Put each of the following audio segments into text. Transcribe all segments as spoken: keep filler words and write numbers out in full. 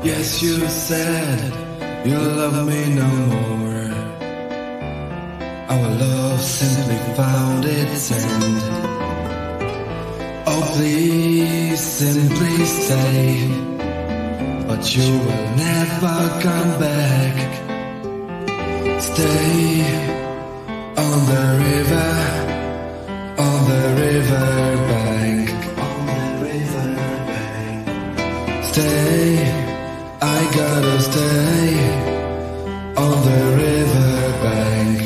Yes, you said you love me no more. Our love simply found its end. Oh, please, simply stay. But you will never come back. Stay on the river, on the river bank. On the river bank. Stay, I gotta stay on the river bank.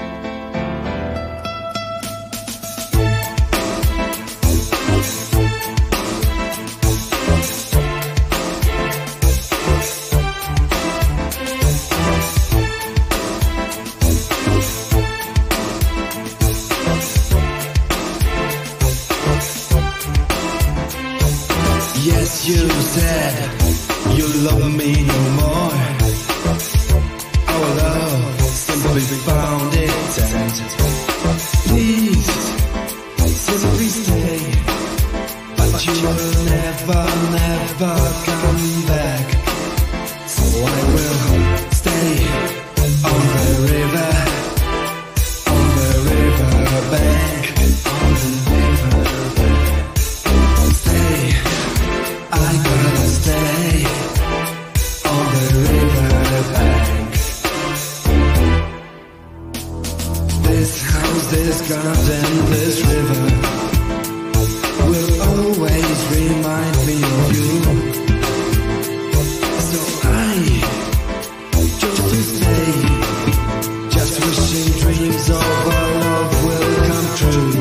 You said you love me no more. Our love simply found its end. Please, simply stay. But you will never, never come back. So I will stay on the river, on the river bank, on the river bank. Stay, I gotta stay on the river bank. This house, this garden, this river will always remind me of you. So I chose to stay, just wishing dreams of our love will come true.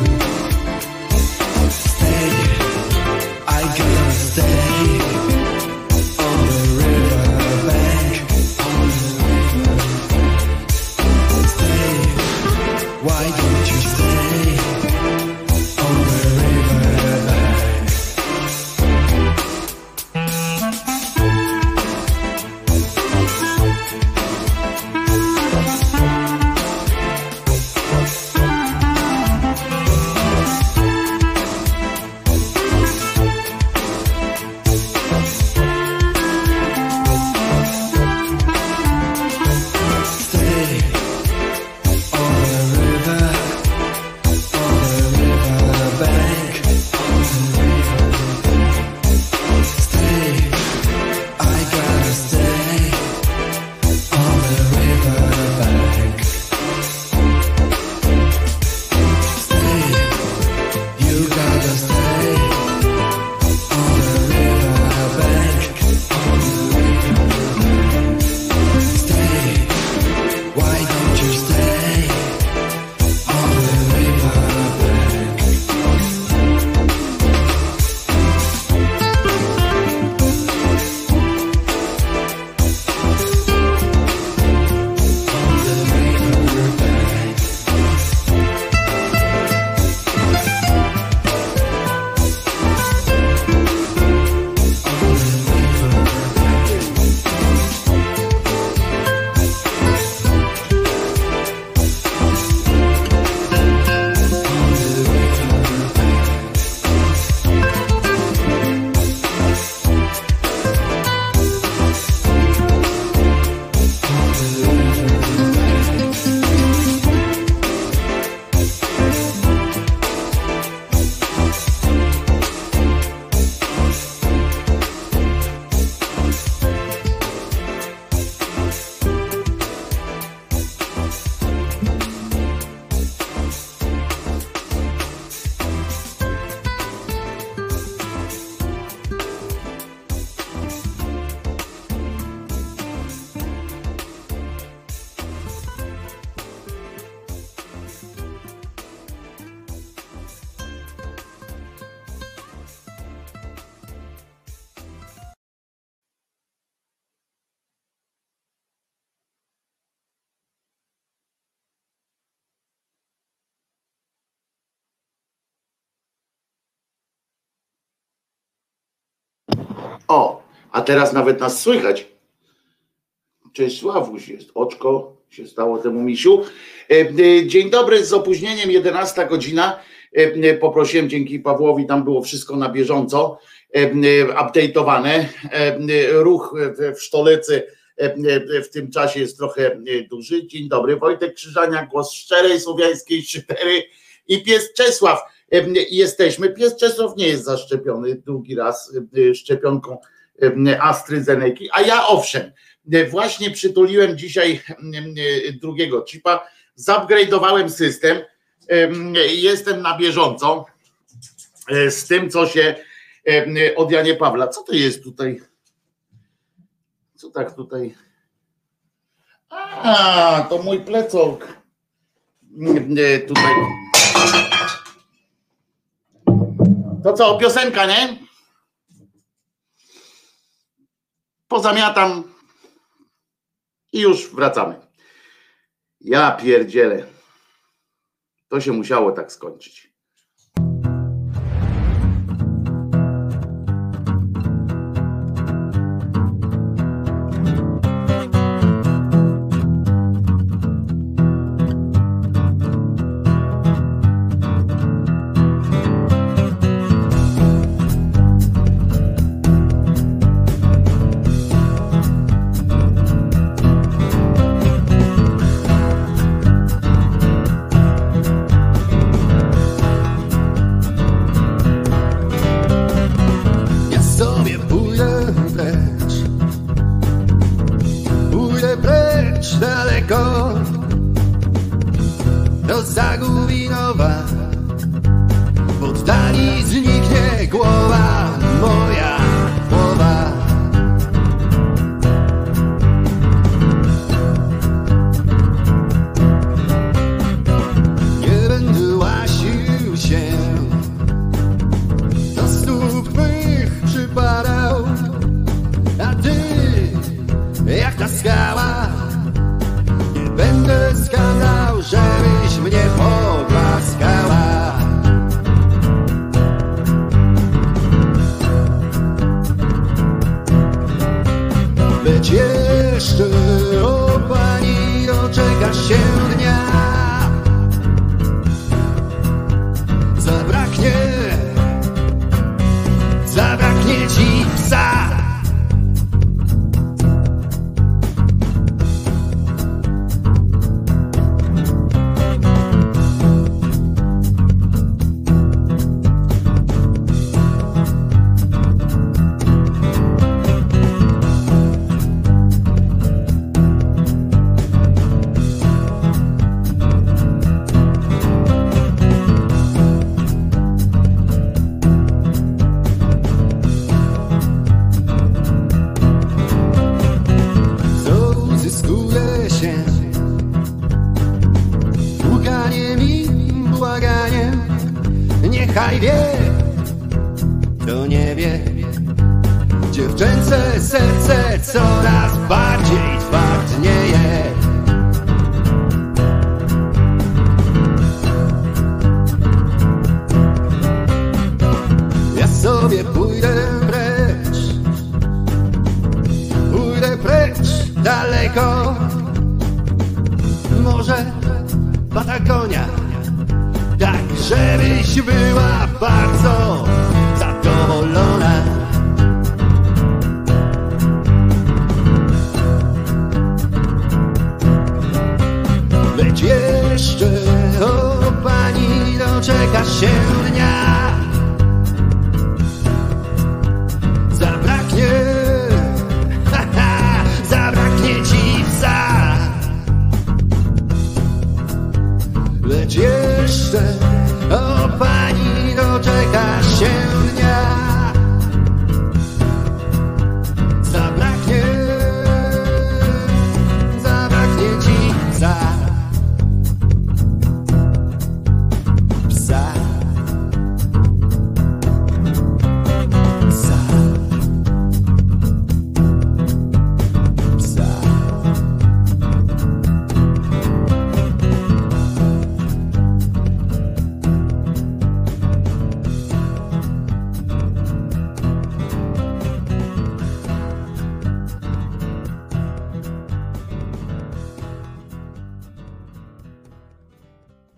Stay, I gotta stay on the river bank, on the river bank. Stay, why don't you stay on the river bank? O, a teraz nawet nas słychać. Cześć, Sławuś jest. Oczko się stało temu misiu. Dzień dobry, z opóźnieniem jedenasta godzina. Poprosiłem dzięki Pawłowi, tam było wszystko na bieżąco. update'owane. Ruch w Sztolecy w tym czasie jest trochę duży. Dzień dobry, Wojtek Krzyżania, głos szczerej słowiańskiej szydery i pies Czesław. Jesteśmy. Pies Czesław nie jest zaszczepiony drugi raz szczepionką AstraZeneki, a ja owszem, właśnie przytuliłem dzisiaj drugiego chipa, zupgrade'owałem system, jestem na bieżąco z tym, co się od Janie Pawła. Co to jest tutaj? Co tak tutaj? A, to mój plecok. Tutaj. To co, piosenka, nie? Pozamiatam i już wracamy. Ja pierdzielę. To się musiało tak skończyć.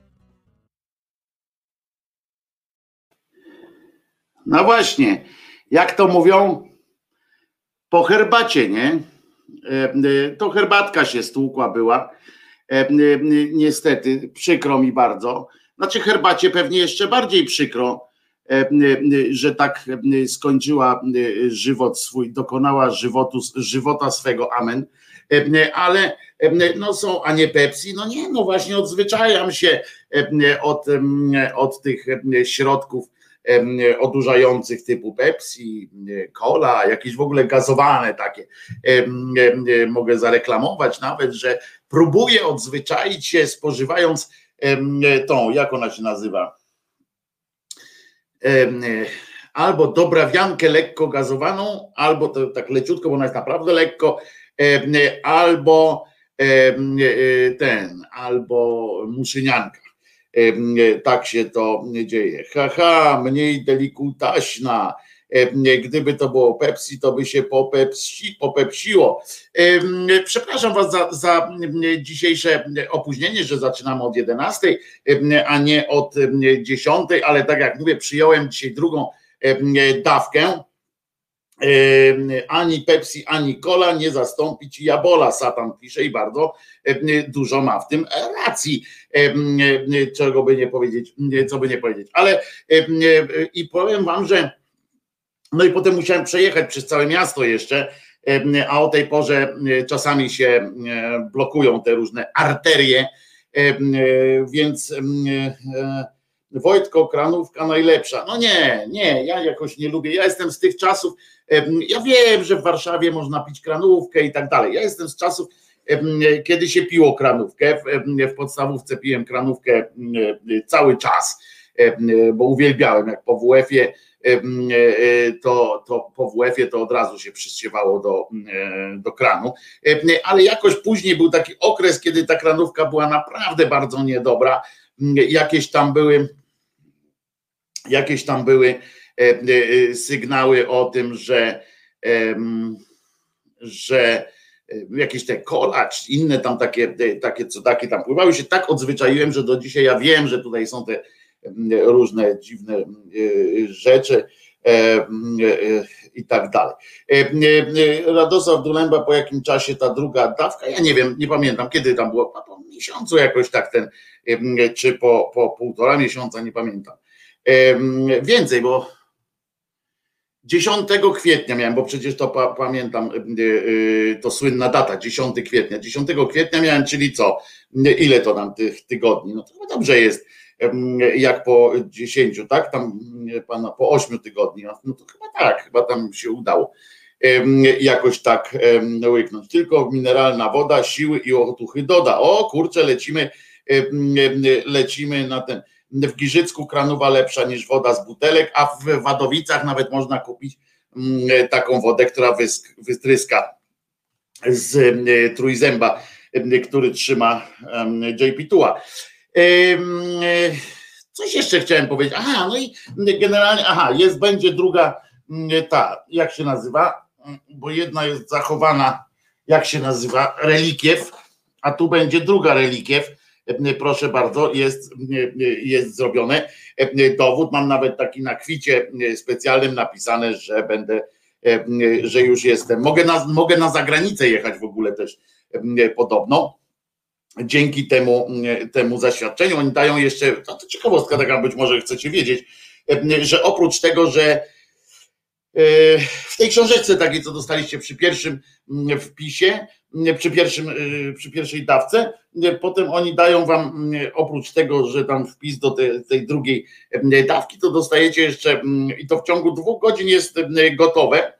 No właśnie, jak to mówią, po herbacie, nie? To herbatka się stłukła była. Niestety, przykro mi bardzo. Znaczy herbacie pewnie jeszcze bardziej przykro, że tak skończyła żywot swój, dokonała żywotu, żywota swego, amen. Ale no są, a nie Pepsi, no nie, no właśnie odzwyczajam się od, od tych środków odurzających typu Pepsi, Cola, jakieś w ogóle gazowane takie. Mogę zareklamować nawet, że próbuję odzwyczaić się spożywając tą, jak ona się nazywa, albo dobrawiankę lekko gazowaną, albo to tak leciutko, bo ona jest naprawdę lekko, albo ten, albo muszynianka. Tak się to dzieje. Haha, mniej delikutaśna. Gdyby to było Pepsi, to by się popepsi, popepsiło. Przepraszam was za, za dzisiejsze opóźnienie, że zaczynamy od jedenastej, a nie od dziesiątej, ale tak jak mówię, przyjąłem dzisiaj drugą dawkę. Ani Pepsi, ani Cola nie zastąpi ci Jabola, Satan pisze i bardzo dużo ma w tym racji, czego by nie powiedzieć, co by nie powiedzieć, ale i powiem wam, że no i potem musiałem przejechać przez całe miasto jeszcze, a o tej porze czasami się blokują te różne arterie, więc Wojtko, kranówka najlepsza. No nie, nie, ja jakoś nie lubię. Ja jestem z tych czasów, ja wiem, że w Warszawie można pić kranówkę i tak dalej. Ja jestem z czasów, kiedy się piło kranówkę. W podstawówce piłem kranówkę cały czas, bo uwielbiałem, jak po W F-ie, to, to po W F-ie to od razu się przysiewało do, do kranu. Ale jakoś później był taki okres, kiedy ta kranówka była naprawdę bardzo niedobra. Jakieś tam były jakieś tam były sygnały o tym, że że jakieś te Cola, czy inne tam takie, takie cudaki tam pływały, się tak odzwyczaiłem, że do dzisiaj ja wiem, że tutaj są te różne dziwne rzeczy i tak dalej. Radosław Dulemba, po jakim czasie ta druga dawka? Ja nie wiem, nie pamiętam, kiedy tam było, po miesiącu jakoś tak ten, czy po, po półtora miesiąca, nie pamiętam. Więcej, bo dziesiątego kwietnia miałem, bo przecież to pa, pamiętam, to słynna data, dziesiątego kwietnia. dziesiątego kwietnia miałem, czyli co? Ile to tam tych tygodni? No to chyba dobrze jest, jak po dziesięciu, tak? Tam pana po ośmiu tygodni. No to chyba tak, chyba tam się udało jakoś tak łyknąć. Tylko mineralna woda, siły i otuchy doda. O kurczę, lecimy, lecimy na ten. W Giżycku kranowa lepsza niż woda z butelek, a w Wadowicach nawet można kupić taką wodę, która wystryska z trójzęba, który trzyma J P Tua. Coś jeszcze chciałem powiedzieć. Aha, no i generalnie, aha, jest, będzie druga ta, jak się nazywa, bo jedna jest zachowana, jak się nazywa, relikiew, a tu będzie druga relikiew. Proszę bardzo, jest, jest zrobione. Dowód, mam nawet taki na kwicie specjalnym napisane, że będę, że już jestem. Mogę na, mogę na zagranicę jechać w ogóle też podobno. Dzięki temu, temu zaświadczeniu oni dają jeszcze, to ciekawostka taka, być może chcecie wiedzieć, że oprócz tego, że w tej książeczce takiej, co dostaliście przy pierwszym wpisie, przy, pierwszym, przy pierwszej dawce, potem oni dają wam, oprócz tego, że tam wpis do tej, tej drugiej dawki, to dostajecie jeszcze, i to w ciągu dwóch godzin jest gotowe,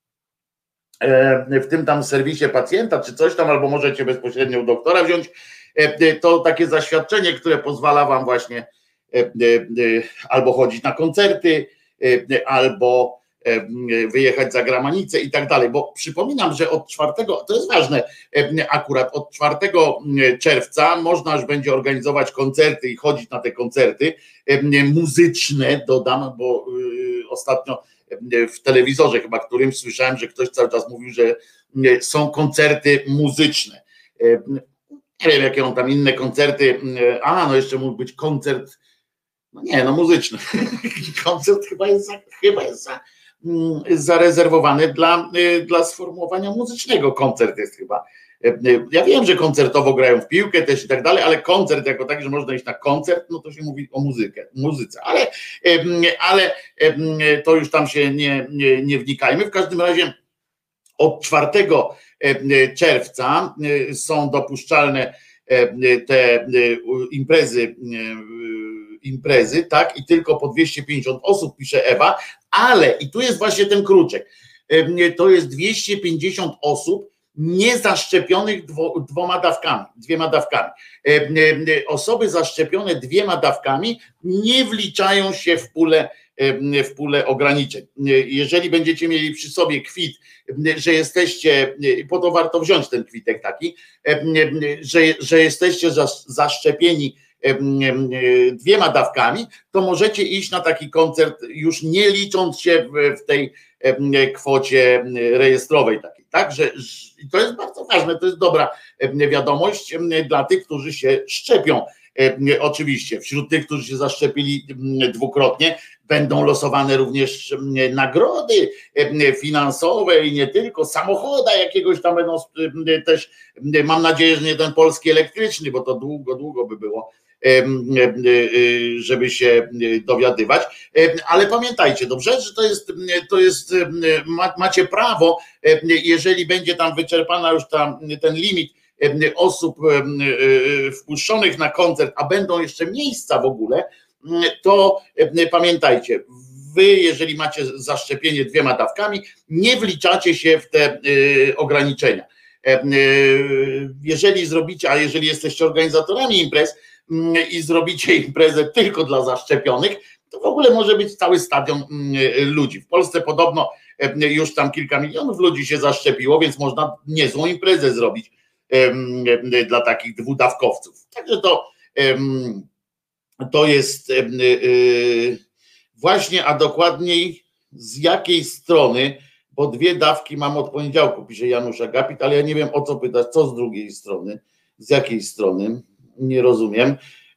w tym tam serwisie pacjenta, czy coś tam, albo możecie bezpośrednio u doktora wziąć, to takie zaświadczenie, które pozwala wam właśnie albo chodzić na koncerty, albo wyjechać za granicę i tak dalej, bo przypominam, że od czwartego, to jest ważne, akurat od czwartego czerwca można już będzie organizować koncerty i chodzić na te koncerty muzyczne, dodam, bo ostatnio w telewizorze chyba którymś słyszałem, że ktoś cały czas mówił, że są koncerty muzyczne. Nie wiem, jakie on tam inne koncerty, a no jeszcze mógł być koncert, no nie, no muzyczny. Koncert chyba jest za, chyba jest za zarezerwowane dla, dla sformułowania muzycznego. Koncert jest chyba. Ja wiem, że koncertowo grają w piłkę też i tak dalej, ale koncert jako taki, że można iść na koncert, no to się mówi o muzykę, muzyce, ale, ale to już tam się nie, nie, nie wnikajmy. W każdym razie od czwartego czerwca są dopuszczalne te imprezy, imprezy, tak, i tylko po dwieście pięćdziesiąt osób, pisze Ewa, ale i tu jest właśnie ten kruczek, to jest dwieście pięćdziesiąt osób niezaszczepionych dwo, dwoma dawkami, dwiema dawkami. Osoby zaszczepione dwiema dawkami nie wliczają się w pulę, w pulę ograniczeń. Jeżeli będziecie mieli przy sobie kwit, że jesteście, po to warto wziąć ten kwitek taki, że, że jesteście zaszczepieni dwiema dawkami, to możecie iść na taki koncert już nie licząc się w, w tej kwocie rejestrowej takiej, tak, że to jest bardzo ważne, to jest dobra wiadomość dla tych, którzy się szczepią. Oczywiście wśród tych, którzy się zaszczepili dwukrotnie, będą losowane również nagrody finansowe i nie tylko, samochoda jakiegoś tam będą też, mam nadzieję, że nie ten polski elektryczny, bo to długo, długo by było, żeby się dowiadywać, ale pamiętajcie, dobrze, że to jest, to jest, macie prawo, jeżeli będzie tam wyczerpana już tam ten limit osób wpuszczonych na koncert, a będą jeszcze miejsca w ogóle, to pamiętajcie, wy, jeżeli macie zaszczepienie dwiema dawkami, nie wliczacie się w te ograniczenia. Jeżeli zrobicie, a jeżeli jesteście organizatorami imprez i zrobicie imprezę tylko dla zaszczepionych, to w ogóle może być cały stadion ludzi. W Polsce podobno już tam kilka milionów ludzi się zaszczepiło, więc można niezłą imprezę zrobić dla takich dwudawkowców. Także to, to jest właśnie, a dokładniej z jakiej strony, bo dwie dawki mam od poniedziałku, pisze Janusz Agapit, ale ja nie wiem, o co pytać, co z drugiej strony, z jakiej strony, nie rozumiem.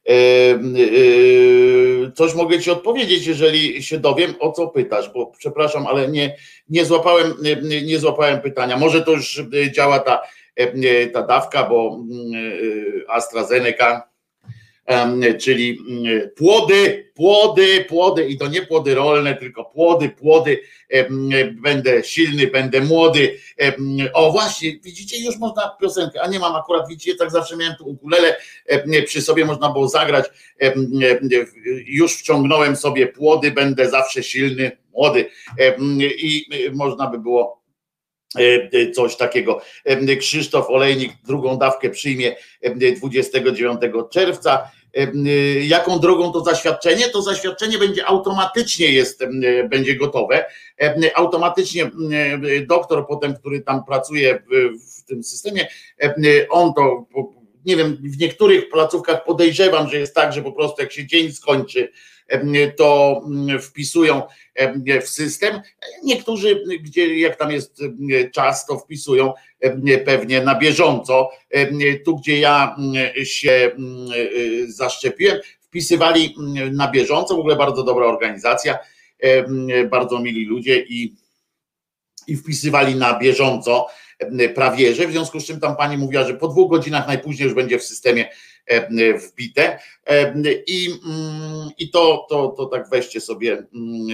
Coś mogę ci odpowiedzieć, jeżeli się dowiem, o co pytasz, bo przepraszam, ale nie, nie złapałem, nie złapałem pytania. Może to już działa ta, ta dawka, bo AstraZeneca, czyli płody, płody, płody i to nie płody rolne, tylko płody, płody, będę silny, będę młody. O właśnie, widzicie, już można piosenkę, a nie mam akurat, widzicie, tak zawsze miałem tu ukulele przy sobie, można było zagrać, już wciągnąłem sobie płody, będę zawsze silny, młody i można by było coś takiego. Krzysztof Olejnik drugą dawkę przyjmie dwudziestego dziewiątego czerwca. Jaką drogą to zaświadczenie? To zaświadczenie będzie automatycznie jest, będzie gotowe. Automatycznie doktor potem, który tam pracuje w, w tym systemie, on to, nie wiem, w niektórych placówkach podejrzewam, że jest tak, że po prostu jak się dzień skończy, to wpisują w system. Niektórzy, gdzie jak tam jest czas, to wpisują pewnie na bieżąco. Tu, gdzie ja się zaszczepiłem, wpisywali na bieżąco. W ogóle bardzo dobra organizacja, bardzo mili ludzie i, i wpisywali na bieżąco prawie, że w związku z czym tam pani mówiła, że po dwóch godzinach najpóźniej już będzie w systemie wbite i, i to, to, to tak weźcie sobie,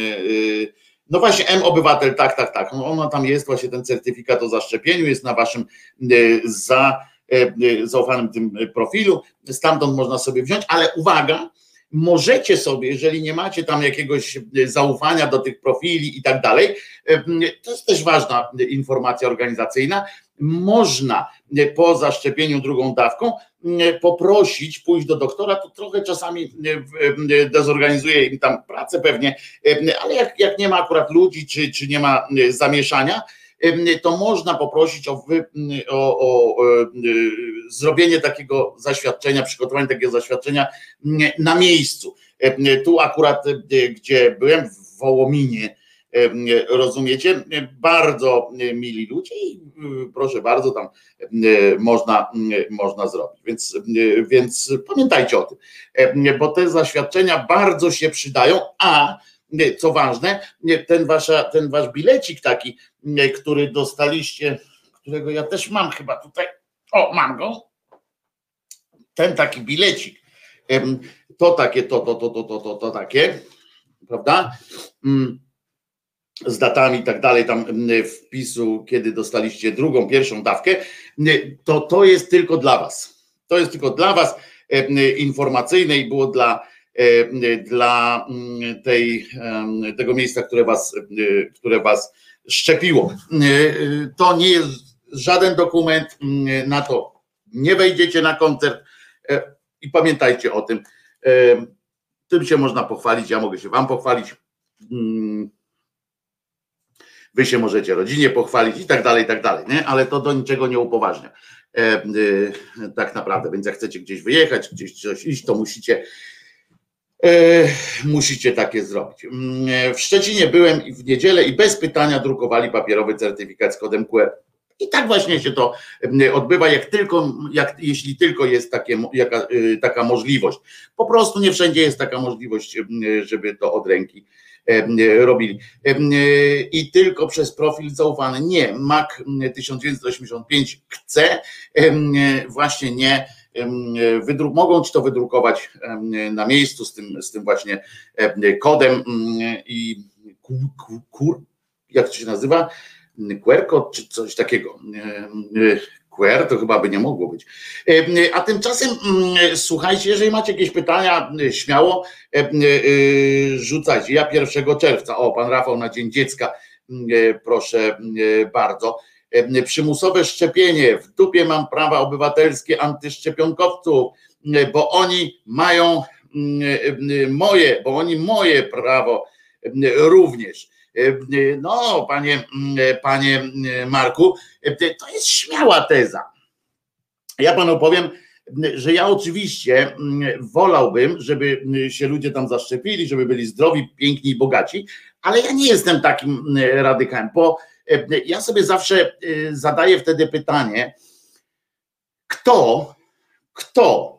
no właśnie M-Obywatel, tak, tak, tak, ona tam jest, właśnie ten certyfikat o zaszczepieniu jest na waszym za, zaufanym tym profilu, stamtąd można sobie wziąć, ale uwaga, możecie sobie, jeżeli nie macie tam jakiegoś zaufania do tych profili i tak dalej, to jest też ważna informacja organizacyjna, można po zaszczepieniu drugą dawką poprosić, pójść do doktora, to trochę czasami dezorganizuje im tam pracę pewnie, ale jak, jak nie ma akurat ludzi, czy, czy nie ma zamieszania, to można poprosić o, wy, o, o, o zrobienie takiego zaświadczenia, przygotowanie takiego zaświadczenia na miejscu. Tu akurat, gdzie byłem, w Wołominie, rozumiecie, bardzo mili ludzie i proszę bardzo, tam można, można zrobić, więc, więc pamiętajcie o tym, bo te zaświadczenia bardzo się przydają, a co ważne, ten, wasza, ten wasz bilecik taki, który dostaliście, którego ja też mam chyba tutaj, o mam go, ten taki bilecik, to takie, to, to, to, to, to, to, to takie, prawda? Z datami i tak dalej, tam wpisu, kiedy dostaliście drugą, pierwszą dawkę, to to jest tylko dla was. To jest tylko dla was informacyjne i było dla, dla tej, tego miejsca, które was, które was szczepiło. To nie jest żaden dokument na to. Nie wejdziecie na koncert i pamiętajcie o tym. Tym się można pochwalić, ja mogę się wam pochwalić. Wy się możecie rodzinie pochwalić i tak dalej, i tak dalej, nie? Ale to do niczego nie upoważnia. E, e, tak naprawdę, więc jak chcecie gdzieś wyjechać, gdzieś coś iść, to musicie e, musicie takie zrobić. W Szczecinie byłem w niedzielę i bez pytania drukowali papierowy certyfikat z kodem Q R. I tak właśnie się to odbywa, jak tylko, jak, jeśli tylko jest takie, jaka, taka możliwość. Po prostu nie wszędzie jest taka możliwość, żeby to od ręki robili. I tylko przez profil zaufany. Nie, Mac tysiąc dziewięćset osiemdziesiąt pięć chce właśnie nie, wydruk, mogą ci to wydrukować na miejscu z tym, z tym właśnie kodem i kur, jak to się nazywa? Q R kod czy coś takiego. Q R to chyba by nie mogło być. A tymczasem słuchajcie, jeżeli macie jakieś pytania, śmiało rzucajcie. Ja pierwszego czerwca, o pan Rafał na Dzień Dziecka, proszę bardzo. Przymusowe szczepienie, w dupie mam prawa obywatelskie antyszczepionkowców, bo oni mają moje, bo oni moje prawo również. No, panie, panie Marku, to jest śmiała teza. Ja panu powiem, że ja oczywiście wolałbym, żeby się ludzie tam zaszczepili, żeby byli zdrowi, piękni i bogaci, ale ja nie jestem takim radykałem, bo ja sobie zawsze zadaję wtedy pytanie, kto, kto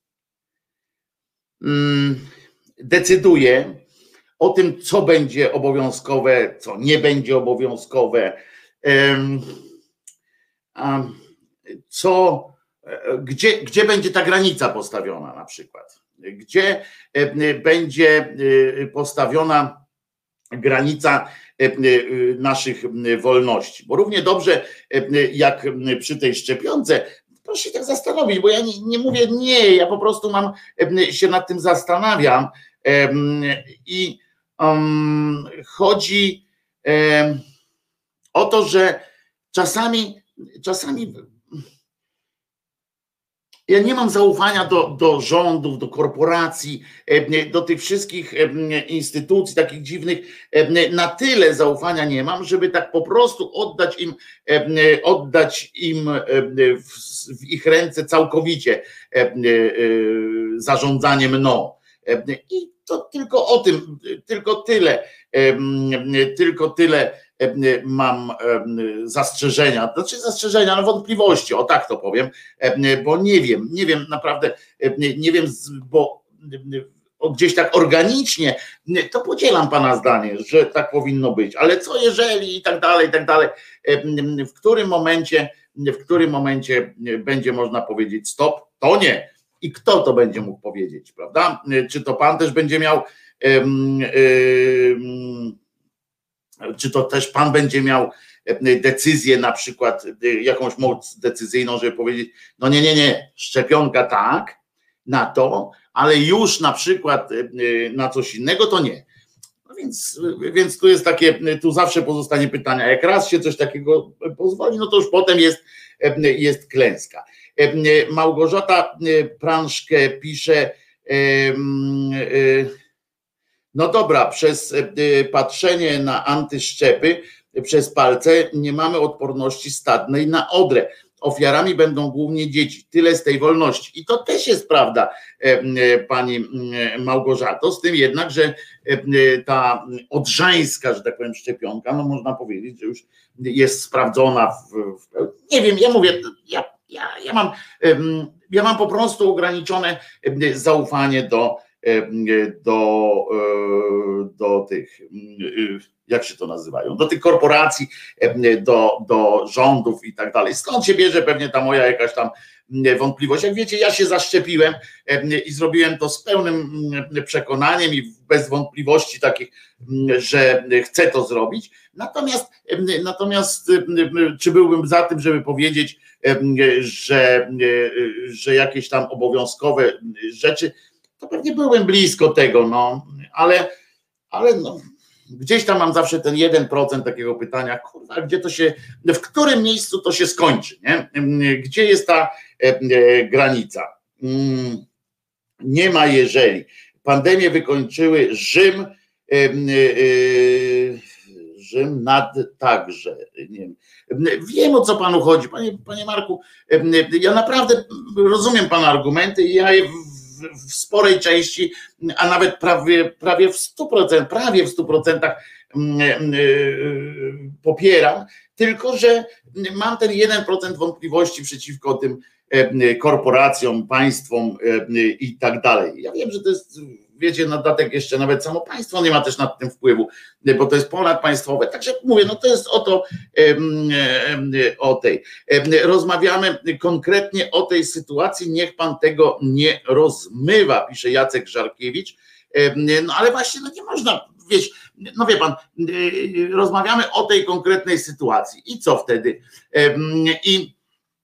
decyduje o tym, co będzie obowiązkowe, co nie będzie obowiązkowe, co, gdzie, gdzie będzie ta granica postawiona na przykład, gdzie będzie postawiona granica naszych wolności, bo równie dobrze jak przy tej szczepionce, proszę się tak zastanowić, bo ja nie, nie mówię nie, ja po prostu mam się nad tym zastanawiam i um, chodzi um, o to, że czasami czasami ja nie mam zaufania do, do rządów, do korporacji, do tych wszystkich instytucji takich dziwnych. Na tyle zaufania nie mam, żeby tak po prostu oddać im, oddać im w, w ich ręce całkowicie zarządzanie mną. I to tylko o tym, tylko tyle, tylko tyle mam zastrzeżenia, znaczy zastrzeżenia, no wątpliwości, o tak to powiem, bo nie wiem, nie wiem naprawdę, nie wiem, bo gdzieś tak organicznie, to podzielam pana zdanie, że tak powinno być, ale co jeżeli i tak dalej, i tak dalej, w którym momencie, w którym momencie będzie można powiedzieć stop, to nie. I kto to będzie mógł powiedzieć, prawda? Czy to pan też będzie miał, um, um, czy to też pan będzie miał decyzję, na przykład jakąś moc decyzyjną, żeby powiedzieć, no nie, nie, nie, szczepionka tak, na to, ale już na przykład na coś innego to nie. No więc, więc tu jest takie, tu zawsze pozostanie pytania, jak raz się coś takiego pozwoli, no to już potem jest, jest klęska. Małgorzata Prążkę pisze, no dobra, przez patrzenie na antyszczepy przez palce nie mamy odporności stadnej na odrę. Ofiarami będą głównie dzieci. Tyle z tej wolności. I to też jest prawda, pani Małgorzato, z tym jednak, że ta odrzańska, że tak powiem, szczepionka, no można powiedzieć, że już jest sprawdzona w, w nie wiem, ja mówię, ja Ja, ja, mam, ja mam po prostu ograniczone zaufanie do, do, do tych, jak się to nazywają, do tych korporacji, do, do rządów i tak dalej. Skąd się bierze pewnie ta moja jakaś tam wątpliwość? Jak wiecie, ja się zaszczepiłem i zrobiłem to z pełnym przekonaniem i bez wątpliwości takich, że chcę to zrobić. Natomiast, natomiast czy byłbym za tym, żeby powiedzieć, że, że jakieś tam obowiązkowe rzeczy, to pewnie byłem blisko tego, no, ale, ale no, gdzieś tam mam zawsze ten jeden procent takiego pytania, kurwa, gdzie to się, w którym miejscu to się skończy, nie? Gdzie jest ta granica? Nie ma jeżeli. Pandemię wykończyły Rzym, Rzym nad także. Nie wiem. Wiem, o co panu chodzi, panie, panie Marku. Ja naprawdę rozumiem pana argumenty i ja je w, w sporej części, a nawet prawie, prawie w stu procentach, prawie w stu procentach popieram, tylko że mam ten jeden procent wątpliwości przeciwko tym korporacjom, państwom i tak dalej. Ja wiem, że to jest, wiecie, na dodatek jeszcze nawet samo państwo nie ma też nad tym wpływu, bo to jest ponadpaństwowe. Także mówię, no to jest o to, o tej. Rozmawiamy konkretnie o tej sytuacji, niech pan tego nie rozmywa, pisze Jacek Żarkiewicz. No ale właśnie, no nie można, wiesz, no wie pan, rozmawiamy o tej konkretnej sytuacji i co wtedy? I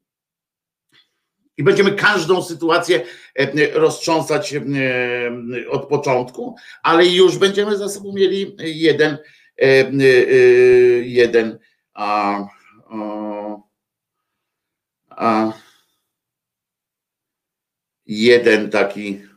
I będziemy każdą sytuację roztrząsać od początku, ale już będziemy za sobą mieli jeden, jeden a, a, jeden taki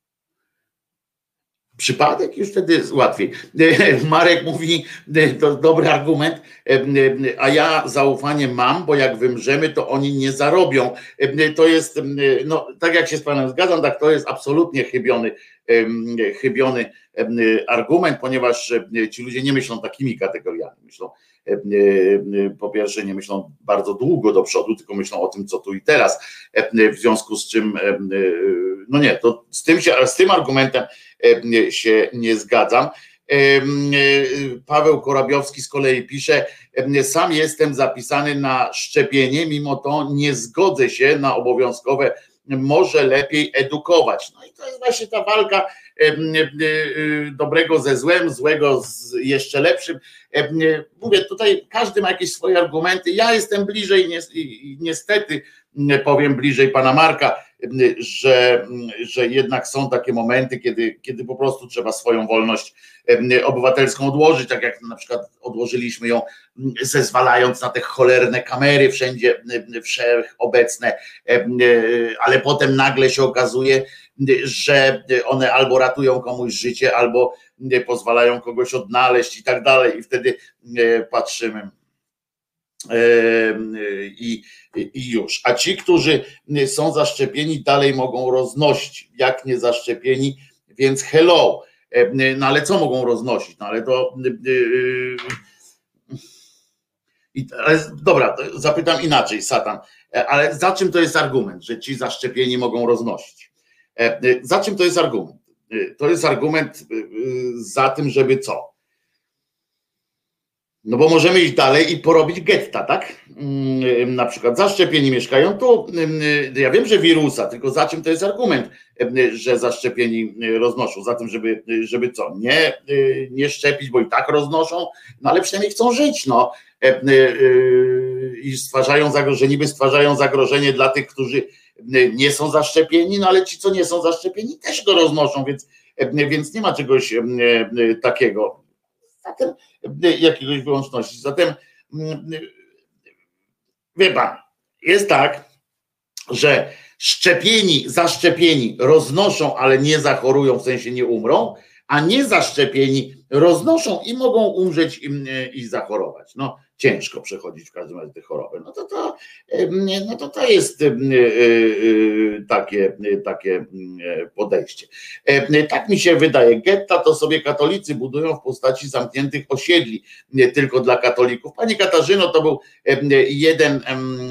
przypadek, już wtedy jest łatwiej. Marek mówi, to dobry argument, a ja zaufanie mam, bo jak wymrzemy, to oni nie zarobią. To jest, no tak jak się z panem zgadzam, tak to jest absolutnie chybiony, chybiony argument, ponieważ ci ludzie nie myślą takimi kategoriami. Myślą, po pierwsze, nie myślą bardzo długo do przodu, tylko myślą o tym, co tu i teraz. W związku z czym, no nie, to z tym, się, z tym argumentem się nie zgadzam. Paweł Korabiowski z kolei pisze, sam jestem zapisany na szczepienie, mimo to nie zgodzę się na obowiązkowe, może lepiej edukować. No i to jest właśnie ta walka dobrego ze złem, złego z jeszcze lepszym. Mówię, tutaj każdy ma jakieś swoje argumenty. Ja jestem bliżej, niestety powiem bliżej pana Marka, że, że jednak są takie momenty, kiedy, kiedy po prostu trzeba swoją wolność obywatelską odłożyć, tak jak na przykład odłożyliśmy ją, zezwalając na te cholerne kamery wszędzie wszechobecne, ale potem nagle się okazuje, że one albo ratują komuś życie, albo pozwalają kogoś odnaleźć i tak dalej, i wtedy patrzymy i, i już. A ci, którzy są zaszczepieni, dalej mogą roznosić, jak nie zaszczepieni, więc hello. No ale co mogą roznosić? No ale to i, ale dobra, to zapytam inaczej, Satan, ale za czym to jest argument, że ci zaszczepieni mogą roznosić? Za czym to jest argument? To jest argument za tym, żeby co? No bo możemy iść dalej i porobić getta, tak? Na przykład zaszczepieni mieszkają tu. Ja wiem, że wirusa, tylko za czym to jest argument, że zaszczepieni roznoszą? Za tym, żeby, żeby co? Nie, nie szczepić, bo i tak roznoszą, no ale przynajmniej chcą żyć, no. I stwarzają zagrożenie, niby stwarzają zagrożenie dla tych, którzy nie są zaszczepieni, no ale ci, co nie są zaszczepieni, też go roznoszą, więc, więc nie ma czegoś takiego. Zatem jakiegoś wyłączności. Zatem wie pan, jest tak, że szczepieni, zaszczepieni roznoszą, ale nie zachorują, w sensie nie umrą, a niezaszczepieni roznoszą i mogą umrzeć i, i zachorować. No ciężko przechodzić w każdym razie tę chorobę. No to to, no to, to jest takie, takie podejście. Tak mi się wydaje. Getta to sobie katolicy budują w postaci zamkniętych osiedli, nie tylko dla katolików. Pani Katarzyno, to był jeden,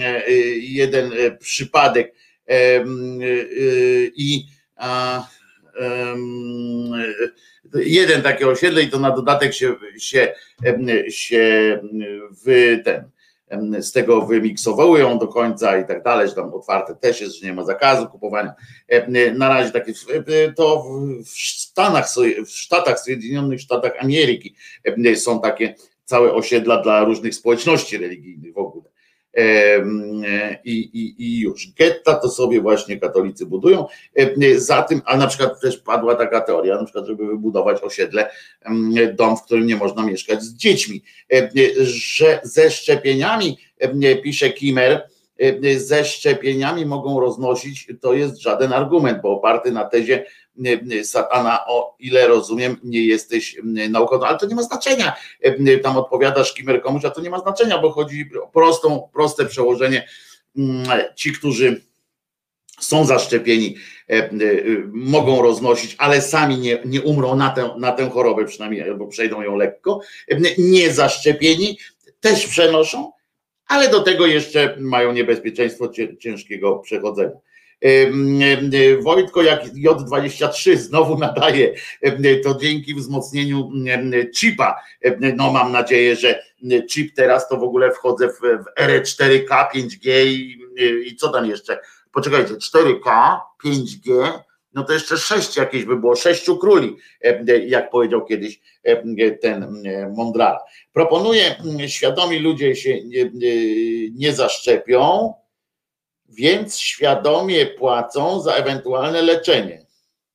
jeden przypadek i jeden takie osiedle i to na dodatek się, się, się wy, ten, z tego wymiksowały do końca i tak dalej, że tam otwarte też jest, że nie ma zakazu kupowania. Na razie takie to w Stanach, w Statach Zjednoczonych Statach Ameryki są takie całe osiedla dla różnych społeczności religijnych w ogóle. I, i, i już. Getta to sobie właśnie katolicy budują. Za tym, a na przykład też padła taka teoria, na przykład, żeby wybudować osiedle, dom, w którym nie można mieszkać z dziećmi, że ze szczepieniami, pisze Kimmer, ze szczepieniami mogą roznosić, to jest żaden argument, bo oparty na tezie satana, o ile rozumiem, nie jesteś naukowcem, ale to nie ma znaczenia, tam odpowiadasz Kimmer komuś, a to nie ma znaczenia, bo chodzi o prostą, proste przełożenie. Ci, którzy są zaszczepieni, mogą roznosić, ale sami nie, nie umrą na tę, na tę chorobę przynajmniej, albo przejdą ją lekko. Niezaszczepieni też przenoszą, ale do tego jeszcze mają niebezpieczeństwo ciężkiego przechodzenia. Wojtko, jak J dwadzieścia trzy znowu nadaje, to dzięki wzmocnieniu chipa. No mam nadzieję, że chip teraz to w ogóle wchodzę w, w R cztery K, pięć G i, i co tam jeszcze? Poczekajcie, cztery K, pięć G, no to jeszcze sześć jakieś by było, sześciu króli, jak powiedział kiedyś ten Mondrala. Proponuję, świadomi ludzie się nie, nie zaszczepią, więc świadomie płacą za ewentualne leczenie.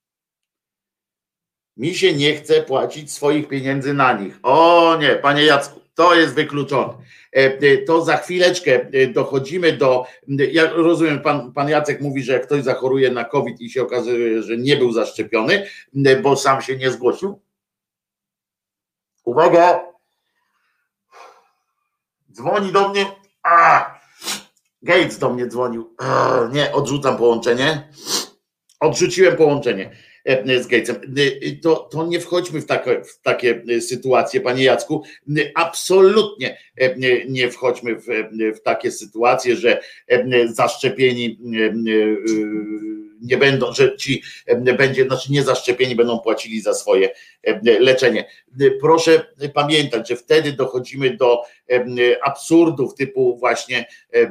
Mi się nie chce płacić swoich pieniędzy na nich. O nie, panie Jacku, to jest wykluczone. To za chwileczkę dochodzimy do, ja rozumiem, pan, pan Jacek mówi, że jak ktoś zachoruje na COVID i się okazuje, że nie był zaszczepiony, bo sam się nie zgłosił. Uwaga! Dzwoni do mnie. A! Gates do mnie dzwonił. Nie, odrzucam połączenie. Odrzuciłem połączenie z Gatesem. To, to nie wchodźmy w takie, w takie sytuacje, panie Jacku. Absolutnie nie wchodźmy w, w takie sytuacje, że zaszczepieni nie będą, że ci będzie, znaczy niezaszczepieni będą płacili za swoje leczenie. Proszę pamiętać, że wtedy dochodzimy do absurdów typu właśnie,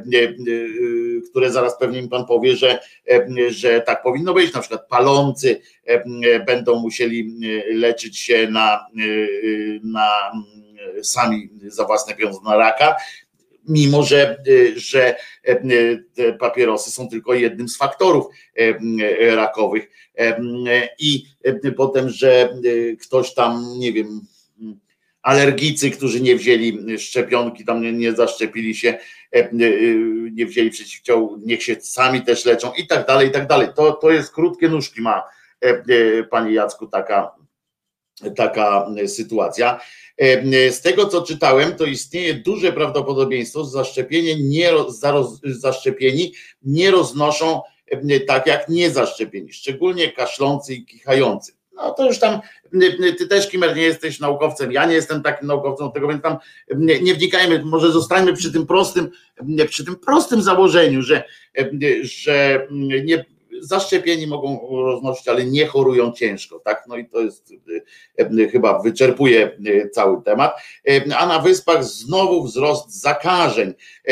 które zaraz pewnie mi pan powie, że, że tak powinno być, na przykład palący będą musieli leczyć się na, na sami za własne pieniądze na raka, mimo że, że te papierosy są tylko jednym z faktorów rakowych i potem, że ktoś tam, nie wiem, alergicy, którzy nie wzięli szczepionki, tam nie, nie zaszczepili się, nie wzięli przeciwciał, niech się sami też leczą i tak dalej, i tak dalej. To, to jest krótkie nóżki ma, panie Jacku, taka, taka sytuacja. Z tego, co czytałem, to istnieje duże prawdopodobieństwo, że zaszczepienie nie, zaszczepieni nie roznoszą tak jak niezaszczepieni, szczególnie kaszlący i kichający. No to już tam, ty też, Kimmer, nie jesteś naukowcem, ja nie jestem takim naukowcem, tego więc tam nie, nie wnikajmy, może zostańmy przy tym prostym, przy tym prostym założeniu, że, że nie zaszczepieni mogą roznosić, ale nie chorują ciężko, tak? No i to jest chyba wyczerpuje cały temat. A na wyspach znowu wzrost zakażeń.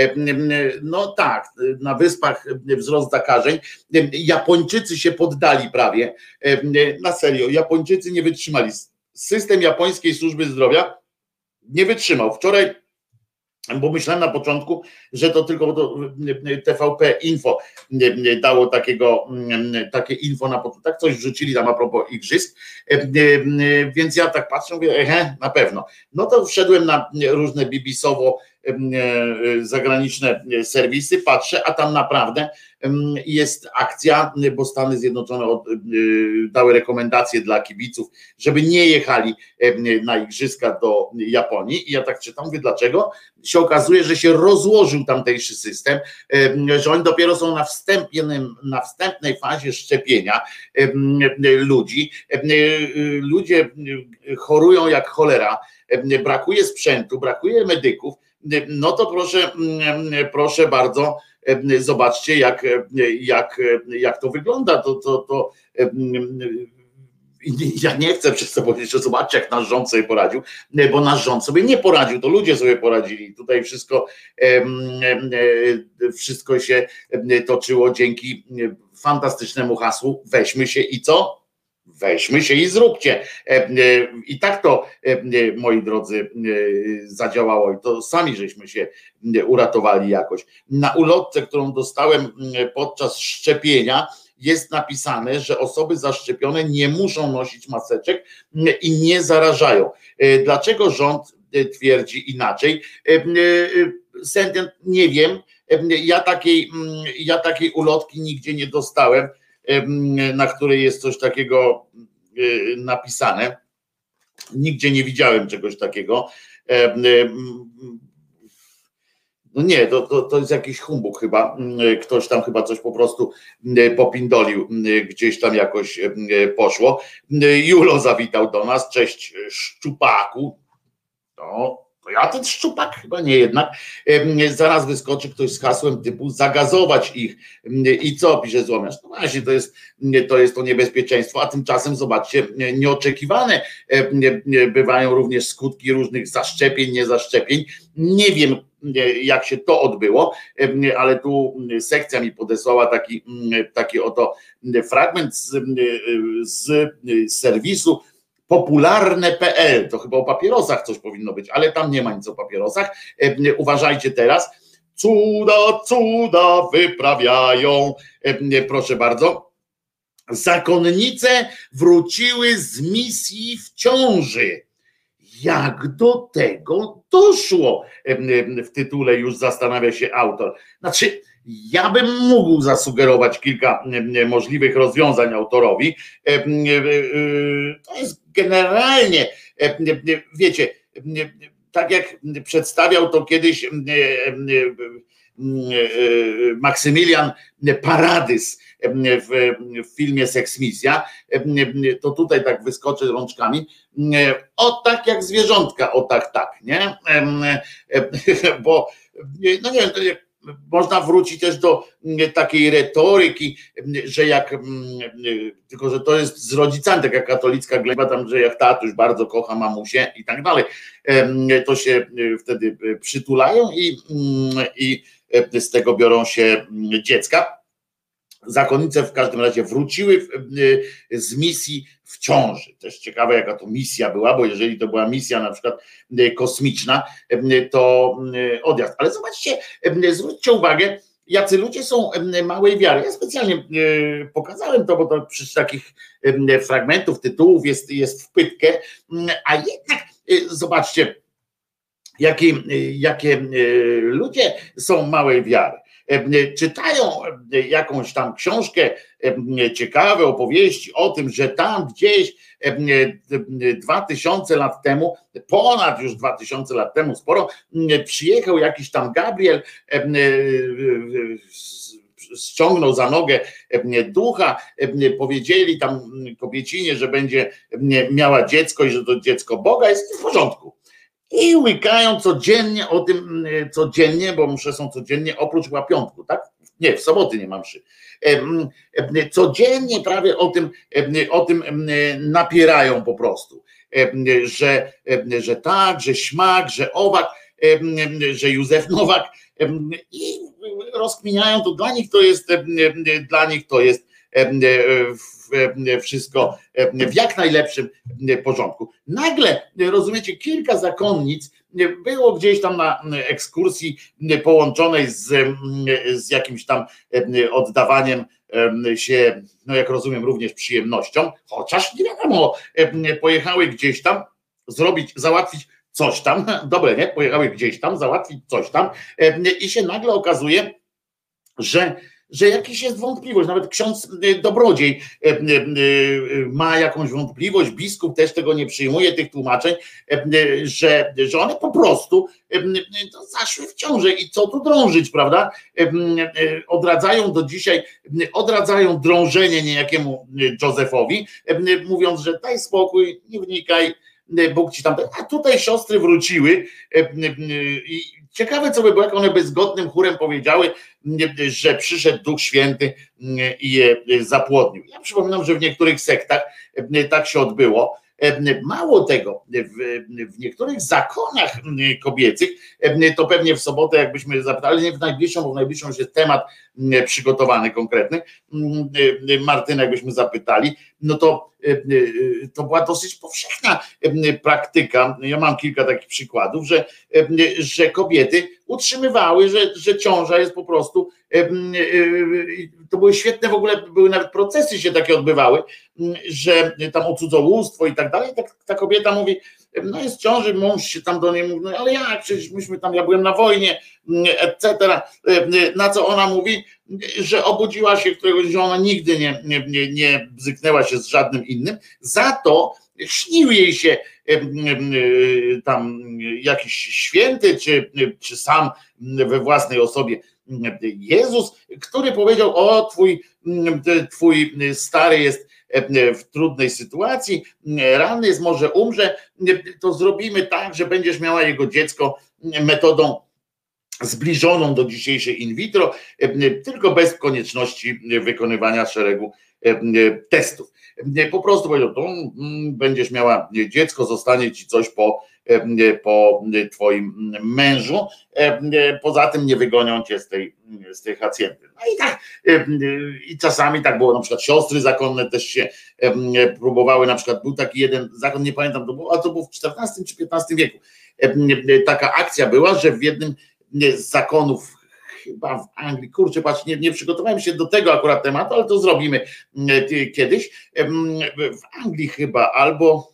No tak, na wyspach wzrost zakażeń. Japończycy się poddali prawie. Na serio, Japończycy nie wytrzymali. System japońskiej służby zdrowia nie wytrzymał. Wczoraj, bo myślałem na początku, że to tylko to T V P Info dało takiego, takie info na początku, tak coś wrzucili tam a propos igrzysk, więc ja tak patrzę, mówię, ehe, na pewno. No to wszedłem na różne B B S-owo zagraniczne serwisy, patrzę, a tam naprawdę jest akcja, bo Stany Zjednoczone od, dały rekomendacje dla kibiców, żeby nie jechali na igrzyska do Japonii i ja tak czytam, mówię, dlaczego? Się okazuje, że się rozłożył tamtejszy system, że oni dopiero są na, wstępnym, na wstępnej fazie szczepienia ludzi. Ludzie chorują jak cholera, brakuje sprzętu, brakuje medyków, no to proszę, proszę bardzo, zobaczcie jak, jak, jak to wygląda, to, to, to ja nie chcę przez to powiedzieć, że zobaczcie, jak nasz rząd sobie poradził, bo nasz rząd sobie nie poradził, to ludzie sobie poradzili. Tutaj wszystko, wszystko się toczyło dzięki fantastycznemu hasłu weźmy się i co? Weźmy się i zróbcie. I tak to, moi drodzy, zadziałało i to sami żeśmy się uratowali jakoś. Na ulotce, którą dostałem podczas szczepienia, jest napisane, że osoby zaszczepione nie muszą nosić maseczek i nie zarażają. Dlaczego rząd twierdzi inaczej? Sentient, nie wiem. Ja takiej, ja takiej ulotki nigdzie nie dostałem, na której jest coś takiego napisane. Nigdzie nie widziałem czegoś takiego. No nie, to, to, to jest jakiś humbug chyba. Ktoś tam chyba coś po prostu popindolił, gdzieś tam jakoś poszło. Julo zawitał do nas. Cześć szczupaku. No. To ja ten szczupak? Chyba nie jednak. Zaraz wyskoczy ktoś z hasłem typu zagazować ich. I co pisze Złomiarz? No właśnie, to jest, to jest to niebezpieczeństwo, a tymczasem zobaczcie, nieoczekiwane bywają również skutki różnych zaszczepień, niezaszczepień. Nie wiem, jak się to odbyło, ale tu sekcja mi podesłała taki, taki oto fragment z, z serwisu popularne kropka pe el, to chyba o papierosach coś powinno być, ale tam nie ma nic o papierosach. Uważajcie teraz, cuda, cuda wyprawiają, proszę bardzo, zakonnice wróciły z misji w ciąży. Jak do tego doszło? W tytule już zastanawia się autor. Znaczy, ja bym mógł zasugerować kilka możliwych rozwiązań autorowi. To jest generalnie, wiecie, tak jak przedstawiał to kiedyś Maksymilian Paradys w, w filmie Seksmisja, to tutaj tak wyskoczę rączkami, o tak jak zwierzątka, o tak, tak, nie? Bo, no nie wiem, można wrócić też do takiej retoryki, że jak, tylko że to jest z rodzicami, taka katolicka gleba tam, że jak tatuś bardzo kocha mamusię i tak dalej, to się wtedy przytulają i, i z tego biorą się dziecka. Zakonnice w każdym razie wróciły z misji w ciąży. Też ciekawe, jaka to misja była, bo jeżeli to była misja na przykład kosmiczna, to odjazd. Ale zobaczcie, zwróćcie uwagę, jacy ludzie są małej wiary. Ja specjalnie pokazałem to, bo to przy takich fragmentów, tytułów jest, jest w pytkę, a jednak zobaczcie, jakie, jakie ludzie są małej wiary. Czytają jakąś tam książkę, ciekawe opowieści o tym, że tam gdzieś dwa tysiące lat temu, ponad już dwa tysiące lat temu sporo, przyjechał jakiś tam Gabriel, ściągnął za nogę ducha, powiedzieli tam kobiecinie, że będzie miała dziecko i że to dziecko Boga, jest w porządku. I łykają codziennie o tym, codziennie, bo msze są codziennie, oprócz chyba piątku, tak? Nie, w soboty nie mam mszy. Codziennie prawie o tym, o tym napierają po prostu, że, że tak, że śmak, że owak, że Józef Nowak i rozkminiają to, dla nich to jest, dla nich to jest wszystko w jak najlepszym porządku. Nagle, rozumiecie, kilka zakonnic było gdzieś tam na ekskursji połączonej z, z jakimś tam oddawaniem się, no jak rozumiem, również przyjemnością, chociaż nie wiadomo, pojechały gdzieś tam zrobić, załatwić coś tam, dobre, nie? Pojechały gdzieś tam, załatwić coś tam i się nagle okazuje, że że jakiś jest wątpliwość, nawet ksiądz dobrodziej ma jakąś wątpliwość, biskup też tego nie przyjmuje, tych tłumaczeń, że, że one po prostu zaszły w ciążę i co tu drążyć, prawda? Odradzają do dzisiaj, odradzają drążenie niejakiemu Józefowi, mówiąc, że daj spokój, nie wnikaj, Bóg ci tam, a tutaj siostry wróciły i Ciekawe, co by było, jak one by zgodnym chórem powiedziały, że przyszedł Duch Święty i je zapłodnił. Ja przypominam, że w niektórych sektach tak się odbyło. Mało tego, w, w niektórych zakonach kobiecych, to pewnie w sobotę, jakbyśmy zapytali, nie w najbliższą, bo w najbliższą już jest temat przygotowany konkretny, Martynę jakbyśmy zapytali, no to to była dosyć powszechna praktyka. Ja mam kilka takich przykładów, że, że kobiety utrzymywały, że, że ciąża jest po prostu, to były świetne w ogóle, były nawet procesy się takie odbywały, że tam o cudzołóstwo i tak dalej, tak ta kobieta mówi, no jest w ciąży, mąż się tam do niej mówi, no ale jak, przecież myśmy tam, ja byłem na wojnie, et cetera. Na co ona mówi, że obudziła się któregoś, że ona nigdy nie, nie, nie, nie bzyknęła się z żadnym innym, za to śnił jej się tam jakiś święty, czy, czy sam we własnej osobie Jezus, który powiedział, o twój, twój stary jest w trudnej sytuacji, ranny jest, może umrze, to zrobimy tak, że będziesz miała jego dziecko metodą zbliżoną do dzisiejszej in vitro, tylko bez konieczności wykonywania szeregu testów. Po prostu powiedział, to będziesz miała dziecko, zostanie ci coś po, po twoim mężu, poza tym nie wygonią cię z tej, z tej hacjenty. No i tak, i czasami tak było, na przykład siostry zakonne też się próbowały, na przykład był taki jeden zakon, nie pamiętam, to było, ale to było w czternastym czy piętnastym wieku. Taka akcja była, że w jednym z zakonów, chyba w Anglii, kurczę, patrz, nie, nie przygotowałem się do tego akurat tematu, ale to zrobimy kiedyś. W Anglii chyba, albo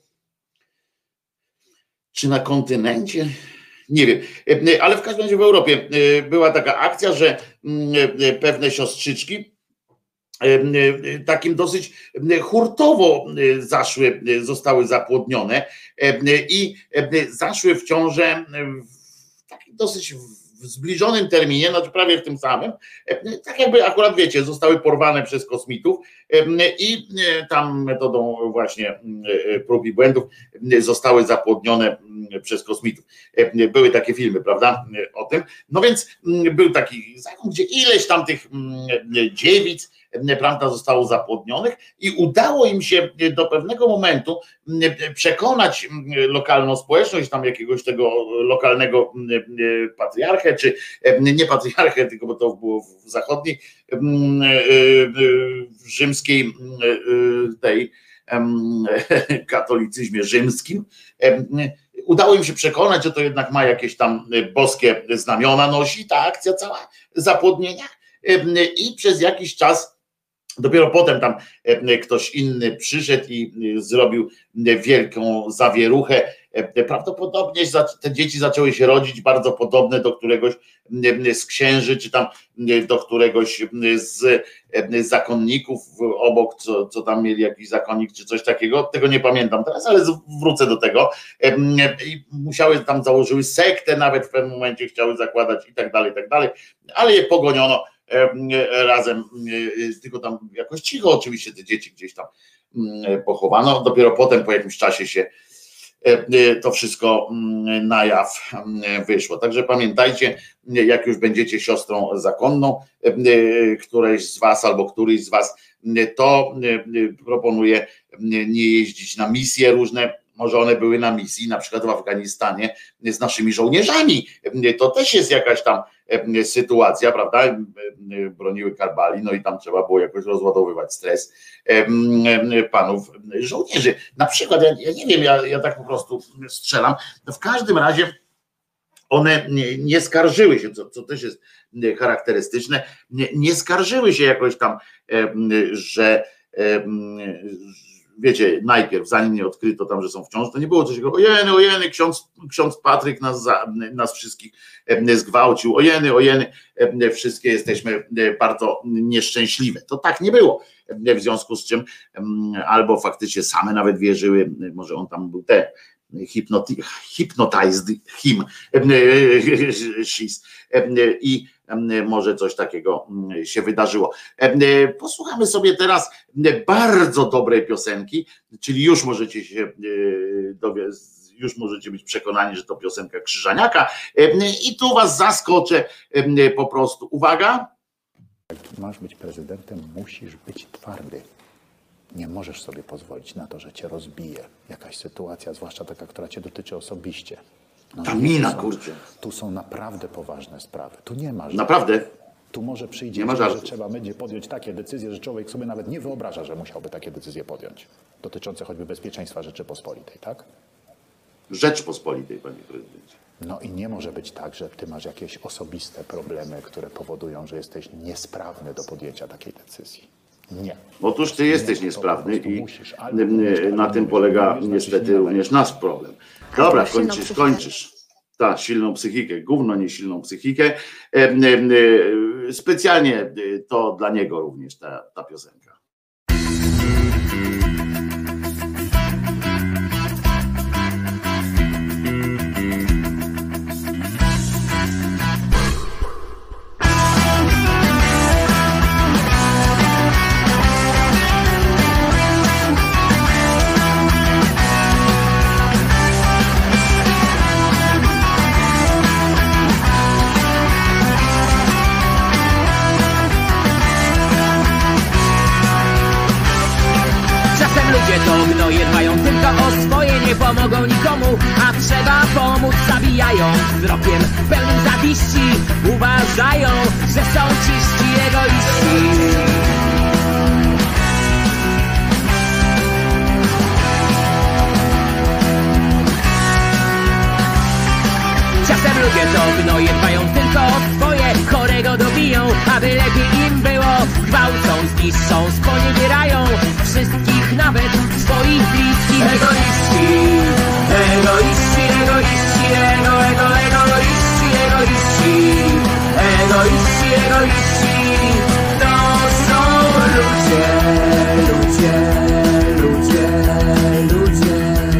czy na kontynencie, nie wiem, ale w każdym razie w Europie była taka akcja, że pewne siostrzyczki takim dosyć hurtowo zaszły, zostały zapłodnione i zaszły w ciążę w takim dosyć w zbliżonym terminie, znaczy prawie w tym samym, tak jakby akurat wiecie, zostały porwane przez kosmitów i tam metodą właśnie prób i błędów zostały zapłodnione przez kosmitów. Były takie filmy, prawda, o tym. No więc był taki zakon, gdzie ileś tam tych dziewic, prawda, zostało zapłodnionych i udało im się do pewnego momentu przekonać lokalną społeczność, tam jakiegoś tego lokalnego patriarchę, czy nie patriarchę, tylko bo to było w zachodniej, w rzymskiej tej katolicyzmie rzymskim. Udało im się przekonać, że to jednak ma jakieś tam boskie znamiona, nosi ta akcja cała zapłodnienia i przez jakiś czas dopiero potem tam ktoś inny przyszedł i zrobił wielką zawieruchę. Prawdopodobnie te dzieci zaczęły się rodzić bardzo podobne do któregoś z księży, czy tam do któregoś z zakonników obok, co, co tam mieli jakiś zakonnik, czy coś takiego. Tego nie pamiętam teraz, ale wrócę do tego. I musiały tam, założyły sektę, nawet w pewnym momencie chciały zakładać i tak dalej, i tak dalej, ale je pogoniono razem, tylko tam jakoś cicho oczywiście te dzieci gdzieś tam pochowano, dopiero potem po jakimś czasie się to wszystko na jaw wyszło. Także pamiętajcie, jak już będziecie siostrą zakonną, któreś z was albo któryś z was, to proponuję nie jeździć na misje różne. Może one były na misji, na przykład w Afganistanie z naszymi żołnierzami. To też jest jakaś tam sytuacja, prawda? Broniły Karbali, no i tam trzeba było jakoś rozładowywać stres panów żołnierzy. Na przykład, ja, ja nie wiem, ja, ja tak po prostu strzelam. W każdym razie one nie, nie skarżyły się, co, co też jest charakterystyczne, nie, nie skarżyły się jakoś tam, że wiecie, najpierw, zanim nie odkryto tam, że są w ciąży, to nie było coś takiego, ojeny, ojeny, ksiądz, ksiądz Patryk nas, za, nas wszystkich zgwałcił, ojeny, ojeny, wszystkie jesteśmy bardzo nieszczęśliwe. To tak nie było, w związku z czym albo faktycznie same nawet wierzyły, może on tam był ten hypnotized him, she's, i może coś takiego się wydarzyło. Posłuchamy sobie teraz bardzo dobrej piosenki, czyli już możecie się już możecie być przekonani, że to piosenka Krzyżaniaka. I tu was zaskoczę po prostu. Uwaga. Jak masz być prezydentem, musisz być twardy. Nie możesz sobie pozwolić na to, że cię rozbije jakaś sytuacja, zwłaszcza taka, która cię dotyczy osobiście. No, Ta mina, są, kurczę. Tu są naprawdę poważne sprawy. Tu nie ma żartów. Naprawdę? Tu może przyjdzie, nie ma że trzeba będzie podjąć takie decyzje, że człowiek sobie nawet nie wyobraża, że musiałby takie decyzje podjąć. Dotyczące choćby bezpieczeństwa Rzeczypospolitej, tak? Rzeczpospolitej, panie prezydencie. No i nie może być tak, że ty masz jakieś osobiste problemy, które powodują, że jesteś niesprawny do podjęcia takiej decyzji. Nie. Otóż ty jesteś nie, niesprawny i musisz, na tym polega niestety również nasz problem. Dobra, kończysz, kończysz. Tak, silną psychikę, gówno nie silną psychikę. Specjalnie to dla niego również ta, ta piosenka. To gnoje dbają tylko o swoje, nie pomogą nikomu, a trzeba pomóc, zabijają wzrokiem pełnym zawiści, uważają, że są czyści egoiści. Czasem ludzie to gnoje dbają tylko o swoje, chorego dobiją, aby lepiej im było, gwałcą, zniszczą, sponiewierają wszystkich, nawet swoich bliskich. Egoiści, egoiści, egoiści, ego, ego, egoiści, egoiści, egoiści, egoiści, to są ludzie, ludzie, ludzie, ludzie.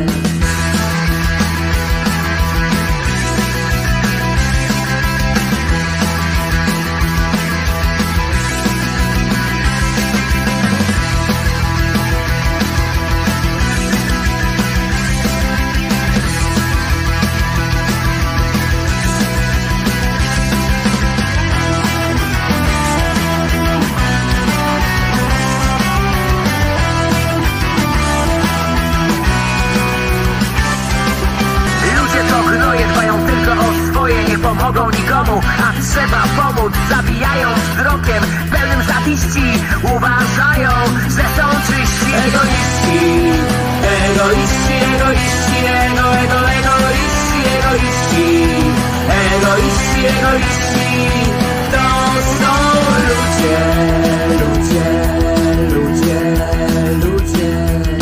Pomogą nikomu, a trzeba pomóc, zabijają wzrokiem pełnym zawiści, uważają, że są czyści. Egoiści, egoiści, egoiści, ego, ego, egoiści, egoiści, egoiści, egoiści, to są ludzie, ludzie, ludzie, ludzie.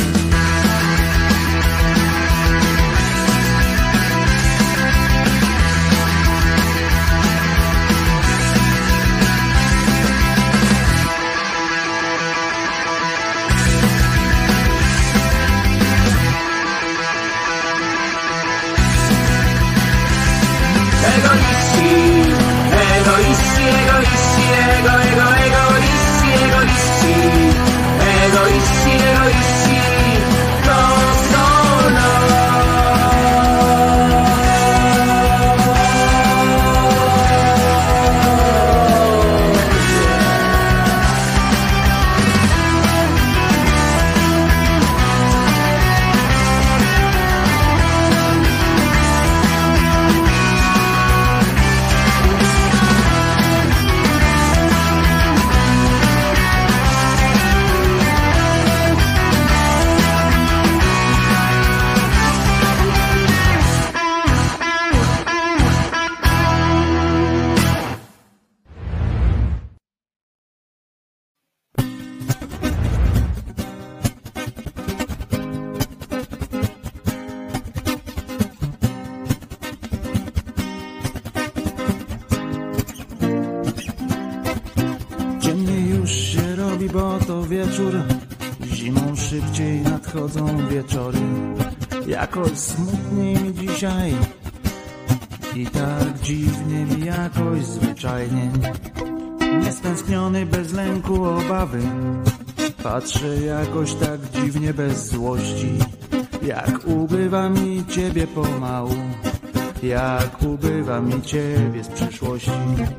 Egoiści, egoiści, egoiści, ego, ego, egoiści, egoiści, egoiści, egoiści, to są ludzie. Bo to wieczór, zimą szybciej nadchodzą wieczory. Jakoś smutniej mi dzisiaj i tak dziwnie mi jakoś zwyczajnie. Niestęskniony, bez lęku, obawy, patrzę jakoś tak dziwnie bez złości. jak ubywa mi ciebie pomału, jak ubywa mi ciebie z przyszłości.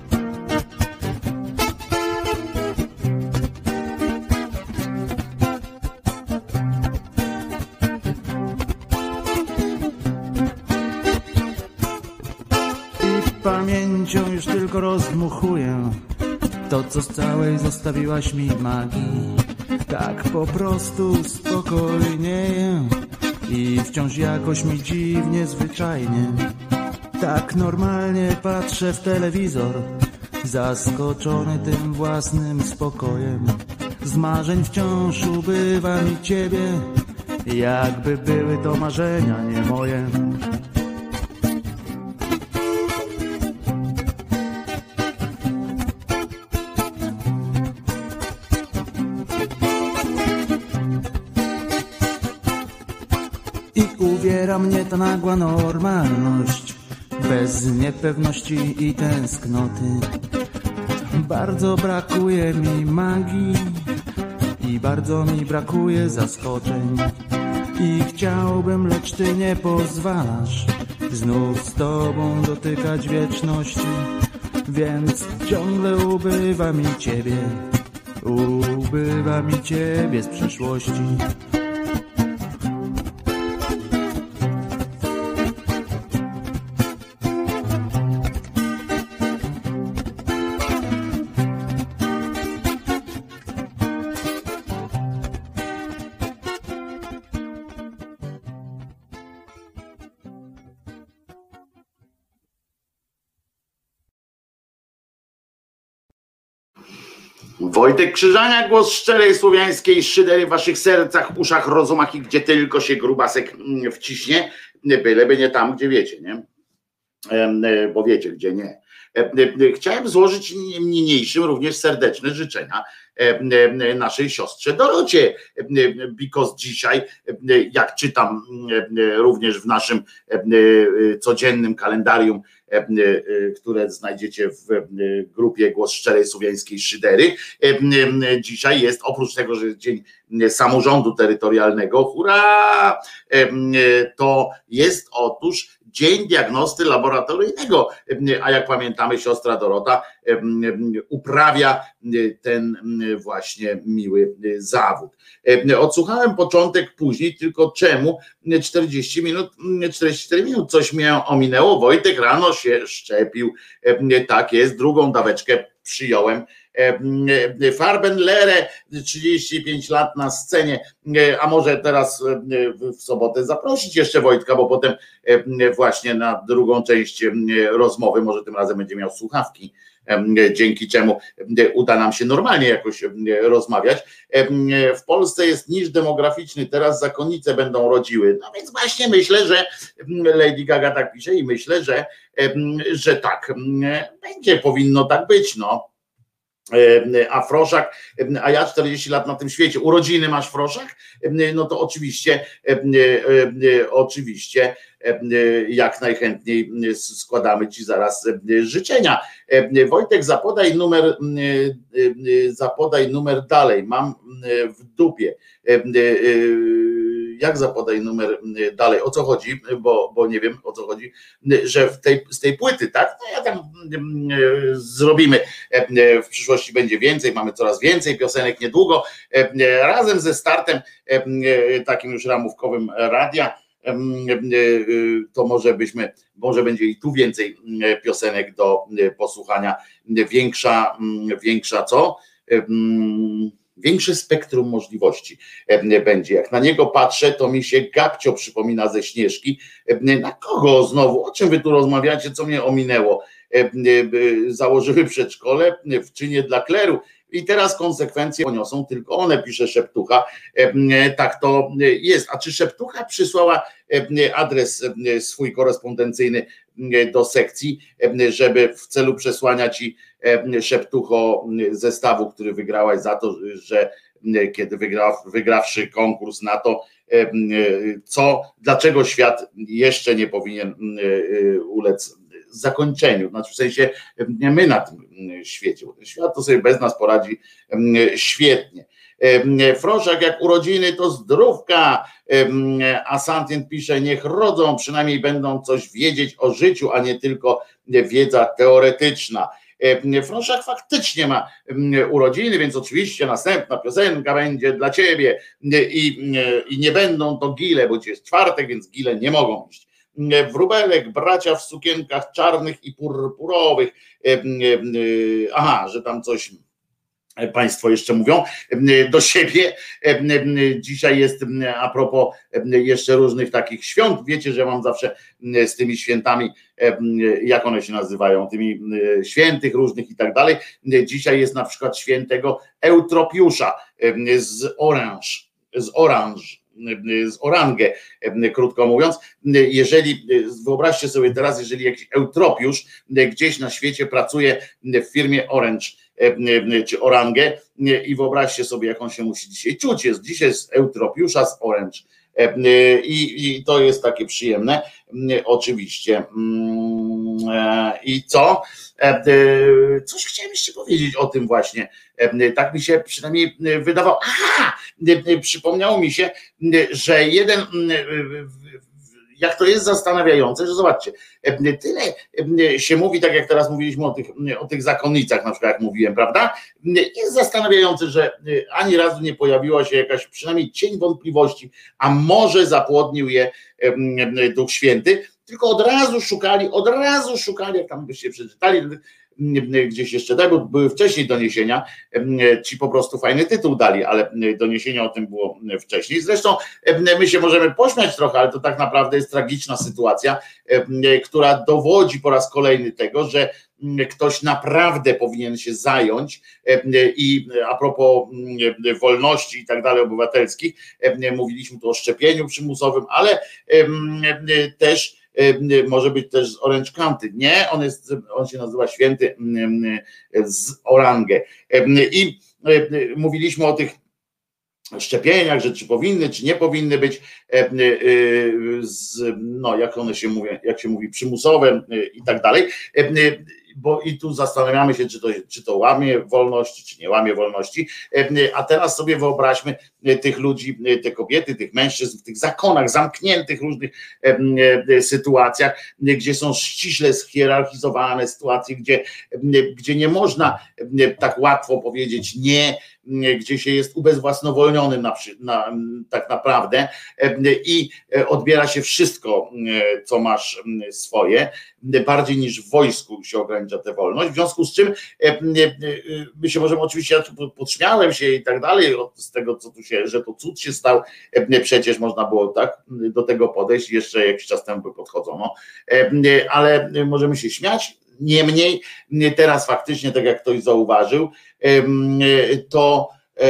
I pamięcią już tylko rozdmuchuję to, co z całej zostawiłaś mi magii. Tak po prostu spokojnieję i wciąż jakoś mi dziwnie, zwyczajnie. Tak normalnie patrzę w telewizor, zaskoczony tym własnym spokojem. Z marzeń wciąż ubywa mi ciebie, jakby były to marzenia nie moje. Uwiera mnie ta nagła normalność, bez niepewności i tęsknoty. Bardzo brakuje mi magii i bardzo mi brakuje zaskoczeń. I chciałbym, lecz ty nie pozwalasz znów z tobą dotykać wieczności. Więc ciągle ubywa mi ciebie, ubywa mi ciebie z przyszłości. Wojtek Krzyżania, głos szczerej słowiańskiej szydery w waszych sercach, uszach, rozumach i gdzie tylko się grubasek wciśnie, byleby nie tam, gdzie wiecie, nie? Bo wiecie, gdzie nie. Chciałem złożyć niniejszym również serdeczne życzenia naszej siostrze Dorocie, because dzisiaj, jak czytam również w naszym codziennym kalendarium, które znajdziecie w grupie Głos Szczerej Słowiańskiej Szydery. Dzisiaj jest, oprócz tego, że jest Dzień Samorządu Terytorialnego, hurra, to jest otóż Dzień Diagnosty Laboratoryjnego, a jak pamiętamy, siostra Dorota uprawia ten właśnie miły zawód. Odsłuchałem początek później, tylko czemu czterdzieści minut, czterdzieści cztery minut, coś mnie ominęło, Wojtek rano się szczepił, tak jest, drugą daweczkę przyjąłem. Farbenlehre, trzydzieści pięć lat na scenie, a może teraz w sobotę zaprosić jeszcze Wojtka, bo potem właśnie na drugą część rozmowy, może tym razem będzie miał słuchawki, dzięki czemu uda nam się normalnie jakoś rozmawiać. W Polsce jest niż demograficzny, teraz zakonnice będą rodziły, no więc właśnie myślę, że Lady Gaga tak pisze i myślę, że, że tak będzie, powinno tak być, no. A Froszak, a ja czterdzieści lat na tym świecie, urodziny masz Froszak? No to oczywiście, oczywiście jak najchętniej składamy ci zaraz życzenia. Wojtek, zapodaj numer, zapodaj numer dalej, mam w dupie. Jak zapodaj numer dalej, o co chodzi, bo, bo nie wiem o co chodzi, że w tej, z tej płyty, tak, no ja tam zrobimy, w przyszłości będzie więcej, mamy coraz więcej piosenek niedługo, razem ze startem takim już ramówkowym radia, to może byśmy, może będzie i tu więcej piosenek do posłuchania, większa, większa co? Większe spektrum możliwości będzie. Jak na niego patrzę, to mi się Gabcio przypomina ze Śnieżki. Na kogo znowu? O czym wy tu rozmawiacie? Co mnie ominęło? Założyły przedszkole w czynie dla kleru i teraz konsekwencje poniosą tylko one, pisze Szeptucha. Tak to jest. A czy Szeptucha przysłała adres swój korespondencyjny do sekcji, żeby w celu przesłania ci, Szeptucho, zestawu, który wygrałaś za to, że kiedy wygra, wygrawszy konkurs na to, co, dlaczego świat jeszcze nie powinien ulec zakończeniu, znaczy w sensie my na tym świecie, bo ten świat to sobie bez nas poradzi świetnie. Froszak, jak urodziny to zdrówka, a Santyn pisze, niech rodzą, przynajmniej będą coś wiedzieć o życiu, a nie tylko wiedza teoretyczna. Froszak faktycznie ma urodziny, więc oczywiście następna piosenka będzie dla ciebie i, i nie będą to gile, bo dzisiaj jest czwartek, więc gile nie mogą iść. Wróbelek, bracia w sukienkach czarnych i purpurowych. Aha, że tam coś państwo jeszcze mówią do siebie. Dzisiaj jest a propos jeszcze różnych takich świąt. Wiecie, że ja mam zawsze z tymi świętami, jak one się nazywają, tymi świętych różnych i tak dalej. Dzisiaj jest na przykład świętego Eutropiusza z Orange, z Orange. z Orangę, krótko mówiąc. Jeżeli, wyobraźcie sobie teraz, jeżeli jakiś eutropiusz gdzieś na świecie pracuje w firmie Orange czy Orangę i wyobraźcie sobie, jak on się musi dzisiaj czuć. Jest dzisiaj z eutropiusza z Orange. I, I to jest takie przyjemne, oczywiście. I co? Coś chciałem jeszcze powiedzieć o tym właśnie. Tak mi się przynajmniej wydawało. Aha! Przypomniało mi się, że jeden, jak to jest zastanawiające, że zobaczcie, tyle się mówi, tak jak teraz mówiliśmy o tych, o tych zakonnicach, na przykład jak mówiłem, prawda? Jest zastanawiające, że ani razu nie pojawiła się jakaś przynajmniej cień wątpliwości, a może zapłodnił je Duch Święty, tylko od razu szukali, od razu szukali, jak tam byście przeczytali, gdzieś jeszcze tak, bo były wcześniej doniesienia, ci po prostu fajny tytuł dali, ale doniesienia o tym było wcześniej. Zresztą my się możemy pośmiać trochę, ale to tak naprawdę jest tragiczna sytuacja, która dowodzi po raz kolejny tego, że ktoś naprawdę powinien się zająć i a propos wolności i tak dalej obywatelskich, mówiliśmy tu o szczepieniu przymusowym, ale też może być też z Orange County. Nie, on jest, on się nazywa Święty z Orangę. I mówiliśmy o tych szczepieniach, że czy powinny, czy nie powinny być, z, no jak one się mówią, jak się mówi, przymusowe i tak dalej. Bo i tu zastanawiamy się, czy to, czy to łamie wolności, czy nie łamie wolności, a teraz sobie wyobraźmy tych ludzi, te kobiety, tych mężczyzn w tych zakonach, zamkniętych różnych sytuacjach, gdzie są ściśle schierarchizowane sytuacje, gdzie, gdzie nie można tak łatwo powiedzieć nie, gdzie się jest ubezwłasnowolnionym na, na, tak naprawdę i odbiera się wszystko, co masz swoje, bardziej niż w wojsku się ogranicza tę wolność, w związku z czym my się możemy oczywiście, ja podśmiałem się i tak dalej z tego, co tu się, że to cud się stał, przecież można było tak do tego podejść, jeszcze jakiś czas temu by podchodzono, ale możemy się śmiać. Niemniej teraz faktycznie, tak jak ktoś zauważył, to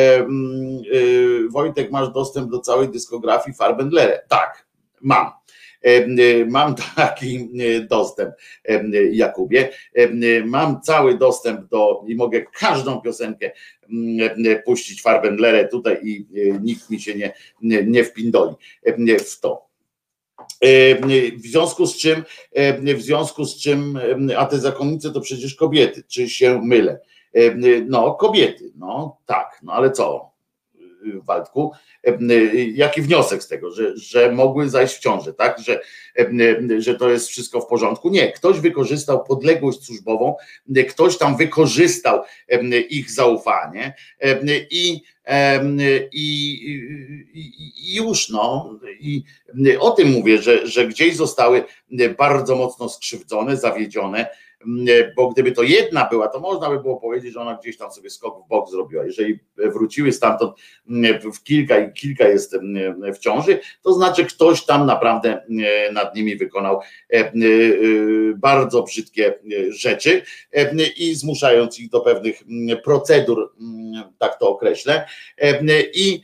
Wojtek, masz dostęp do całej dyskografii Farbendlera. Tak, mam. Mam taki dostęp, Jakubie. Mam cały dostęp do i mogę każdą piosenkę puścić Farbendlera tutaj i nikt mi się nie, nie wpindoli w to. W związku z czym, w związku z czym, a te zakonnice to przecież kobiety, czy się mylę? No, kobiety, no tak, no ale co, Waldku? Jaki wniosek z tego, że, że mogły zajść w ciążę, tak? Że, że to jest wszystko w porządku? Nie, ktoś wykorzystał podległość służbową, ktoś tam wykorzystał ich zaufanie i I, i, i już no i o tym mówię, że, że gdzieś zostały bardzo mocno skrzywdzone, zawiedzione, bo gdyby to jedna była, to można by było powiedzieć, że ona gdzieś tam sobie skok w bok zrobiła. Jeżeli wróciły stamtąd w kilka i kilka jest w ciąży, to znaczy ktoś tam naprawdę nad nimi wykonał bardzo brzydkie rzeczy i zmuszając ich do pewnych procedur, tak to określę, i,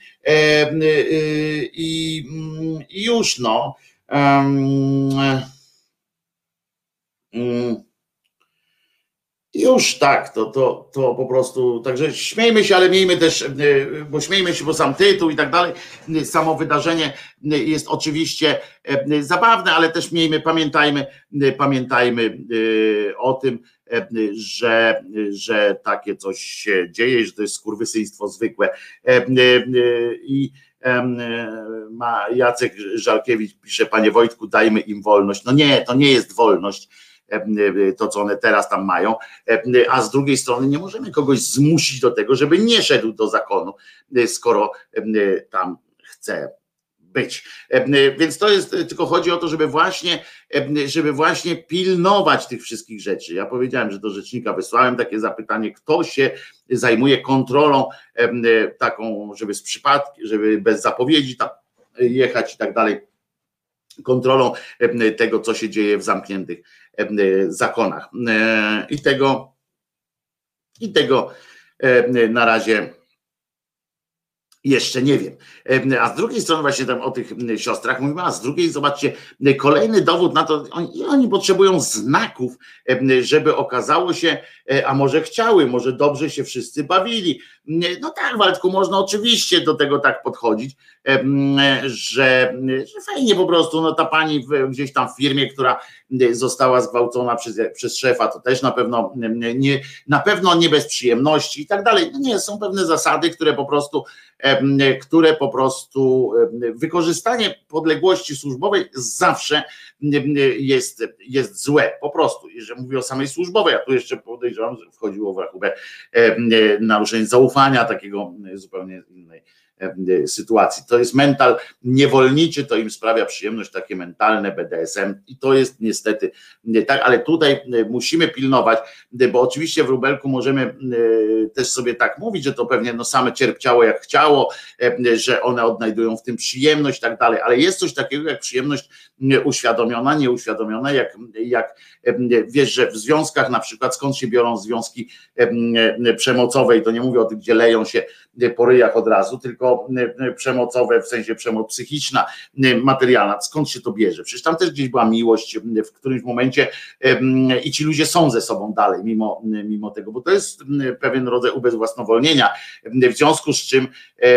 i, i już no już tak, to, to, to po prostu, także śmiejmy się, ale miejmy też, bo śmiejmy się, bo sam tytuł i tak dalej, samo wydarzenie jest oczywiście zabawne, ale też miejmy, pamiętajmy, pamiętajmy o tym, że, że takie coś się dzieje, że to jest skurwysyństwo zwykłe. I ma Jacek Żalkiewicz pisze, panie Wojtku, dajmy im wolność. No nie, to nie jest wolność, to co one teraz tam mają, a z drugiej strony nie możemy kogoś zmusić do tego, żeby nie szedł do zakonu, skoro tam chce być. Więc to jest, tylko chodzi o to, żeby właśnie, żeby właśnie pilnować tych wszystkich rzeczy. Ja powiedziałem, że do rzecznika wysłałem takie zapytanie, kto się zajmuje kontrolą taką, żeby z przypadku, żeby bez zapowiedzi tam jechać i tak dalej, kontrolą tego, co się dzieje w zamkniętych zakonach. I tego, i tego na razie jeszcze nie wiem. A z drugiej strony właśnie tam o tych siostrach mówimy, a z drugiej zobaczcie, kolejny dowód na to, oni, oni potrzebują znaków, żeby okazało się, a może chciały, może dobrze się wszyscy bawili. No tak, Waldku, można oczywiście do tego tak podchodzić, że, że fajnie po prostu, no ta pani w, gdzieś tam w firmie, która została zgwałcona przez, przez szefa, to też na pewno nie, na pewno nie bez przyjemności i tak dalej. Nie, są pewne zasady, które po prostu które po prostu wykorzystanie podległości służbowej zawsze jest, jest złe, po prostu, jeżeli mówię o samej służbowej, a tu jeszcze podejrzewam, że wchodziło w rachubę naruszenie zaufania, takiego zupełnie innej sytuacji. To jest mental niewolniczy, to im sprawia przyjemność, takie mentalne B D S M i to jest niestety tak, ale tutaj musimy pilnować, bo oczywiście w Wróbelku możemy też sobie tak mówić, że to pewnie no same cierpciało jak chciało, że one odnajdują w tym przyjemność i tak dalej, ale jest coś takiego jak przyjemność uświadomiona, nieuświadomiona, jak, jak wiesz, że w związkach na przykład skąd się biorą związki przemocowe i to nie mówię o tych, gdzie leją się po ryjach od razu, tylko przemocowe, w sensie przemoc psychiczna, materialna. Skąd się to bierze? Przecież tam też gdzieś była miłość w którymś momencie i ci ludzie są ze sobą dalej, mimo, mimo tego, bo to jest pewien rodzaj ubezwłasnowolnienia, w związku z czym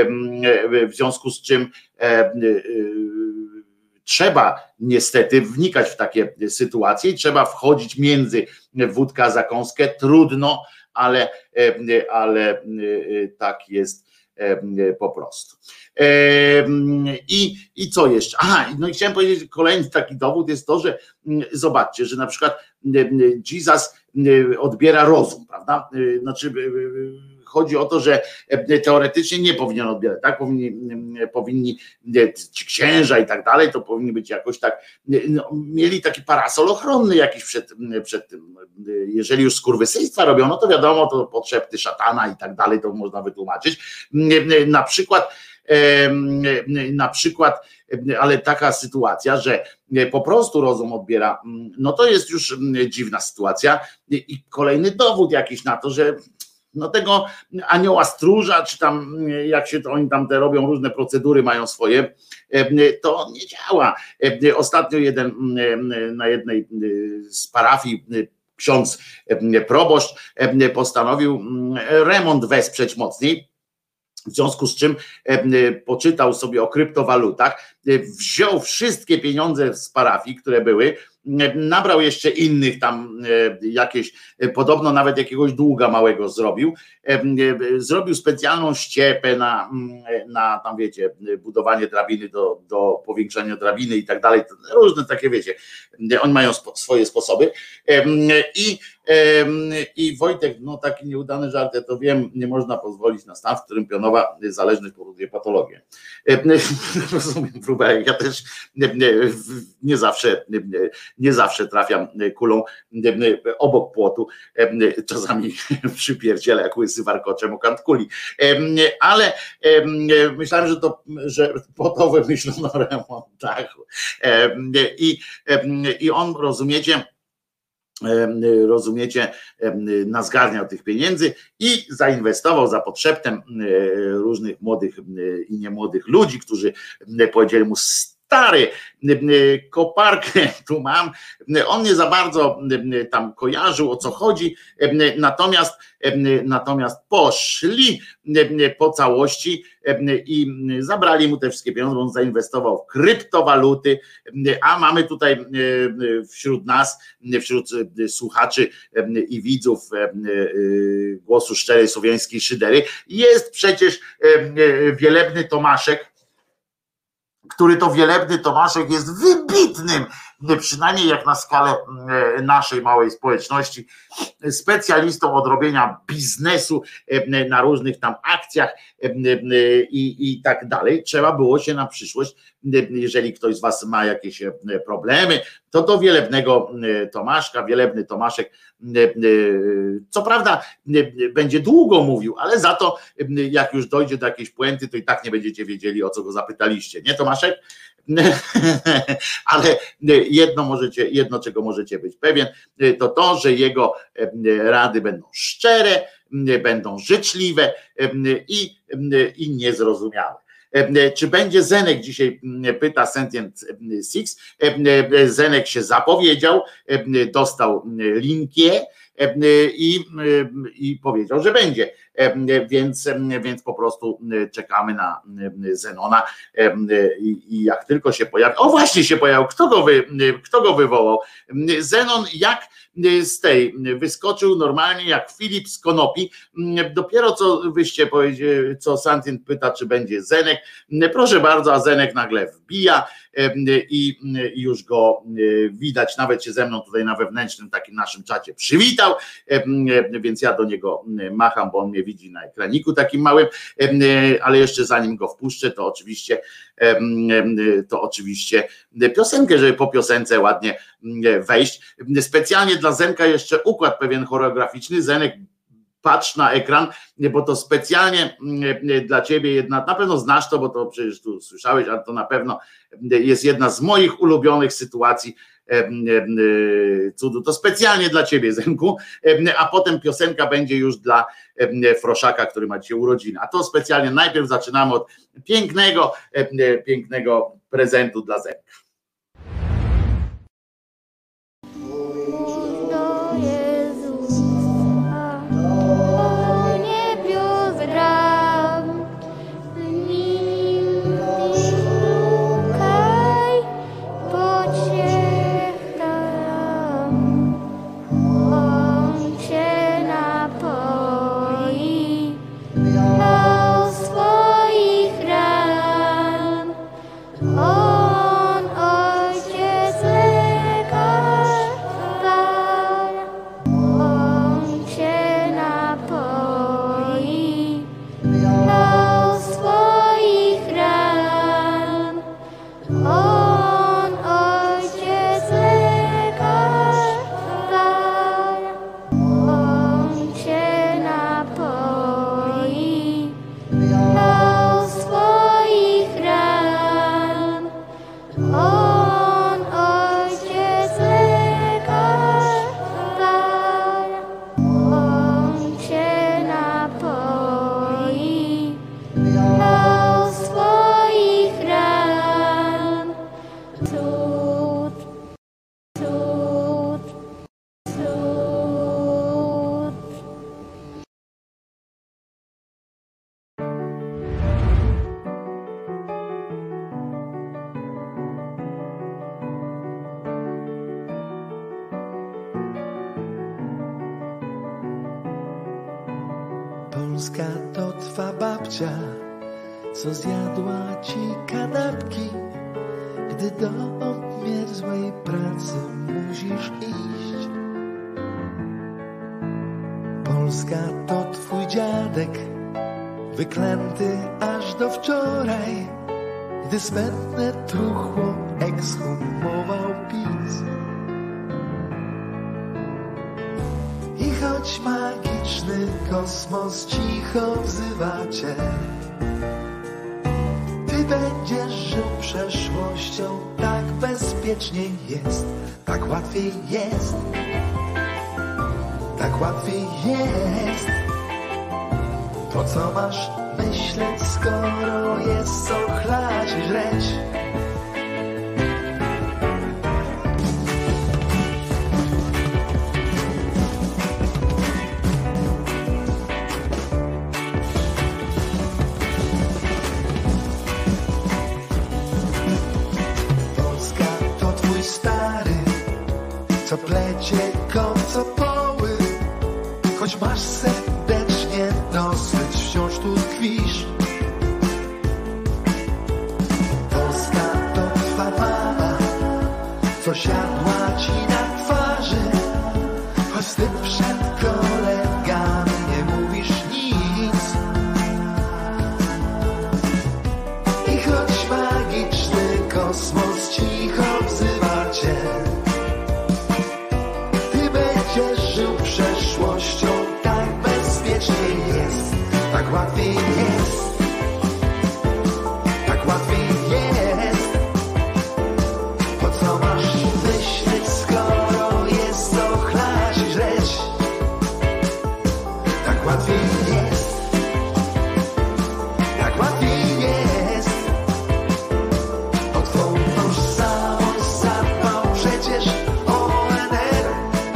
w związku z czym trzeba niestety wnikać w takie sytuacje i trzeba wchodzić między wódkę a zakąskę. Trudno, ale, ale tak jest po prostu. I, i co jeszcze? Aha, no i chciałem powiedzieć, kolejny taki dowód jest to, że zobaczcie, że na przykład Jesus odbiera rozum, prawda? Znaczy chodzi o to, że teoretycznie nie powinien odbierać, tak? Powinni, powinni ci księża i tak dalej, to powinni być jakoś tak, no, mieli taki parasol ochronny jakiś przed, przed tym. Jeżeli już skurwysyństwa robią, no to wiadomo, to podszepty szatana i tak dalej, to można wytłumaczyć. Na przykład na przykład, ale taka sytuacja, że po prostu rozum odbiera, no to jest już dziwna sytuacja i kolejny dowód jakiś na to, że no tego anioła stróża, czy tam jak się to oni tam te robią, różne procedury mają swoje, to nie działa. Ostatnio jeden na jednej z parafii ksiądz proboszcz postanowił remont wesprzeć mocniej, w związku z czym poczytał sobie o kryptowalutach, wziął wszystkie pieniądze z parafii, które były, nabrał jeszcze innych tam jakieś, podobno nawet jakiegoś długa małego zrobił, zrobił specjalną ściepę na, na tam wiecie, budowanie drabiny do, do powiększania drabiny i tak dalej, różne takie wiecie, oni mają spo, swoje sposoby i I Wojtek, no taki nieudany żart, ja to wiem, nie można pozwolić na stan, w którym pionowa zależność powoduje patologię. Rozumiem, próbę, ja też nie zawsze, nie zawsze trafiam kulą obok płotu, czasami przypierdzielę jak łysy warkoczem o kant kuli, ale myślałem, że to, że po to wymyślono remont dachu. I, i on, rozumiecie, rozumiecie, nazgarniał tych pieniędzy i zainwestował za podszeptem różnych młodych i niemłodych ludzi, którzy powiedzieli mu: stary, koparkę tu mam, on nie za bardzo tam kojarzył, o co chodzi, natomiast natomiast poszli po całości i zabrali mu te wszystkie pieniądze, bo on zainwestował w kryptowaluty, a mamy tutaj wśród nas, wśród słuchaczy i widzów Głosu Szczerej Słowiańskiej Szydery jest przecież wielebny Tomaszek, który to wielebny Tomaszek jest wybitnym, przynajmniej jak na skalę naszej małej społeczności, specjalistą od robienia biznesu na różnych tam akcjach i, i tak dalej. Trzeba było się na przyszłość, jeżeli ktoś z was ma jakieś problemy, to do wielebnego Tomaszka, wielebny Tomaszek, co prawda będzie długo mówił, ale za to jak już dojdzie do jakiejś puenty, to i tak nie będziecie wiedzieli, o co go zapytaliście, nie Tomaszek? Ale jedno możecie, jedno czego możecie być pewien, to to, że jego rady będą szczere, będą życzliwe i, i niezrozumiałe. Czy będzie Zenek dzisiaj, pyta Sentient Six. Zenek się zapowiedział, dostał linkię i, i powiedział, że będzie, więc, więc po prostu czekamy na Zenona i, i jak tylko się pojawi, o właśnie się pojawił, kto go, wy, kto go wywołał? Zenon jak z tej wyskoczył normalnie jak Filip z Konopi, dopiero co wyście powiedzieli, co Santyn pyta, czy będzie Zenek, proszę bardzo, a Zenek nagle wbija i już go widać, nawet się ze mną tutaj na wewnętrznym takim naszym czacie przywitał, więc ja do niego macham, bo on mnie widzi na ekraniku takim małym, ale jeszcze zanim go wpuszczę, to oczywiście to oczywiście piosenkę, żeby po piosence ładnie wejść. Specjalnie dla Zenka jeszcze układ pewien choreograficzny. Zenek, patrz na ekran, bo to specjalnie dla ciebie jedna, na pewno znasz to, bo to przecież tu słyszałeś, ale to na pewno jest jedna z moich ulubionych sytuacji cudu. To specjalnie dla ciebie, Zenku, a potem piosenka będzie już dla Froszaka, który ma dzisiaj urodziny. A to specjalnie najpierw zaczynamy od pięknego, pięknego prezentu dla Zenka. Polska to twa babcia, co zjadła ci kanapki, gdy do obmierzłej pracy musisz iść. Polska to twój dziadek, wyklęty aż do wczoraj, gdy smętne truchło ekshumował PiS. I choć magiczny kosmos cicho wzywa cię, ty będziesz żył przeszłością, tak bezpieczniej jest, tak łatwiej jest, tak łatwiej jest. Po co masz myśleć, skoro jest co chlać i żreć? co plecie koncopoły. Choć masz serdecznie dosyć, wciąż tu tkwisz. Polska to twa mama, co siadła ci na twarzy. Choć ty przed kolegami nie mówisz nic. I choć magiczny kosmos cicho wzywa cię, ty będziesz żył przeszłością. Tak bezpiecznie jest, tak łatwiej jest, tak łatwiej jest. Po co masz myśleć, skoro jest to chlać i żreć? Tak łatwiej jest, tak łatwiej jest. O twą tożsamość zadbał przecież O N R.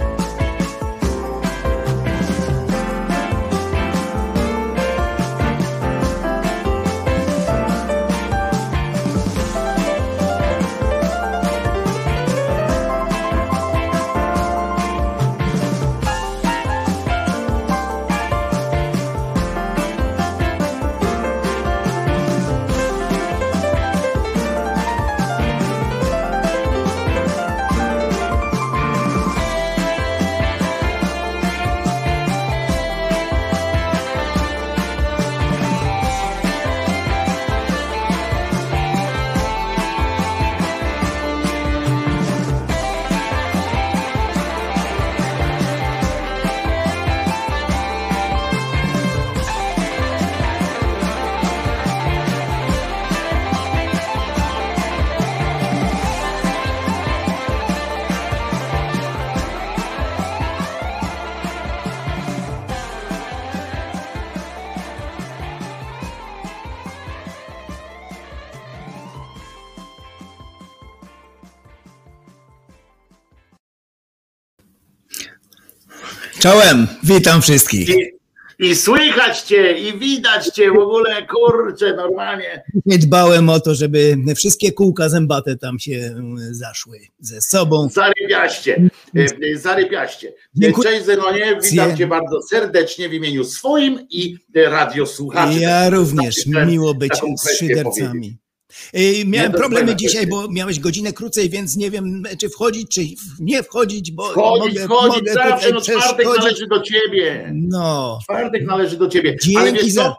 Czołem, witam wszystkich. I, I słychać cię, i widać cię w ogóle, kurczę, normalnie. Nie dbałem o to, żeby wszystkie kółka zębate tam się zaszły ze sobą. Zarypiaście, zarypiaście. Dziękuję. Cześć Zenonie, witam cię bardzo serdecznie w imieniu swoim i radiosłuchaczy. Ja również, miło być z szydercami. Powiedzieć. Miałem nie, problemy dzisiaj, bo miałeś godzinę krócej, więc nie wiem, czy wchodzić, czy nie wchodzić, bo wchodzić, mogę, wchodzić, mogę zawsze, no czwartek należy do ciebie. No. Czwartek należy do ciebie. Dzięki ale wiesz za... co,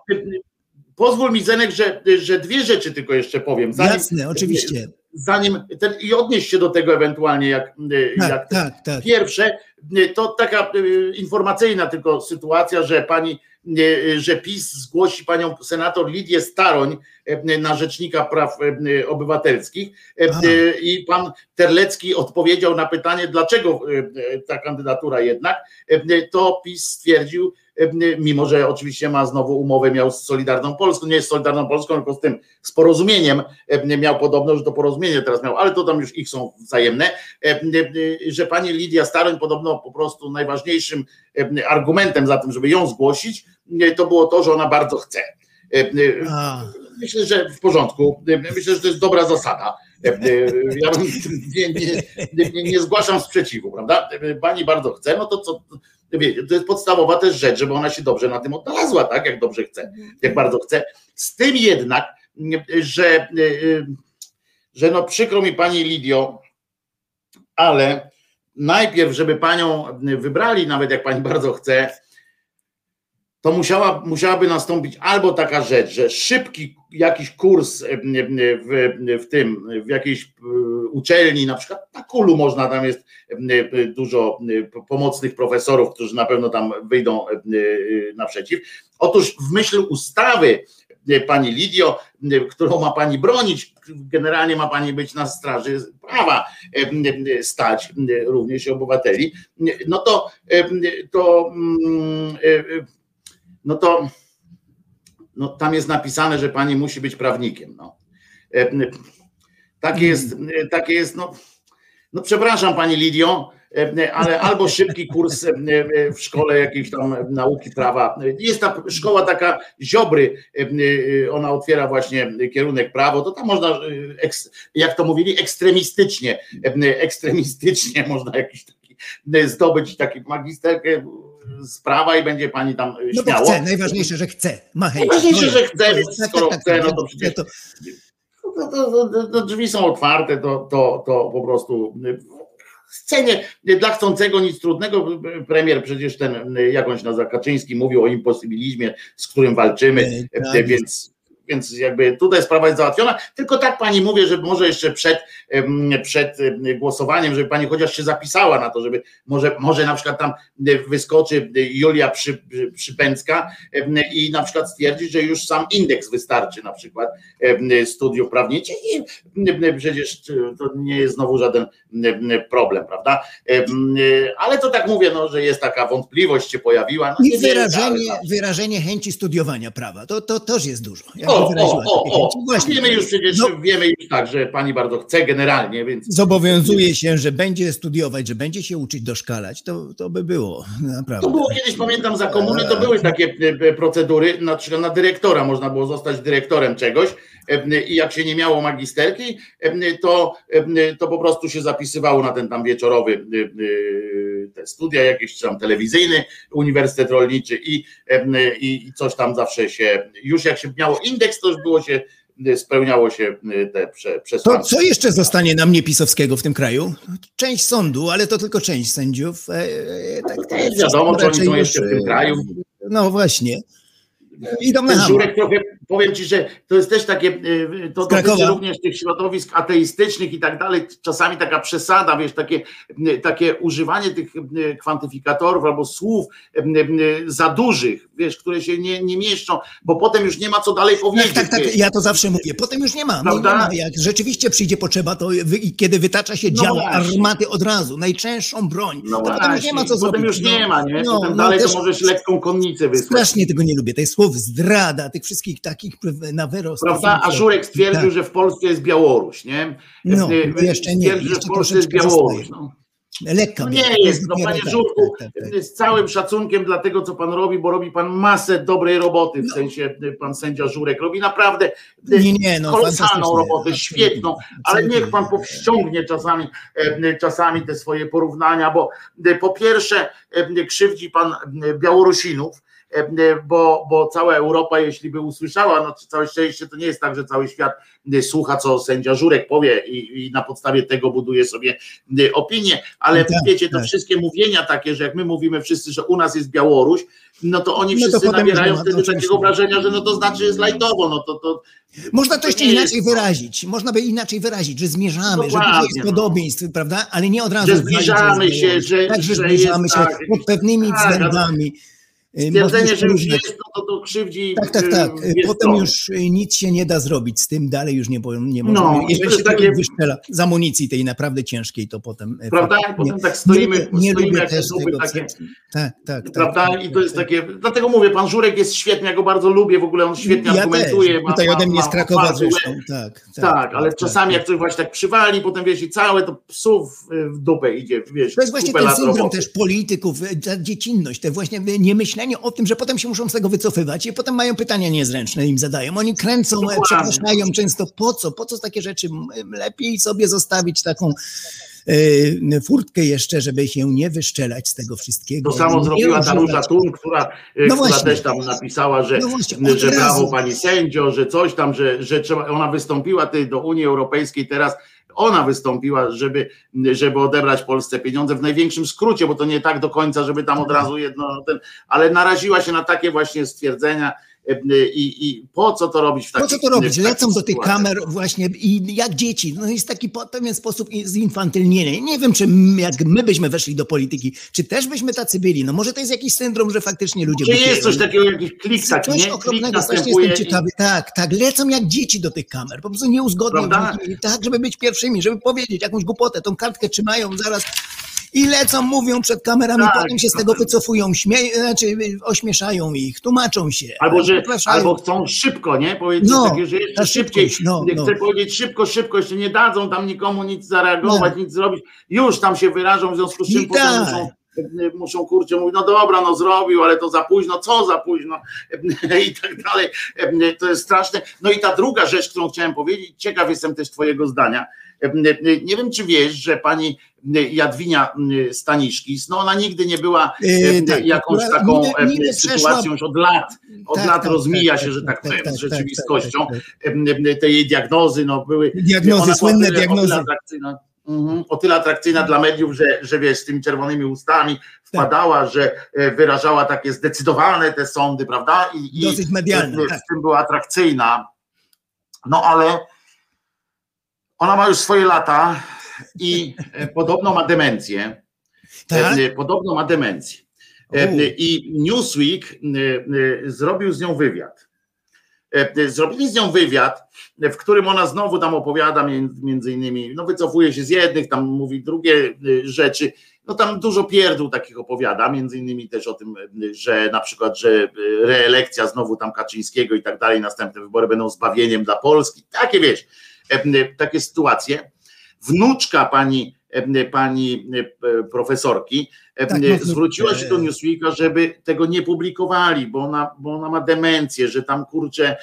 pozwól mi, Zenek, że, że dwie rzeczy tylko jeszcze powiem. Zanim, Jasne, oczywiście. Zanim ten, i odnieść się do tego ewentualnie, jak, tak, jak tak, tak. Pierwsze, to taka informacyjna tylko sytuacja, że pani że PiS zgłosi panią senator Lidię Staroń na rzecznika praw obywatelskich. A. I pan Terlecki odpowiedział na pytanie, dlaczego ta kandydatura jednak, to PiS stwierdził, mimo że oczywiście ma znowu umowę miał z Solidarną Polską, nie z Solidarną Polską, tylko z tym z Porozumieniem miał podobno, że to Porozumienie teraz miał, ale to tam już ich są wzajemne, że pani Lidia Staroń podobno po prostu najważniejszym argumentem za tym, żeby ją zgłosić, to było to, że ona bardzo chce. A. Myślę, że w porządku. Myślę, że to jest dobra zasada. Ja nie, nie, nie, nie zgłaszam sprzeciwu, prawda? Pani bardzo chce, no to co, wiecie, to jest podstawowa też rzecz, żeby ona się dobrze na tym odnalazła, tak? Jak dobrze chce, jak bardzo chce. Z tym jednak, że, że no przykro mi pani Lidio, ale najpierw, żeby panią wybrali, nawet jak pani bardzo chce, to musiała, musiałaby nastąpić albo taka rzecz, że szybki jakiś kurs w, w tym, w jakiejś uczelni, na przykład na Kulu można, tam jest dużo pomocnych profesorów, którzy na pewno tam wyjdą naprzeciw. Otóż w myśl ustawy pani Lidio, którą ma pani bronić, generalnie ma pani być na straży prawa, stać również obywateli, no to to no to no tam jest napisane, że pani musi być prawnikiem. No. Takie jest, takie jest, no, no przepraszam pani Lidio, ale albo szybki kurs w szkole jakiejś tam nauki prawa. Jest ta szkoła taka Ziobry, ona otwiera właśnie kierunek prawo, to tam można, jak to mówili, ekstremistycznie, ekstremistycznie można jakiś taki taki, zdobyć taki magisterkę z prawa i będzie pani tam no śmiało. Bo chce, najważniejsze, że chce, ma chęć. Najważniejsze, że chce, więc tak, skoro tak, chce, tak, no to przecież to, to, to, to, to drzwi są otwarte, to, to, to po prostu w scenie dla chcącego nic trudnego. Premier przecież ten, jakąś na Kaczyński mówił o imposybilizmie, z którym walczymy, tak, więc Więc jakby tutaj sprawa jest załatwiona. Tylko tak pani mówię, że może jeszcze przed, przed głosowaniem, żeby pani chociaż się zapisała na to, żeby może, może na przykład tam wyskoczy Julia Przy, Przypęcka i na przykład stwierdzić, że już sam indeks wystarczy na przykład studiów prawniczych i przecież to nie jest znowu żaden problem, prawda? Ale to tak mówię, no, że jest taka wątpliwość się pojawiła. No, I wyrażenie, wyrażenie chęci studiowania prawa, to, to też jest dużo. Ja O, o, o, o. Wiemy już przecież, no, wiemy już tak, że pani bardzo chce generalnie, więc... Zobowiązuje się, że będzie studiować, że będzie się uczyć, doszkalać, to, to by było naprawdę. To było kiedyś, pamiętam, za komuny to były takie procedury, na przykład na dyrektora można było zostać dyrektorem czegoś i jak się nie miało magisterki, to, to po prostu się zapisywało na ten tam wieczorowy te studia jakieś, czy tam telewizyjny, Uniwersytet Rolniczy i, i coś tam zawsze się, już jak się miało indeks, to już było się, spełniało się te przesłanki. To co jeszcze zostanie na mnie pisowskiego w tym kraju? Część sądu, ale to tylko część sędziów. Tak, to jest wiadomo, czy oni są jeszcze w tym kraju. No właśnie. Idą na Ten hamę. Żurek trochę, powiem ci, że to jest też takie, to dotyczy również tych środowisk ateistycznych i tak dalej, czasami taka przesada, wiesz, takie, takie używanie tych kwantyfikatorów albo słów za dużych, wiesz, które się nie, nie mieszczą, bo potem już nie ma co dalej powiedzieć. Tak, tak, tak, ja to zawsze mówię, potem już nie ma, no, nie ma. Jak rzeczywiście przyjdzie potrzeba, to wy, kiedy wytacza się działa, no armaty od razu, najczęstszą broń, no to właśnie, potem już nie ma co potem zrobić. Potem już no, nie ma, nie? No, potem no, dalej też to możesz lekką konnicę wysłać. Strasznie tego nie lubię, tych słów zdrada, tych wszystkich takich na wyrost. Prawda? A Żurek stwierdził, tak, że w Polsce jest Białoruś, nie? No, jeszcze nie. Stwierdził, że w Polsce jest Białoruś. No. Lekka no nie jest, no panie tak, Żurku, tak, tak, tak. z całym szacunkiem dla tego, co pan robi, bo robi pan masę dobrej roboty, w no. sensie pan sędzia Żurek robi naprawdę nie, nie, no, kolosalną robotę, świetną, ale niech pan powściągnie czasami, czasami te swoje porównania, bo po pierwsze krzywdzi pan Białorusinów, Bo, bo cała Europa, jeśli by usłyszała, no całe szczęście to nie jest tak, że cały świat słucha, co sędzia Żurek powie i, i na podstawie tego buduje sobie opinię, ale tak, wiecie, to tak. wszystkie mówienia takie, że jak my mówimy wszyscy, że u nas jest Białoruś, no to oni wszyscy no to nabierają wtedy takiego wrażenia, że no to znaczy jest lajtowo, no to, to można to jeszcze inaczej jest... wyrazić, można by inaczej wyrazić, że zmierzamy, no że dużo jest podobieństw, no. prawda, ale nie od razu. Że zbliżamy się, że, tak, że, że zbliżamy jest, się tak, pod pewnymi tak, względami. Stwierdzenie, że już jest, to, to, to krzywdzi. Tak, tak, tak. Potem to. już nic się nie da zrobić z tym, dalej już nie, nie można. No, jeżeli się takie... wyszczela z amunicji tej naprawdę ciężkiej, to potem... Prawda? Nie, potem tak stoimy, nie, nie stoimy lubię jak też tego takie... Tak, tak. Prawda? Tak, I to jest tak, takie... Dlatego mówię, pan Żurek jest świetny, ja go bardzo lubię, w ogóle on świetnie ja argumentuje. Też. Tutaj ode mnie z Krakowa zresztą. Tak, tak, tak, ale tak, czasami tak. jak coś właśnie tak przywali, potem wiesz i całe to psów w dupę idzie, wiesz. To jest właśnie ten syndrom też polityków, ta dziecinność, te właśnie niemyślenie o tym, że potem się muszą z tego wycofywać i potem mają pytania niezręczne, im zadają. Oni kręcą, Dokładnie. przepraszają często. Po co? Po co takie rzeczy? Lepiej sobie zostawić taką e, furtkę jeszcze, żeby się nie wyszczelać z tego wszystkiego. To samo nie zrobiła Danuta Thun, która, no która też tam napisała, że, no właśnie, że brawo pani sędzio, że coś tam, że, że trzeba, ona wystąpiła ty do Unii Europejskiej teraz. Ona wystąpiła, żeby, żeby odebrać Polsce pieniądze w największym skrócie, bo to nie tak do końca, żeby tam od razu jedno, ten, ale naraziła się na takie właśnie stwierdzenia i, i po co to robić w takiej Po co to robić? Lecą do tych kamer właśnie i jak dzieci. No jest taki pewien sposób zinfantylnienia. Nie wiem, czy my, jak my byśmy weszli do polityki, czy też byśmy tacy byli. No może to jest jakiś syndrom, że faktycznie ludzie... Czy jest coś takiego, jakiś klik taki, coś nie? okropnego, strasznie jestem ciekawy. I... Tak, tak, lecą jak dzieci do tych kamer. Po prostu nieuzgodnie. Tak, żeby być pierwszymi, żeby powiedzieć jakąś głupotę. Tą kartkę trzymają zaraz... I lecą, mówią przed kamerami, tak, potem się z tego wycofują, śmie- znaczy ośmieszają ich, tłumaczą się. Albo, że, albo chcą szybko, nie? Powiedzieć no, takie, że jeszcze szybciej. No, no. Chcę powiedzieć szybko, szybko, jeszcze nie dadzą tam nikomu nic zareagować, no. nic zrobić. Już tam się wyrażą, w związku z czym I potem tak. muszą muszą kurczę mówić, no dobra, no zrobił, ale to za późno, co za późno i tak dalej. To jest straszne. No i ta druga rzecz, którą chciałem powiedzieć, ciekaw jestem też twojego zdania. Nie wiem, czy wiesz, że pani Jadwinia Staniszkis, no ona nigdy nie była e, tak, jakąś taką nie, nie sytuacją już od lat, od tak, lat tak, rozmija tak, się, że tak powiem, tak, z rzeczywistością. Tak, tak, tak. Te jej diagnozy, no były... Diagnozy, słynne diagnozy. Mhm. O tyle atrakcyjna dla mediów, że, że wiesz, z tymi czerwonymi ustami wpadała, tak. że wyrażała takie zdecydowane te sądy, prawda? I, dosyć medialne. I tak. z tym była atrakcyjna. No ale ona ma już swoje lata i podobno ma demencję. Tak? Podobno ma demencję. U. I Newsweek zrobił z nią wywiad. Zrobili z nią wywiad, w którym ona znowu tam opowiada między innymi, no wycofuje się z jednych, tam mówi drugie rzeczy, no tam dużo pierdół takich opowiada, między innymi też o tym, że na przykład, że reelekcja znowu tam Kaczyńskiego i tak dalej, następne wybory będą zbawieniem dla Polski, takie wiesz, takie sytuacje. Wnuczka pani pani profesorki tak, zwróciła się do Newsweeka, żeby tego nie publikowali, bo ona, bo ona ma demencję, że tam kurczę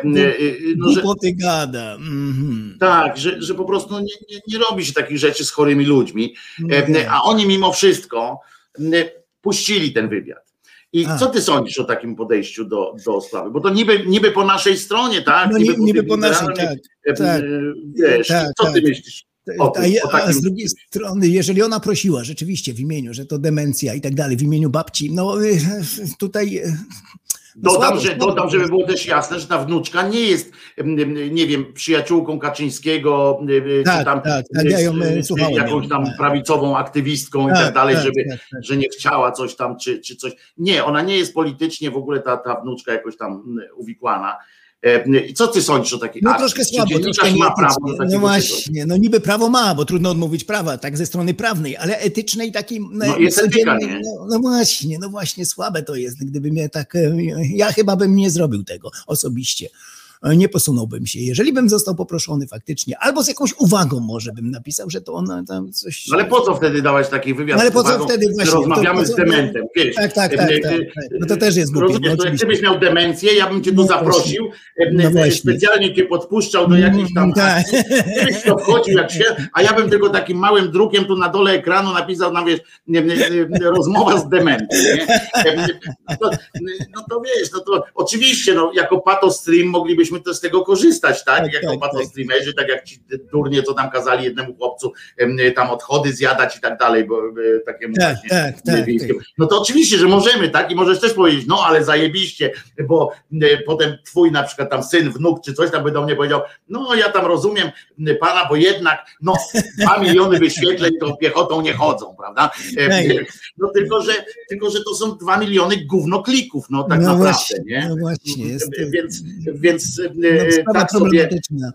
no, że, gada. Mm-hmm. tak, że, że po prostu nie, nie, nie robi się takich rzeczy z chorymi ludźmi, mm-hmm. a oni mimo wszystko puścili ten wywiad. I a. co ty sądzisz o takim podejściu do, do sprawy? Bo to niby, niby po naszej stronie, tak? No, niby, niby, niby po naszej, tak. tak. Wiesz, tak, co ty tak. myślisz? O, a, je, a z drugiej strony, jeżeli ona prosiła rzeczywiście w imieniu, że to demencja i tak dalej, w imieniu babci, no tutaj... No dodam, słabo, że, słabo. dodam, żeby było też jasne, że ta wnuczka nie jest, nie wiem, przyjaciółką Kaczyńskiego, tak, czy tam tak, tak, ja ją słuchałem, jakąś tam prawicową aktywistką tak, i tak dalej, tak, żeby, tak, tak. że nie chciała coś tam, czy, czy coś. Nie, ona nie jest politycznie w ogóle ta, ta wnuczka jakoś tam uwikłana. I co ty sądzisz o takiej no, akcji? troszkę słabo, troszkę ma prawo do no właśnie, no niby prawo ma, bo trudno odmówić prawa, tak ze strony prawnej, ale etycznej takiej no, jest etyka, nie? No, no właśnie, no właśnie słabe to jest, gdyby mnie tak, ja chyba bym nie zrobił tego osobiście. Nie posunąłbym się, jeżeli bym został poproszony faktycznie, albo z jakąś uwagą może bym napisał, że to ona tam coś... No ale po co wtedy dałeś taki wywiad? No ale po co uwagą, wtedy właśnie? Rozmawiamy to, z dementem, wiesz. Tak, tak, tak, tak, tak. No to też jest głupie. Rozumiesz, no, to jak gdybyś miał demencję, ja bym cię tu no zaprosił, no specjalnie cię podpuszczał do jakichś tam... Tak. Gdybyś to wchodził jak się, a ja bym tylko takim małym drukiem tu na dole ekranu napisał, no wiesz, rozmowa z dementem, nie? No, no to wiesz, no to oczywiście, no jako patostream moglibyśmy też z tego korzystać, tak, tak jako tak, patostreamerzy, tak. tak jak ci durnie, co tam kazali jednemu chłopcu tam odchody zjadać i tak dalej, bo takiemu tak, właśnie tak, tak, tak. No to oczywiście, że możemy, tak, i możesz też powiedzieć, no ale zajebiście, bo potem twój na przykład tam syn, wnuk czy coś tam by do mnie powiedział, no ja tam rozumiem pana, bo jednak no dwa miliony wyświetleń to piechotą nie chodzą, prawda? Tak. No tylko, że tylko, że to są dwa miliony gówno klików, no tak no naprawdę, właśnie, nie? No właśnie, jest więc, więc no, tak sobie,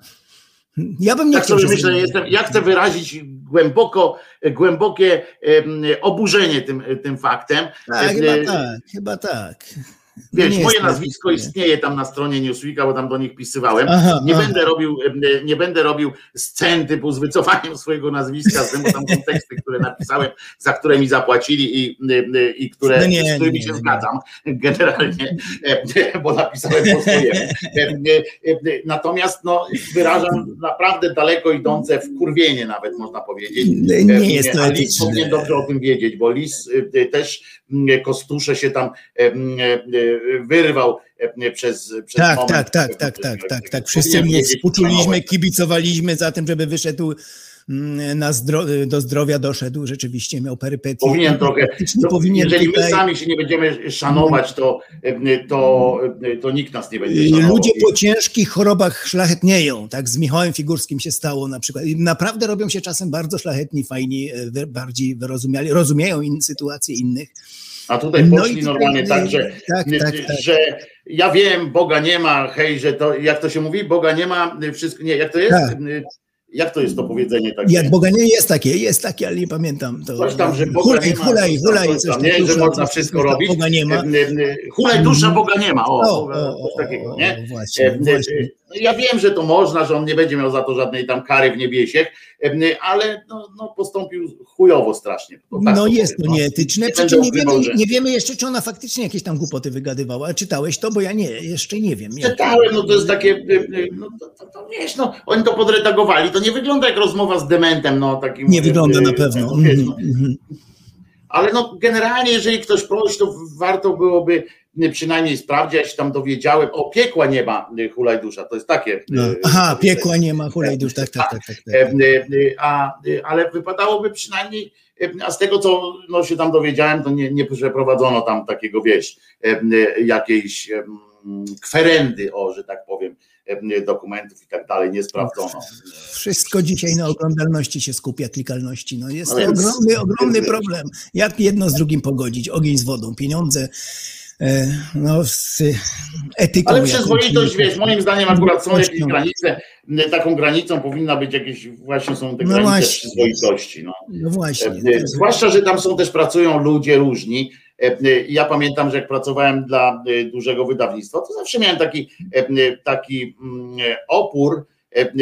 ja bym nie tak sobie myślę, jestem, ja chcę wyrazić głęboko, głębokie um, oburzenie tym, tym faktem. Tak, e, chyba tak, chyba tak. Wiesz, moje nazwisko nie istnieje tam na stronie Newsweeka, bo tam do nich pisywałem. Aha, nie, aha. Będę robił, nie będę robił scen typu z wycofaniem swojego nazwiska, z tym, bo tam są teksty, które napisałem, za które mi zapłacili i, i które, no nie, z którymi nie, się nie, zgadzam generalnie, bo napisałem po swojemu. Natomiast no, wyrażam naprawdę daleko idące wkurwienie nawet, można powiedzieć. Nie jest to A Lis powinien dobrze o tym wiedzieć, bo Lis też Kostusze się tam wyrwał przez, przez tak, moment. Tak, tak, tak, tak, tak, tak. Wszyscy mnie współczuliśmy, kibicowaliśmy za tym, żeby wyszedł na zdro do zdrowia, doszedł, rzeczywiście miał perypetie. Powinien trochę, to, powinien jeżeli tutaj... my sami się nie będziemy szanować, to, to, to nikt nas nie będzie szanował. Ludzie po ciężkich chorobach szlachetnieją, tak z Michałem Figurskim się stało na przykład. I naprawdę robią się czasem bardzo szlachetni, fajni, bardziej wyrozumiali, rozumieją in, sytuacje innych. A tutaj poszli no normalnie tak, że, tak, tak, tak. że ja wiem, Boga nie ma, hej, że to, jak to się mówi, Boga nie ma, wszystko, nie, jak to jest? Tak. Jak to jest to powiedzenie takie? Jak Boga nie jest takie, jest takie, ale nie pamiętam. To... Coś tam, że Boga hulaj, nie ma. Hulaj, hulaj, coś tam, nie, że można wszystko robić. Boga nie ma. Hulaj, dusza Boga nie ma. O, o, o, coś takiego, o, nie? Właśnie, właśnie. Ja wiem, że to można, że on nie będzie miał za to żadnej tam kary w niebiesiech, ale no, no postąpił chujowo strasznie. To tak no to jest powiem, to nieetyczne. Nie Przy będę czym nie wiemy, ukrywał, że- nie wiemy jeszcze, czy ona faktycznie jakieś tam głupoty wygadywała. Czytałeś to? Bo ja nie, jeszcze nie wiem. Jak- Czytałem, no to jest takie, no to, to, to wiesz, no oni to podredagowali, to nie wygląda jak rozmowa z dementem, no takim. Nie wygląda na e, pewno. no, wiesz, no. Mhm, mhm. Ale no generalnie, jeżeli ktoś prosi, to warto byłoby przynajmniej sprawdzić, ja się tam dowiedziałem, o piekła nie ma Hulajdusza, to jest takie. No. e, Aha, piekła nie ma, hulajdusz, tak, tak, tak. tak, tak. E, e, A, e, ale wypadałoby przynajmniej, e, a z tego co no, się tam dowiedziałem, to nie, nie przeprowadzono tam takiego, wiesz, e, e, jakiejś e, m, kwerendy, o, że tak powiem, e, dokumentów i tak dalej, nie sprawdzono. Wszystko dzisiaj na oglądalności się skupia, klikalności. No jest No to więc- ogromny, ogromny więc- problem. Jak jedno z drugim pogodzić? Ogień z wodą, pieniądze, e, no z etyką. Ale jakąś. przyzwoitość, wiesz, moim zdaniem akurat są jakieś No. granice, taką granicą powinna być jakieś, właśnie są te No granice właśnie. przyzwoitości, no. No właśnie. E, Zwłaszcza, że tam są też, pracują ludzie różni. E, e, Ja pamiętam, że jak pracowałem dla e, dużego wydawnictwa, to zawsze miałem taki, e, e, taki mm, e, opór, e, e,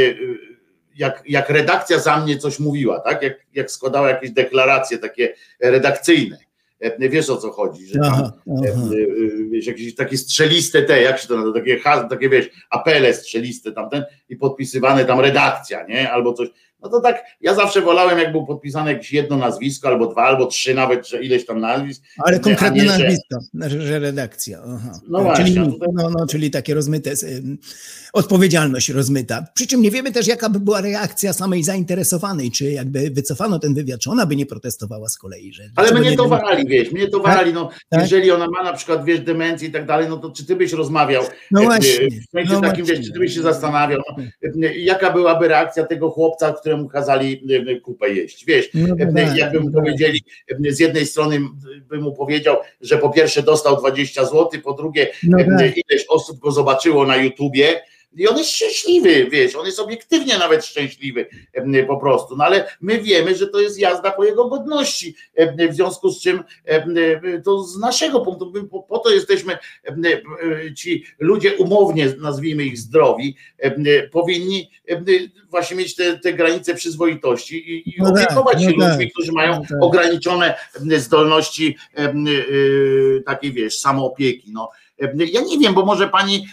jak, jak redakcja za mnie coś mówiła, tak? Jak, jak składała jakieś deklaracje takie redakcyjne. E, Wiesz, o co chodzi, że tam, Aha, aha. e, e, wiesz, jakieś takie strzeliste te, jak się to nazywa, takie, has- takie wiesz, apele strzeliste tamten i podpisywane tam redakcja, nie? Albo coś. No to tak, ja zawsze wolałem, jak było podpisane jakieś jedno nazwisko, albo dwa, albo trzy nawet, że ileś tam nazwisk. Ale a konkretne nie, że- nazwisko, że, że redakcja. Aha. No właśnie, czyli, a tutaj- no, no, czyli takie rozmyte, ym, odpowiedzialność rozmyta. Przy czym nie wiemy też, jaka by była reakcja samej zainteresowanej, czy jakby wycofano ten wywiad, czy ona by nie protestowała z kolei. Że, Ale dlaczego mnie nie- to wali, wiesz, mnie to wali, no Tak? jeżeli ona ma na przykład, wiesz, demencję i tak dalej, no to czy ty byś rozmawiał, No e, właśnie, w sensie no takim, właśnie. wiesz, czy ty byś się zastanawiał, no, e, jaka byłaby reakcja tego chłopca, któremu kazali e, kupę jeść, wiesz, No e, tak, jakby mu no tak. powiedzieli, e, z jednej strony by mu powiedział, że po pierwsze dostał dwadzieścia złotych, po drugie No e, tak. ileś osób go zobaczyło na YouTubie, i on jest szczęśliwy, wiesz, on jest obiektywnie nawet szczęśliwy e, po prostu, no ale my wiemy, że to jest jazda po jego godności, e, w związku z czym e, e, to z naszego punktu, my po, po to jesteśmy e, e, ci ludzie umownie, nazwijmy ich zdrowi, e, e, powinni e, właśnie mieć te, te granice przyzwoitości i, i No tak, opiekować się no tak. ludźmi, którzy mają No tak. ograniczone e, zdolności e, e, takiej, wiesz, samoopieki, no. Ja nie wiem, bo może pani,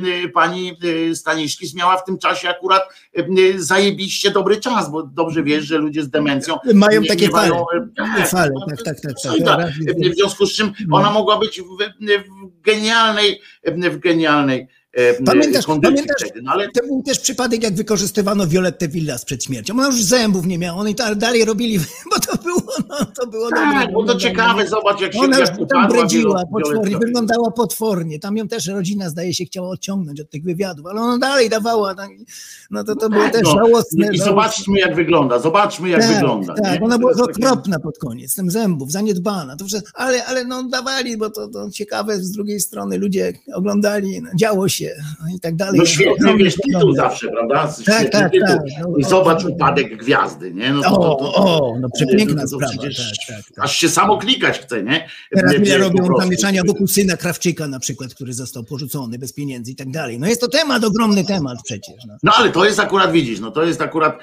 pani Staniszkis miała w tym czasie akurat zajebiście dobry czas, bo dobrze wiesz, że ludzie z demencją Mają nie, takie nie fale. mają, Fale, no, tak, tak, tak, co tak. i tak. W związku z czym ona mogła być w, w genialnej, w genialnej Pamiętasz, kondycji pamiętasz wtedy, no ale to był też przypadek, jak wykorzystywano Violettę Villas przed śmiercią. Ona już zębów nie miała, oni to dalej robili, bo to było, no, to było tak, dobre. bo to ciekawe, zobacz jak się Ona już jak tam upadła bredziła Violet- potwornie, Violetta. wyglądała potwornie. Tam ją też rodzina, zdaje się, chciała odciągnąć od tych wywiadów, ale ona dalej dawała. Tak, no to to było też No, żałosne. I żałosne. zobaczmy jak wygląda, zobaczmy jak tak, wygląda. Tak, nie? ona To była jest takie- okropna pod koniec, tym zębów, zaniedbana. To wszystko, ale, ale no dawali, bo to, to ciekawe, z drugiej strony ludzie oglądali, no, działo się no, i tak dalej. No świetny, Ogromny wiesz, tytuł wygląda. zawsze, prawda? Tak, Świetny tak, tytuł. tak. No, I zobacz no, upadek gwiazdy, nie? No O, o, no przepiękna to- to sprawa, przecież tak, tak, tak. Aż się samo klikać chce, nie? Teraz Nie, ile nie, po robią prostu. zamieszania wokół syna Krawczyka na przykład, który został porzucony bez pieniędzy i tak dalej. No jest to temat, ogromny temat przecież. No. No ale to jest akurat, widzisz, no to jest akurat,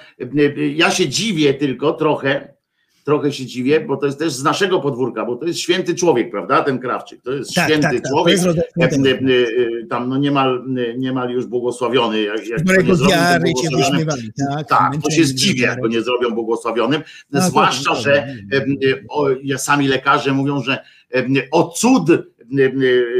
ja się dziwię tylko trochę, trochę się dziwię, bo to jest też z naszego podwórka, bo to jest święty człowiek, prawda, ten Krawczyk, to jest Tak, święty tak, tak, to człowiek, jest rodzaj e, świętego. e, e, tam no niemal, niemal już błogosławiony, jak, jak to Którego nie zrobił, to wiary się błogosławionym. wyśmiewali. Tak, Tak, to się męczeni zdziwię, jak wiary. go nie zrobią błogosławionym, No, zwłaszcza, to- to- że e, e, o, ja, sami lekarze mówią, że e, o cud, e, e,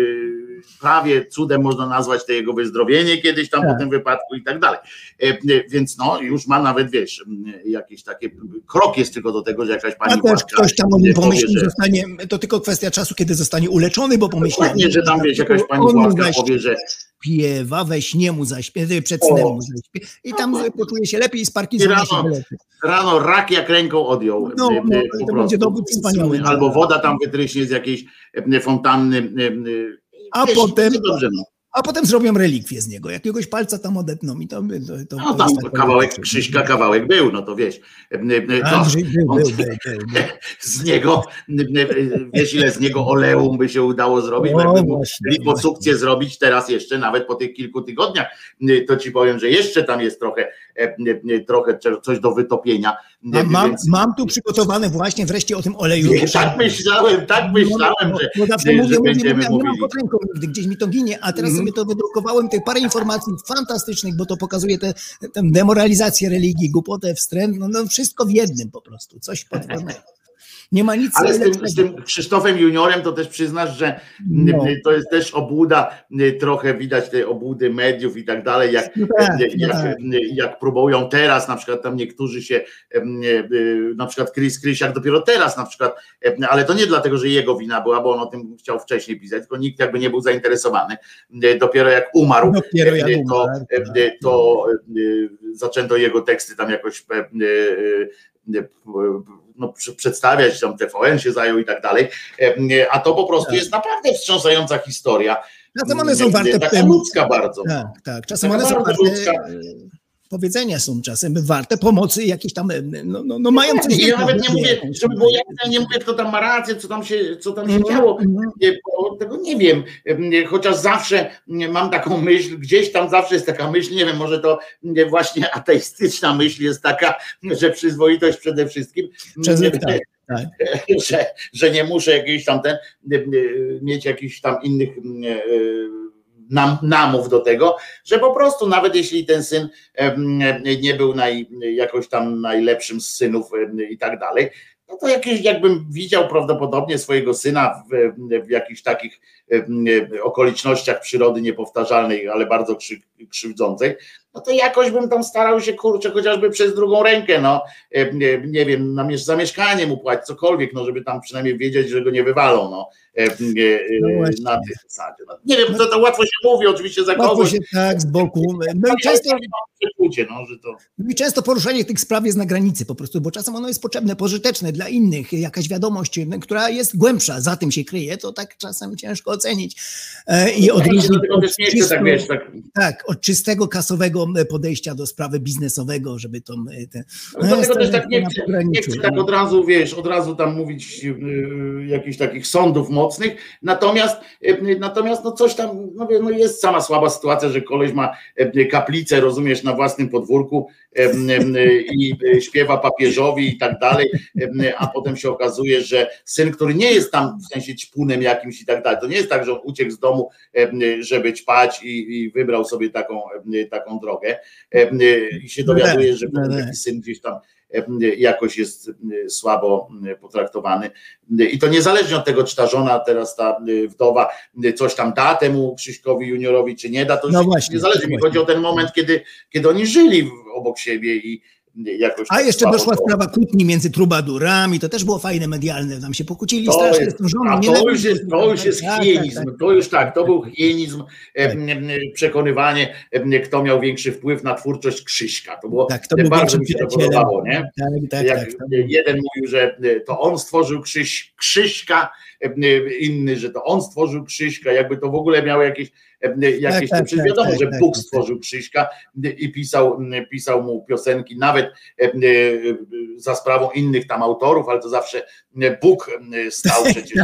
prawie cudem można nazwać to jego wyzdrowienie kiedyś tam Tak. po tym wypadku i tak dalej. E, e, Więc no, już ma nawet, wiesz, m, jakieś takie, krok jest tylko do tego, że jakaś pani A też Władka ktoś tam o nim powie, pomyśli, że- zostanie, to tylko kwestia czasu, kiedy zostanie uleczony, bo pomyśli, Dokładnie, że tam, wiesz, jakaś pani on Władka zaś powie, że śpiewa, we śnie mu zaśpiewa, przed O. snem mu zaśpiewa i tam poczuje się lepiej i z Parkinsona I się rano- wyleczy. rano rak jak ręką odjął. No, e, no, e, to po będzie prostu. dowód wspaniały. Albo woda tam wytryśnie z jakiejś e, fontanny. e, e, A wiesz, potem- będzie dobrze, no. A potem zrobią relikwię z niego, jakiegoś palca tam odetną i to... to, to no tam to kawałek Krzyśka, kawałek był, no to wiesz. To, Andrzej był, on, był, był, był, był. Z niego, wiesz ile z niego oleum by się udało zrobić, O, jakby właśnie, liposukcję zrobić teraz jeszcze, nawet po tych kilku tygodniach, to ci powiem, że jeszcze tam jest trochę, trochę coś do wytopienia. A mam, Więc... mam tu przygotowane właśnie wreszcie o tym oleju. Nie, tak myślałem, tak myślałem, no, no, że, no, zawsze że mówię, będziemy mówię, nie mam mówili. pod ręką nigdy, gdzieś mi to ginie, a teraz sobie to wydrukowałem, tych parę informacji fantastycznych, bo to pokazuje tę te, demoralizację religii, głupotę, wstręt, no, no wszystko w jednym po prostu, coś potwornego. Nie ma nic. Ale z tym, z tym Krzysztofem Juniorem to też przyznasz, że no. to jest też obłuda, trochę widać te obłudy mediów i tak dalej, jak, no tak, jak, no tak. jak próbują teraz, na przykład tam niektórzy się, na przykład Chris Krysiak dopiero teraz na przykład, ale to nie dlatego, że jego wina była, bo on o tym chciał wcześniej pisać, tylko nikt jakby nie był zainteresowany. Dopiero jak umarł, dopiero jak to, umarł, to, to zaczęto jego teksty tam jakoś no, przedstawiać, tam T V N się zajął i tak dalej, a to po prostu tak. jest naprawdę wstrząsająca historia. Czasem one są warte... Taka ludzka bardzo. Tak, tak. Czasem one są warte... Ludzka. Powiedzenia są czasem warte pomocy jakieś tam, no, no, no mają coś... Ja jedno, nawet nie mówię, żeby było jasne, nie mówię, kto tam ma rację, co tam się, co tam się mm, działo, mm. bo tego nie wiem, chociaż zawsze mam taką myśl, gdzieś tam zawsze jest taka myśl, nie wiem, może to właśnie ateistyczna myśl jest taka, że przyzwoitość przede wszystkim, Przede, tak, tak. Że, że nie muszę jakiejś tam ten, mieć jakichś tam innych Nam, namów do tego, że po prostu nawet jeśli ten syn nie był naj, jakoś tam najlepszym z synów i tak dalej, no to jakieś, jakbym widział prawdopodobnie swojego syna w, w jakichś takich okolicznościach przyrody niepowtarzalnej, ale bardzo krzy, krzywdzącej, no to jakoś bym tam starał się, kurczę, chociażby przez drugą rękę, no nie, nie wiem, na za mieszkanie mu płacić, cokolwiek, no żeby tam przynajmniej wiedzieć, że go nie wywalą, no, no na tej zasadzie. No. Nie wiem, to, to łatwo się mówi, oczywiście za łatwo kogoś. Się, tak, z boku. No i często, no, że to... I często poruszenie tych spraw jest na granicy po prostu, bo czasem ono jest potrzebne, pożyteczne dla innych, jakaś wiadomość, która jest głębsza, za tym się kryje, to tak czasem ciężko ocenić. I odróżnić od, czysto, tak, wiesz, tak. tak, od czystego kasowego podejścia do sprawy biznesowego, żeby to... Te, no dlatego też tak nie chcę, nie chcę tak od razu, wiesz, od razu tam mówić yy, jakichś takich sądów mocnych, natomiast yy, natomiast no coś tam, no, no jest sama słaba sytuacja, że koleś ma yy, kaplicę, rozumiesz, na własnym podwórku yy, yy, i yy, śpiewa papieżowi i tak dalej, yy, a potem się okazuje, że syn, który nie jest tam w sensie ćpunem jakimś i tak dalej, to nie jest tak, że on uciekł z domu, yy, żeby ćpać i, i wybrał sobie taką, yy, taką drogę yy, i się dowiaduje, że taki syn gdzieś tam jakoś jest słabo potraktowany. I to niezależnie od tego, czy ta żona, teraz ta wdowa, coś tam da temu Krzyśkowi Juniorowi, czy nie da, to no właśnie, niezależnie. Mi chodzi o ten moment, kiedy, kiedy oni żyli obok siebie i jakoś... A jeszcze doszła to... sprawa kłótni między trubadurami, to też było fajne medialne, tam się pokłócili to strasznie jest, z tą żoną. A to już jest, to już jest hienizm, tak, tak, to już tak, to był hienizm, tak. Przekonywanie, kto miał większy wpływ na twórczość Krzyśka. To było, tak, to bardzo mi się to podobało, nie? Tak, tak, Jak tak, jeden mówił, że to on stworzył Krzyś, Krzyśka, inny, że to on stworzył Krzyśka, jakby to w ogóle miało jakieś jakieś, tak, tak, wiadomo, tak, że tak, Bóg tak, stworzył Krzyśka i pisał, pisał mu piosenki nawet za sprawą innych tam autorów, ale to zawsze Bóg stał przecież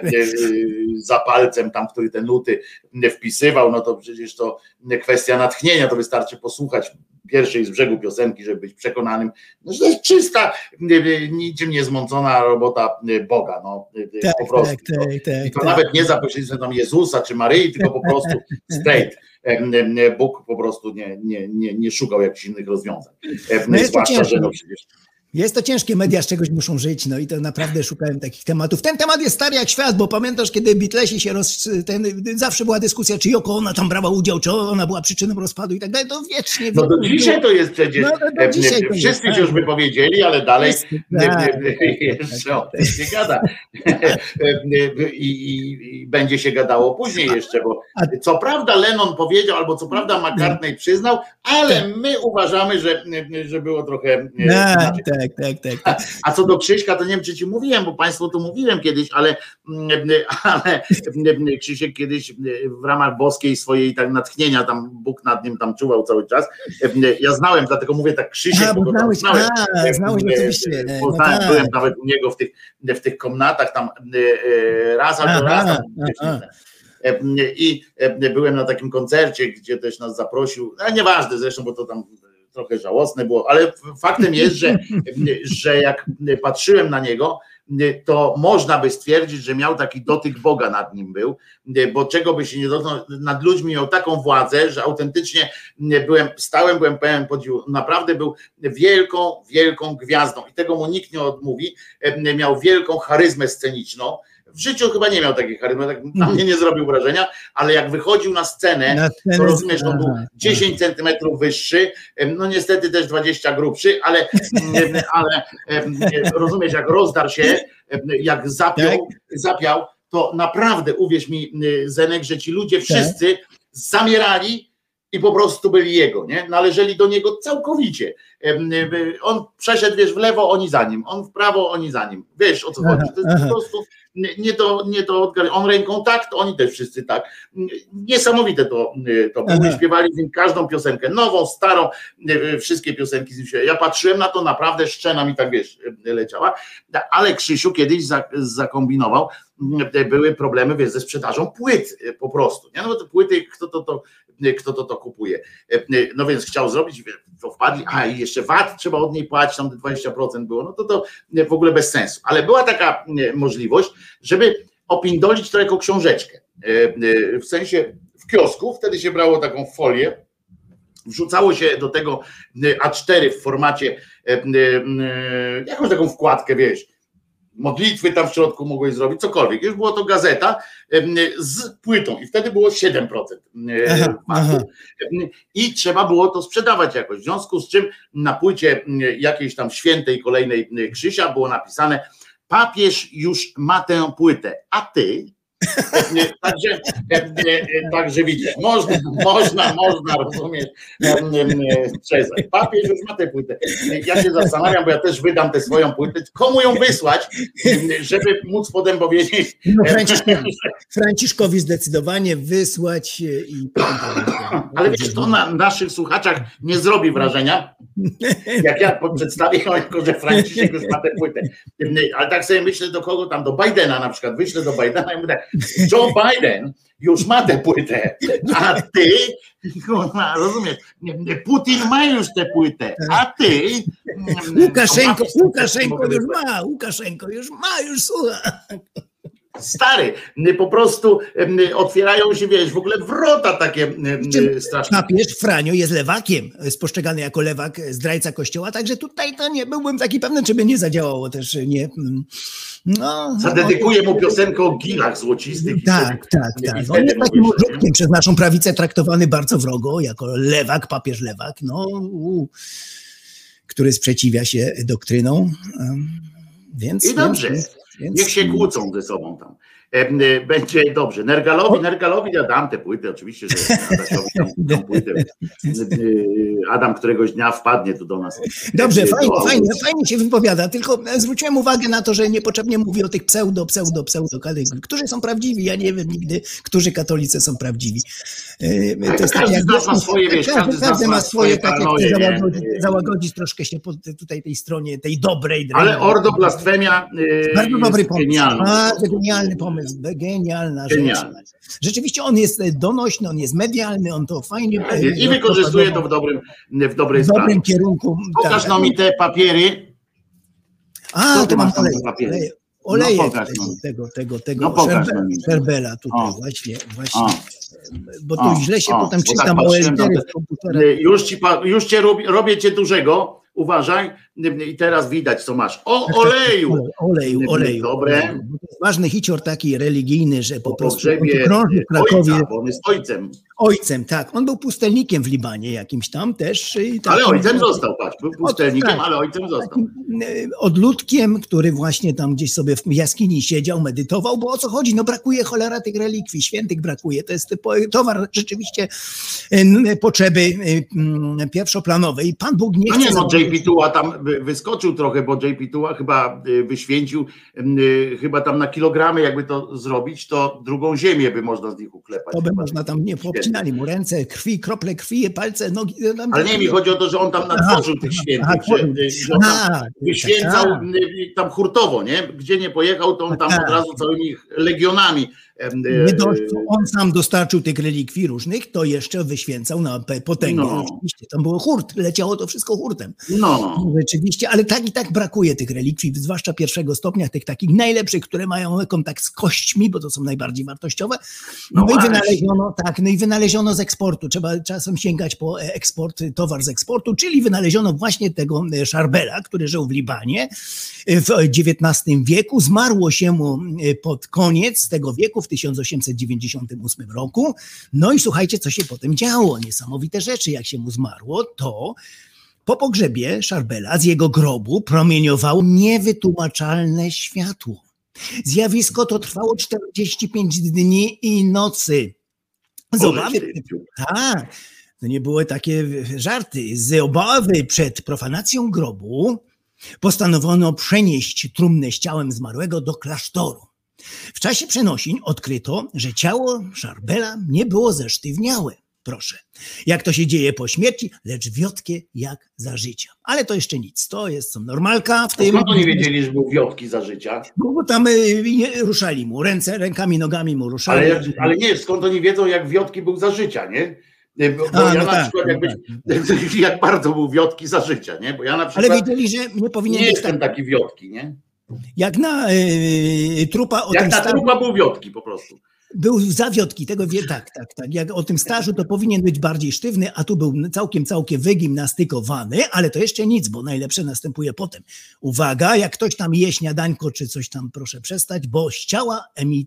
za palcem tam, który te nuty wpisywał, no to przecież to kwestia natchnienia, to wystarczy posłuchać pierwszej z brzegu piosenki, żeby być przekonanym, że to jest czysta, niczym niezmącona robota Boga, no tak, po prostu. Tak, tak, tak, I to tak. nawet nie za pośrednictwem tam Jezusa czy Maryi, tylko po prostu straight. Bóg po prostu nie, nie, nie, nie szukał jakichś innych rozwiązań. No zwłaszcza, że no przecież... Jest to ciężkie, media z czegoś muszą żyć, no i to naprawdę szukałem takich tematów. Ten temat jest stary jak świat, bo pamiętasz, kiedy Beatlesi się roz... Ten, zawsze była dyskusja, czy Yoko Ono tam brała udział, czy ona była przyczyną rozpadu i tak dalej, to wiecznie... No do dzisiaj to jest przecież, no, do dzisiaj to wszyscy jest, się już wypowiedzieli, ale dalej tak, jeszcze tak, o tym się gada. I, i, I będzie się gadało później jeszcze, bo co prawda Lennon powiedział, albo co prawda McCartney przyznał, ale my uważamy, że, że było trochę... Tak, tak. tak, tak, tak, tak. A co do Krzyśka, to nie wiem, czy ci mówiłem, bo państwu to mówiłem kiedyś, ale, ale Krzysiek kiedyś w ramach boskiej swojej tak natchnienia, tam Bóg nad nim tam czuwał cały czas. Ja znałem, dlatego mówię tak Krzysiek, A, bo go tam znałeś, znałem. a, znałeś oczywiście. Poznałem, No tak. byłem nawet u niego w tych, w tych komnatach tam raz albo raz. Tam, I byłem na takim koncercie, gdzie też nas zaprosił, no nieważne zresztą, bo to tam trochę żałosne było, ale faktem jest, że, że jak patrzyłem na niego, to można by stwierdzić, że miał taki dotyk Boga nad nim był, bo czego by się nie dotknął, nad ludźmi miał taką władzę, że autentycznie byłem, stałem, byłem pełen podziwu, naprawdę był wielką, wielką gwiazdą i tego mu nikt nie odmówi, miał wielką charyzmę sceniczną. W życiu chyba nie miał takiej charyzmy, tak na mnie nie zrobił wrażenia, ale jak wychodził na scenę, na scenę to rozumiesz, on był dziesięć centymetrów wyższy, no niestety też dwadzieścia grubszy, ale, ale rozumiesz, jak rozdarł się, jak zapiął, zapiał, to naprawdę uwierz mi, Zenek, że ci ludzie wszyscy zamierali i po prostu byli jego, nie? Należeli do niego całkowicie. On przeszedł, wiesz, w lewo, oni za nim, on w prawo, oni za nim. Wiesz, o co chodzi? To jest po prostu nie do, nie do odgadnięcia. On ręką tak, to oni też wszyscy tak. Niesamowite to, to było. Śpiewali z nim każdą piosenkę, nową, starą, wszystkie piosenki z nim się. Ja patrzyłem na to, naprawdę szczena mi tak, wiesz, leciała, ale Krzysiu kiedyś zakombinował, były problemy, wiesz, ze sprzedażą płyt po prostu, nie? No bo te płyty, kto to, to, kto to, to kupuje. No więc chciał zrobić, to wpadli, a i jeszcze V A T trzeba od niej płacić, tam dwadzieścia procent było, no to to w ogóle bez sensu. Ale była taka możliwość, żeby opindolić to jako książeczkę. W sensie w kiosku, wtedy się brało taką folię, wrzucało się do tego A cztery w formacie, jakąś taką wkładkę, wiesz, modlitwy tam w środku mogłeś zrobić, cokolwiek. Już było to gazeta z płytą i wtedy było siedem procent. Aha, aha. I trzeba było to sprzedawać jakoś. W związku z czym na płycie jakiejś tam świętej kolejnej Krzysia było napisane: papież już ma tę płytę, a ty? Także, także widzisz, można, można, można, rozumiesz, Cezar, papież już ma tę płytę. Ja się zastanawiam, bo ja też wydam tę swoją płytę, komu ją wysłać, żeby móc potem powiedzieć. No, Franciszkowi, Franciszkowi zdecydowanie wysłać i... Ale wiesz, to na naszych słuchaczach nie zrobi wrażenia, jak ja przedstawię, jako że Franciszek już ma tę płytę. Ale tak sobie myślę, do kogo tam, do Bidena na przykład, wyślę do Bidena i mówię tak: Joe Biden już ma tę płytę, a ty, rozumiesz, Putin ma już tę płytę, a ty... Łukaszenko, Łukaszenko już ma, Łukaszenko już ma, już słucha. Stary, po prostu otwierają się, wiesz, w ogóle wrota takie straszne. Papież Franio jest lewakiem, jest postrzegany jako lewak, zdrajca kościoła, także tutaj to nie byłbym taki pewny, czy by nie zadziałało też, nie... No, Zadedykuję mu piosenkę o gilach złocistych. Tak, tak, tak. On jest takim odrzutkiem przez naszą prawicę traktowany bardzo wrogo, jako lewak, papież lewak, no, u, który sprzeciwia się doktryną. Więc, I dobrze, więc, więc, niech się kłócą ze sobą tam. Będzie dobrze. Nergalowi, Nergalowi ja dam te płyty, oczywiście, że Adasiowi tam, tam płytę. Adam któregoś dnia wpadnie tu do nas. Dobrze, fajnie, fajnie, fajnie się wypowiada, tylko zwróciłem uwagę na to, że niepotrzebnie mówi o tych pseudo, pseudo, pseudo katolików, którzy są prawdziwi. Ja nie wiem nigdy, którzy katolicy są prawdziwi. To jest każdy tak, jak ma swoje, wiesz, każdy, każdy ma swoje, tak jak chce załagodzić, załagodzić troszkę się po tutaj tej stronie, tej dobrej. Ale ordo blasfemia bardzo dobry pomysł, bardzo genialny pomysł. Genialna rzecz. Rzeczywiście on jest donośny, on jest medialny, on to fajnie... I wykorzystuje to w dobrym w dobrej w dobrym kierunku. Pokaż tak. No mi te papiery. A, to, to mam olej, olej, olejek no, pokaż, tego, no. tego, tego, tego no, pokaż, szerbe, no. Szerbela tutaj, o. właśnie, właśnie. O. Bo tu o. źle się o. potem bo czytam tak o L cztery z komputera. Już, ci, już cię robię, robię cię dużego, uważaj, i teraz widać, co masz. O oleju! Oleju, oleju. Dobre. To jest ważny hicior taki religijny, że po, po prostu krąży w Krakowie. Ojca, bo on jest ojcem. Ojcem, tak. On był pustelnikiem w Libanie jakimś tam też. I ale ojcem został, patrz. Był pustelnikiem, tak, ale ojcem został. Odludkiem, który właśnie tam gdzieś sobie w jaskini siedział, medytował, bo o co chodzi? No brakuje cholera tych relikwii, świętych brakuje. To jest towar rzeczywiście potrzeby pierwszoplanowej. Pan Bóg nie chce... No nie, no J P Tuła tam wyskoczył trochę, bo J P Tuła chyba wyświęcił, chyba tam na kilogramy jakby to zrobić, to drugą ziemię by można z nich uklepać. To by można tam, nie, poobcinali mu ręce, krwi, krople krwi, palce, nogi. Tam, ale nie, mi chodzi o to, że on tam natworzył tych świętych, aha, że, że on tam wyświęcał tak, tam hurtowo, nie? Gdzie nie pojechał, to on tam tak, od razu całymi legionami. Nie dość, on sam dostarczył tych relikwii różnych, to jeszcze wyświęcał na potęgę. No. Oczywiście, tam było hurt, leciało to wszystko hurtem. No. Rzeczywiście, ale tak i tak brakuje tych relikwii, zwłaszcza pierwszego stopnia, tych takich najlepszych, które mają kontakt z kośćmi, bo to są najbardziej wartościowe. No, no i wynaleziono, tak, no i wynaleziono z eksportu. Trzeba czasem sięgać po eksport, towar z eksportu, czyli wynaleziono właśnie tego Charbela, który żył w Libanie w dziewiętnastym wieku. Zmarło się mu pod koniec tego wieku, w tysiąc osiemset dziewięćdziesiątym ósmym roku. No i słuchajcie, co się potem działo. Niesamowite rzeczy, jak się mu zmarło, to po pogrzebie Charbela z jego grobu promieniowało niewytłumaczalne światło. Zjawisko to trwało czterdzieści pięć dni i nocy. Z obawy, tak, to nie były takie żarty. Z obawy przed profanacją grobu postanowiono przenieść trumnę z ciałem zmarłego do klasztoru. W czasie przenosin odkryto, że ciało Charbela nie było zesztywniałe. Proszę, jak to się dzieje po śmierci, lecz wiotkie jak za życia. Ale to jeszcze nic, to jest normalka w tym. Skąd oni wiedzieli, że był wiotki za życia? Bo, bo tam y, ruszali mu, ręce, rękami, nogami mu ruszali. Ale, ale nie, skąd oni wiedzą, jak wiotki był za życia, nie? Bo, bo A, ja no na tak, przykład, jak, no być, tak. jak bardzo był wiotki za życia, nie? Bo ja na przykład ale wiedzieli, że nie powinien nie być jestem tak... taki wiotki, nie? Jak na y, trupa o Jak tym na stażu, trupa był wiotki po prostu. Był za wiotki, tego wie, tak, tak, tak. Jak o tym stażu to powinien być bardziej sztywny, a tu był całkiem, całkiem wygimnastykowany, ale to jeszcze nic, bo najlepsze następuje potem. Uwaga, jak ktoś tam je śniadańko czy coś tam, proszę przestać, bo z ciała emi,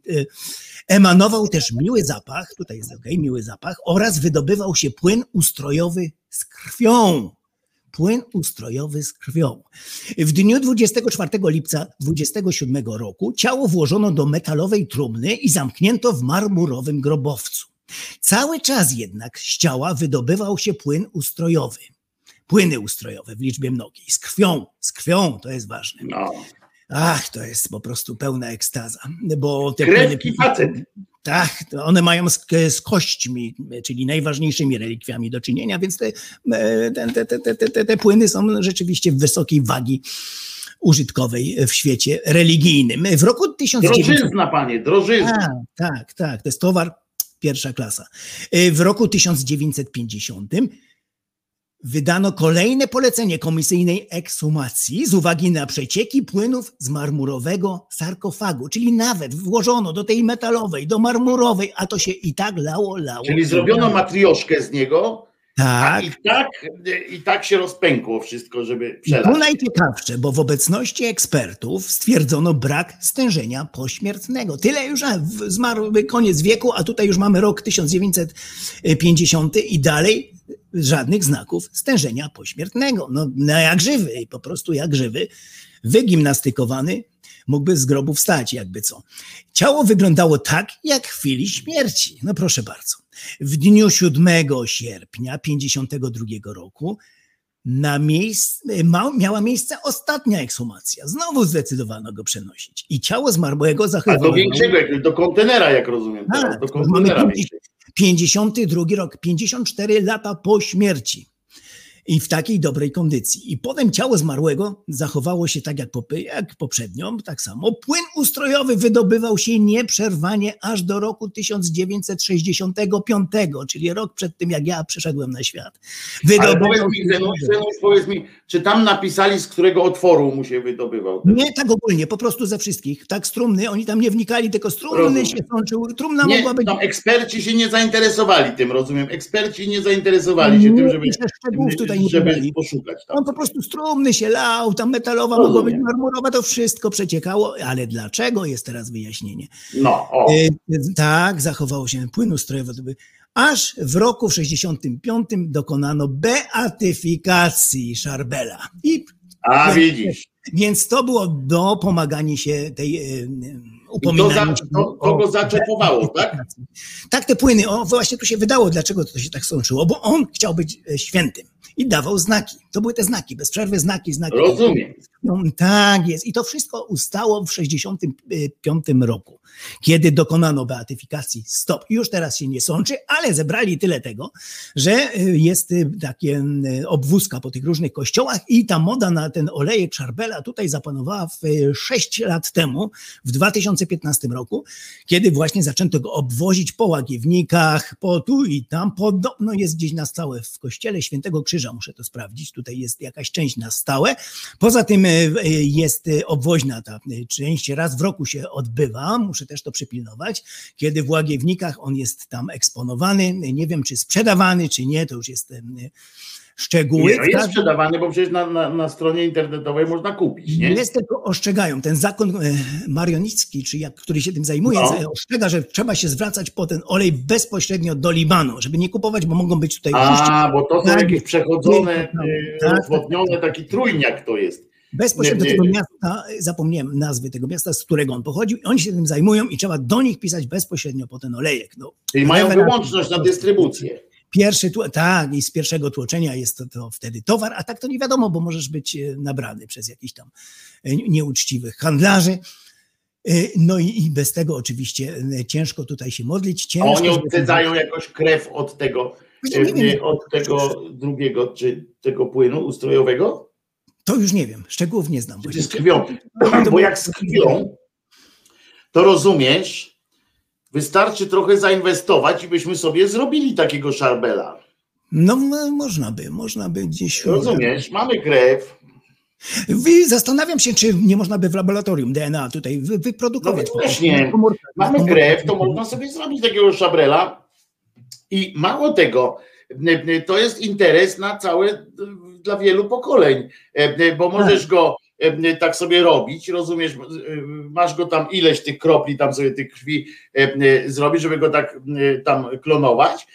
emanował też miły zapach, tutaj jest okej, miły zapach, oraz wydobywał się płyn ustrojowy z krwią. Płyn ustrojowy z krwią. W dniu dwudziestego czwartego lipca dwudziestego siódmego roku ciało włożono do metalowej trumny i zamknięto w marmurowym grobowcu. Cały czas jednak z ciała wydobywał się płyn ustrojowy. Płyny ustrojowe w liczbie mnogiej. Z krwią, z krwią, to jest ważne. No. Ach, to jest po prostu pełna ekstaza. Bo te krewki facet. Tak, one mają z, z kośćmi, czyli najważniejszymi relikwiami do czynienia, więc te, te, te, te, te, te płyny są rzeczywiście wysokiej wagi użytkowej w świecie religijnym. W roku tysiąc dziewięćset... Drożyzna, panie, drożyzna. Tak, tak, tak, to jest towar pierwsza klasa. W roku tysiąc dziewięćset pięćdziesiątym wydano kolejne polecenie komisyjnej ekshumacji z uwagi na przecieki płynów z marmurowego sarkofagu, czyli nawet włożono do tej metalowej, do marmurowej, a to się i tak lało, lało. Czyli zrobiono matrioszkę z niego, tak. A i tak, i tak się rozpękło wszystko, żeby przelać. I to najciekawsze, bo w obecności ekspertów stwierdzono brak stężenia pośmiertnego. Tyle już zmarł koniec wieku, a tutaj już mamy rok tysiąc dziewięćset pięćdziesiąty i dalej żadnych znaków stężenia pośmiertnego. No, no jak żywy, po prostu jak żywy, wygimnastykowany, mógłby z grobu wstać, jakby co. Ciało wyglądało tak, jak w chwili śmierci. No proszę bardzo. W dniu siódmego sierpnia pięćdziesiątego drugiego roku na miejsce, ma, miała miejsce ostatnia ekshumacja. Znowu zdecydowano go przenosić. I ciało zmarłego zachowało... A do większego, do kontenera, jak rozumiem. Tak, do kontenera pięćdziesiąty drugi rok, pięćdziesiąt cztery lata po śmierci. I w takiej dobrej kondycji. I potem ciało zmarłego zachowało się tak jak, po, jak poprzednio, tak samo. Płyn ustrojowy wydobywał się nieprzerwanie aż do roku tysiąc dziewięćset sześćdziesiątego piątego, czyli rok przed tym, jak ja przyszedłem na świat. Ale powiedz mi, Zenuś, Zenuś, powiedz mi, czy tam napisali, z którego otworu mu się wydobywał? Ten? Nie, tak ogólnie, po prostu ze wszystkich. Tak z trumny, oni tam nie wnikali, tylko z trumny rozumiem. Się sączył. Trumna nie, mogła być... Tam eksperci się nie zainteresowali tym, rozumiem. Eksperci nie zainteresowali się nie, tym, żeby... szczegółów tutaj nie żeby podali. poszukać. Tam. On po prostu strumny się lał, tam metalowa mogła być marmurowa, to wszystko przeciekało, ale dlaczego jest teraz wyjaśnienie. No, o. E, tak, zachowało się płyn ustrojowy, aż w roku sześćdziesiątym piątym dokonano beatyfikacji Charbela. I A więc, widzisz. Więc to było dopomaganie się tej e, upominają to, się. za, to, to go zaczepowało, tak? Tak, te płyny, o, właśnie tu się wydało, dlaczego to się tak sączyło, bo on chciał być świętym i dawał znaki. To były te znaki, bez przerwy znaki, znaki. Rozumiem. No, tak jest. I to wszystko ustało w sześćdziesiątym piątym roku, kiedy dokonano beatyfikacji. Stop. Już teraz się nie sączy, ale zebrali tyle tego, że jest takie obwózka po tych różnych kościołach i ta moda na ten olejek Charbela tutaj zapanowała w sześć lat temu, w dwa tysiące piętnastym roku, kiedy właśnie zaczęto go obwozić po łagiewnikach, po tu i tam. Podobno jest gdzieś na stałe w kościele Świętego Krzyża, muszę to sprawdzić. Tutaj jest jakaś część na stałe. Poza tym jest obwoźna ta część, raz w roku się odbywa, muszę też to przypilnować, kiedy w łagiewnikach on jest tam eksponowany, nie wiem czy sprzedawany, czy nie, to już jest szczegóły. Nie, no jest sprzedawany, bo przecież na, na, na stronie internetowej można kupić, nie? Jest, tylko ostrzegają, ten zakon marionicki, czy jak, który się tym zajmuje, no. ostrzega, że trzeba się zwracać po ten olej bezpośrednio do Libanu, żeby nie kupować, bo mogą być tutaj... A, oczywiście, bo to są tak, jakieś przechodzone, tak, rozwodnione, taki trójniak to jest. Bezpośrednio do tego miasta, zapomniałem nazwy tego miasta, z którego on pochodził, i oni się tym zajmują i trzeba do nich pisać bezpośrednio po ten olejek. No, czyli mają wyłączność na dystrybucję. Pierwszy, tak, i z pierwszego tłoczenia jest to, to wtedy towar, a tak to nie wiadomo, bo możesz być nabrany przez jakichś tam nieuczciwych handlarzy. No i, i bez tego oczywiście ciężko tutaj się modlić. Ciężko, a oni odcedzają jakoś krew od tego, nie, od tego drugiego, czy tego płynu ustrojowego? To już nie wiem, szczegółów nie znam. Czy z krwią? Bo jak z krwią, to rozumiesz, wystarczy trochę zainwestować i byśmy sobie zrobili takiego Charbela. No można by, można by gdzieś... Rozumiesz, mamy krew. Zastanawiam się, czy nie można by w laboratorium D N A tutaj wyprodukować. No właśnie, mamy krew, to można sobie zrobić takiego Charbela i mało tego, to jest interes na całe, dla wielu pokoleń, bo możesz go tak sobie robić, rozumiesz, masz go tam ileś tych kropli, tam sobie tych krwi zrobić, żeby go tak tam klonować.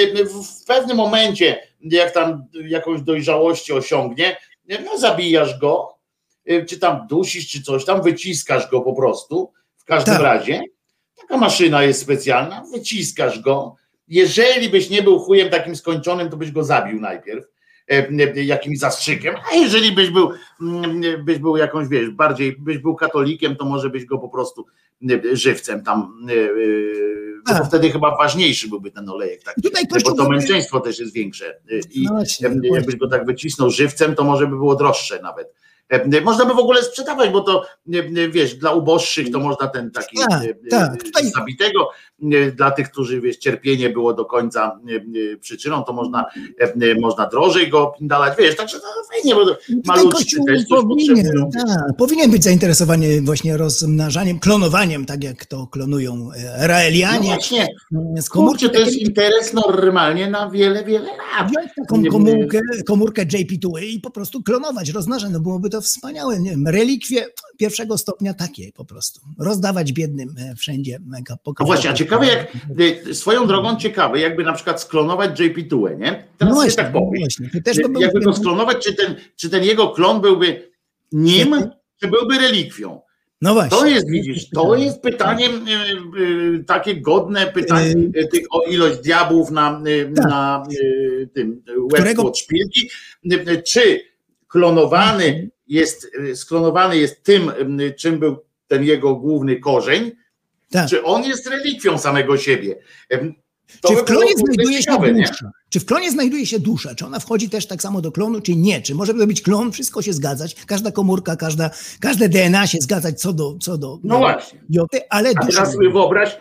W pewnym momencie, jak tam jakąś dojrzałości osiągnie, no zabijasz go, czy tam dusisz, czy coś tam, wyciskasz go po prostu, w każdym tak. razie. Taka maszyna jest specjalna, wyciskasz go. Jeżeli byś nie był chujem takim skończonym, to byś go zabił najpierw jakimś zastrzykiem, a jeżeli byś był, byś był jakąś, wiesz, bardziej byś był katolikiem, to może byś go po prostu żywcem tam, bo to wtedy chyba ważniejszy byłby ten olejek, tak? Bo to męczeństwo też jest większe i no właśnie, jakbyś go tak wycisnął żywcem, to może by było droższe nawet. Można by w ogóle sprzedawać, bo to, wiesz, dla uboższych to można ten taki tak, tak. Tutaj... zabitego, dla tych, którzy, wiesz, cierpienie było do końca przyczyną, to można, można drożej go pindalać, wiesz, także to fajnie, bo malutcy też coś potrzebują. Tak, powinien być zainteresowany właśnie rozmnażaniem, klonowaniem, tak jak to klonują Raelianie. No właśnie, z komórki, to jest interes normalnie na wiele, wiele lat. Wziąć taką komórkę, komórkę J P dwa i po prostu klonować, rozmnażać, no byłoby to wspaniałe, nie wiem, relikwie pierwszego stopnia takie po prostu. Rozdawać biednym wszędzie. No właśnie, a ciekawe jak, swoją drogą ciekawe, jakby na przykład sklonować J P dwa, nie? Teraz no się tak powiem. No jakby go sklonować, czy ten, czy ten jego klon byłby nim, czy byłby relikwią? No właśnie. To jest, widzisz, to jest pytaniem takie godne pytanie tych o ilość diabłów na, tak. na tym łebku od szpilki. Czy klonowany jest, sklonowany jest tym, czym był ten jego główny korzeń, tak. czy on jest relikwią samego siebie. To czy w klonie znajduje ciekawe, się dusza? Nie? Czy w klonie znajduje się dusza? Czy ona wchodzi też tak samo do klonu, czy nie? Czy może to być klon, wszystko się zgadzać, każda komórka, każda, każde D N A się zgadzać co do... Co do no właśnie. Joty, ale a dusza... teraz sobie wyobraź,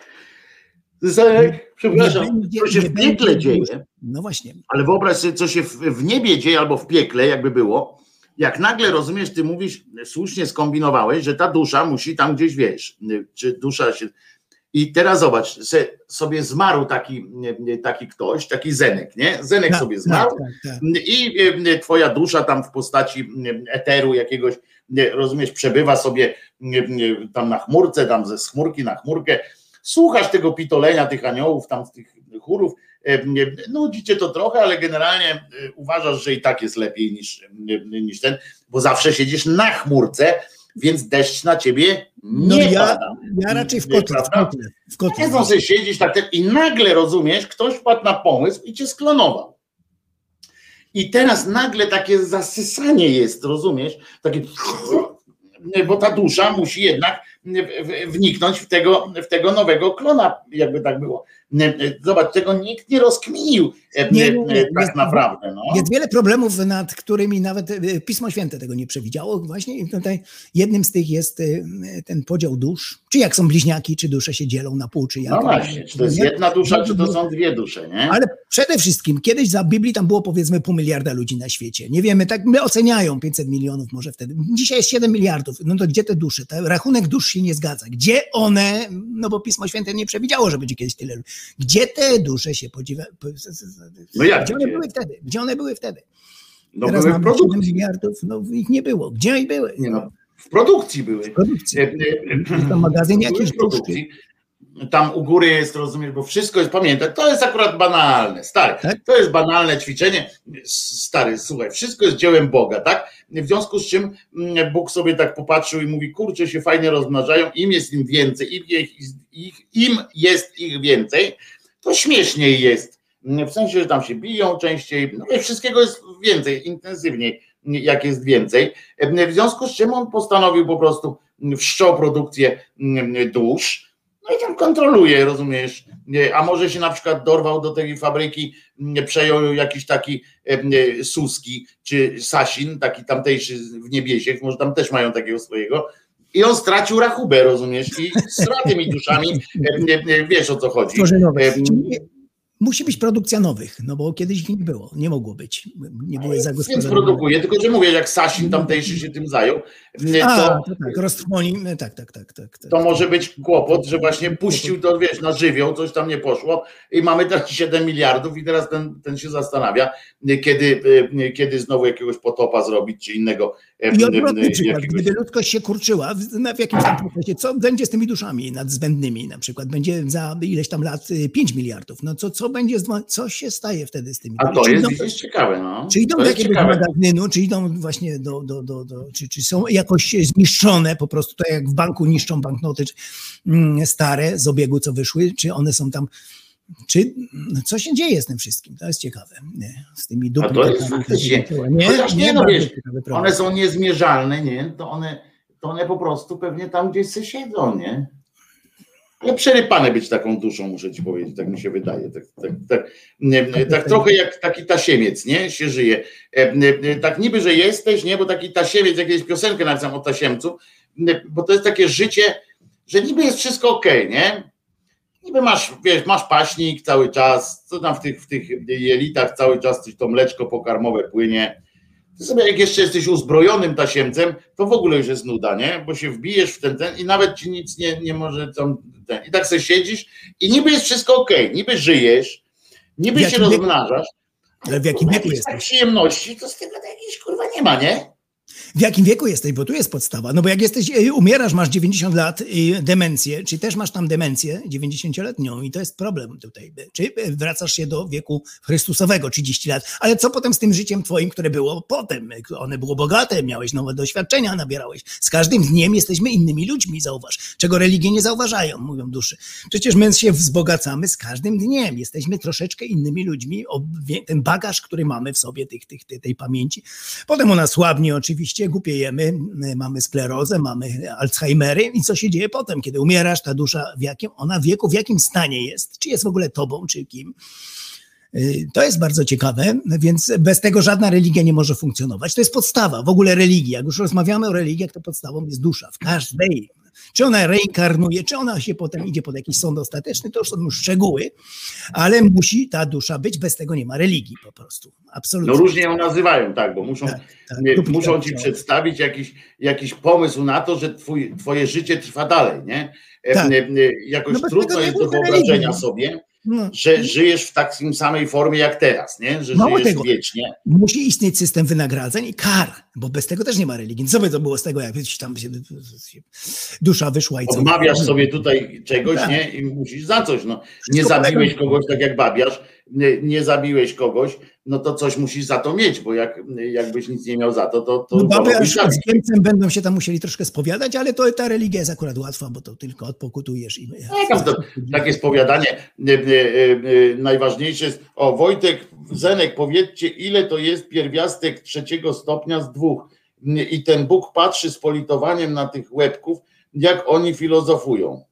Zek, przepraszam, będzie, co się w piekle dzieje. No właśnie. Ale wyobraź sobie, co się w, w niebie dzieje albo w piekle, jakby było, jak nagle, rozumiesz, ty mówisz, słusznie skombinowałeś, że ta dusza musi tam gdzieś, wiesz, czy dusza się... I teraz zobacz, sobie zmarł taki, taki ktoś, taki Zenek, nie? Zenek tak, sobie zmarł tak, tak, tak. i twoja dusza tam w postaci eteru jakiegoś, rozumiesz, przebywa sobie tam na chmurce, tam ze chmurki na chmurkę, słuchasz tego pitolenia tych aniołów, tam z tych chórów, nudzi cię to trochę, ale generalnie uważasz, że i tak jest lepiej niż, niż ten, bo zawsze siedzisz na chmurce, więc deszcz na ciebie No nie ja, pada. ja raczej w kotle, w kotle, w kotle. Nie sobie siedzisz tak ten, i nagle rozumiesz, ktoś wpadł na pomysł i cię sklonował. I teraz nagle takie zasysanie jest, rozumiesz? Takie, bo ta dusza musi jednak wniknąć w tego, w tego nowego klona, jakby tak było. Zobacz, tego nikt nie rozkminił nie, nie, nie, tak jest, naprawdę. No. Jest wiele problemów, nad którymi nawet Pismo Święte tego nie przewidziało. Właśnie i tutaj jednym z tych jest ten podział dusz. Czy jak są bliźniaki, czy dusze się dzielą na pół, czy jak. No właśnie, czy to jest jedna dusza, czy to są dwie dusze, nie? Ale przede wszystkim, kiedyś za Biblii tam było powiedzmy pół miliarda ludzi na świecie. Nie wiemy, tak my oceniają pięćset milionów może wtedy. Dzisiaj jest siedem miliardów. No to gdzie te dusze? Ten rachunek dusz się nie zgadza. Gdzie one, no bo Pismo Święte nie przewidziało, że będzie kiedyś tyle ludzi. Gdzie te dusze się podziwa... No jak gdzie one były wtedy? Gdzie one były wtedy? No Teraz były w produkcji. siedem miliardów, no ich nie było. Gdzie one były? Nie no, w produkcji były. W produkcji. Jest tam magazyn jakiś produkcji. Tam u góry jest, rozumiesz, bo wszystko jest, pamiętaj, to jest akurat banalne, stary, tak? To jest banalne ćwiczenie, stary, słuchaj, wszystko jest dziełem Boga, tak? W związku z czym Bóg sobie tak popatrzył i mówi, kurczę, się fajnie rozmnażają, im jest im więcej, im, ich, ich, im jest ich więcej, to śmieszniej jest, w sensie, że tam się biją częściej, no wszystkiego jest więcej, intensywniej, jak jest więcej, w związku z czym on postanowił po prostu wszczął produkcję dusz. No i tam kontroluje, rozumiesz, a może się na przykład dorwał do tej fabryki, przejął jakiś taki Suski, czy Sasin, taki tamtejszy w Niebiesiech, może tam też mają takiego swojego, i on stracił rachubę, rozumiesz, i z tymi duszami, wiesz o co chodzi. Musi być produkcja nowych, no bo kiedyś ich nie było, nie mogło być. Nie były Więc produkuje, tylko że mówię, jak Sasin tamtejszy się tym zajął, to, A, to tak, roztrwoni, tak, tak, tak, tak, tak. To może być kłopot, że właśnie puścił to, wiesz, na żywioł, coś tam nie poszło i mamy teraz siedem miliardów i teraz ten, ten się zastanawia, kiedy, kiedy znowu jakiegoś potopa zrobić, czy innego. I odwrotny przykład, jakiegoś... gdyby ludzkość się kurczyła w, w jakimś tam procesie, co będzie z tymi duszami nadzbędnymi na przykład, będzie za ileś tam lat pięć miliardów, no co, co będzie, co się staje wtedy z tymi duszami? A to jest, idą, jest ciekawe, no. Czy idą do jakiegoś magazynu, czy idą właśnie do, do, do, do czy, czy są jakoś zniszczone po prostu, tak jak w banku niszczą banknoty stare z obiegu, co wyszły, czy one są tam, czy co się dzieje z tym wszystkim? To jest ciekawe. Nie, z tymi dupami. A to jest faktycznie, nie, chociaż nie, nie no wiesz, one są niezmierzalne, nie? To one, to one po prostu pewnie tam gdzieś się siedzą, nie? Ale przerypane być taką duszą, muszę ci powiedzieć, tak mi się wydaje. Tak, tak, tak, tak, tak trochę jak taki tasiemiec, nie? Się żyje. Tak niby, że jesteś, nie? Bo taki tasiemiec, jakieś piosenkę napisam o tasiemcu, bo to jest takie życie, że niby jest wszystko okej, nie? Niby masz, wiesz, masz paśnik cały czas, co tam w tych, w tych jelitach cały czas coś to mleczko pokarmowe płynie. Ty sobie jak jeszcze jesteś uzbrojonym tasiemcem, to w ogóle już jest nuda, nie? Bo się wbijesz w ten, ten i nawet ci nic nie, nie może tam, ten. I tak sobie siedzisz i niby jest wszystko okej, okay, niby żyjesz, niby się rozmnażasz, ale w jakim wieku jesteś? Tak przyjemności, to z tego jakiejś kurwa nie ma, nie? W jakim wieku jesteś, bo tu jest podstawa, no bo jak jesteś, umierasz, masz dziewięćdziesiąt lat i demencję, czy też masz tam demencję dziewięćdziesięcioletnią i to jest problem tutaj, czy wracasz się do wieku Chrystusowego, trzydzieści lat, ale co potem z tym życiem twoim, które było potem, one było bogate, miałeś nowe doświadczenia, nabierałeś, z każdym dniem jesteśmy innymi ludźmi, zauważ, czego religie nie zauważają, mówią duszy, przecież my się wzbogacamy z każdym dniem, jesteśmy troszeczkę innymi ludźmi, ten bagaż, który mamy w sobie, tych, tych, tej, tej pamięci, potem ona słabnie oczywiście, głupiejemy, mamy sklerozę, mamy Alzheimery i co się dzieje potem, kiedy umierasz, ta dusza w jakim, ona w wieku, w jakim stanie jest, czy jest w ogóle tobą, czy kim. To jest bardzo ciekawe, więc bez tego żadna religia nie może funkcjonować. To jest podstawa w ogóle religii. Jak już rozmawiamy o religiach, to podstawą jest dusza w każdej. Czy ona reinkarnuje, czy ona się potem idzie pod jakiś sąd ostateczny, to już są już szczegóły, ale musi ta dusza być, bez tego nie ma religii po prostu. Absolutnie. No różnie ją nazywają, tak, bo muszą, tak, tak. Nie, muszą ci przedstawić jakiś, jakiś pomysł na to, że twój, twoje życie trwa dalej, nie? Tak. Jakoś no trudno jest do wyobrażenia religii. sobie, no. że żyjesz w takiej samej formie jak teraz, nie? Że Mało żyjesz tego. wiecznie. Musi istnieć system wynagradzeń i kar, bo bez tego też nie ma religii. Co by to było z tego, jak tam się dusza wyszła i co? Odmawiasz sobie tutaj czegoś, tak. nie? I musisz za coś. No. Nie zabiłeś kogoś tak jak babiarz, nie, nie zabiłeś kogoś, no to coś musisz za to mieć, bo jak, jakbyś nic nie miał za to, to... to no baby aż z Niemcem będą się tam musieli troszkę spowiadać, ale to ta religia jest akurat łatwa, bo to tylko odpokutujesz. I... No, to, takie spowiadanie e, e, e, najważniejsze jest, o Wojtek, Zenek, powiedzcie, ile to jest pierwiastek trzeciego stopnia z dwóch i ten Bóg patrzy z politowaniem na tych łebków, jak oni filozofują.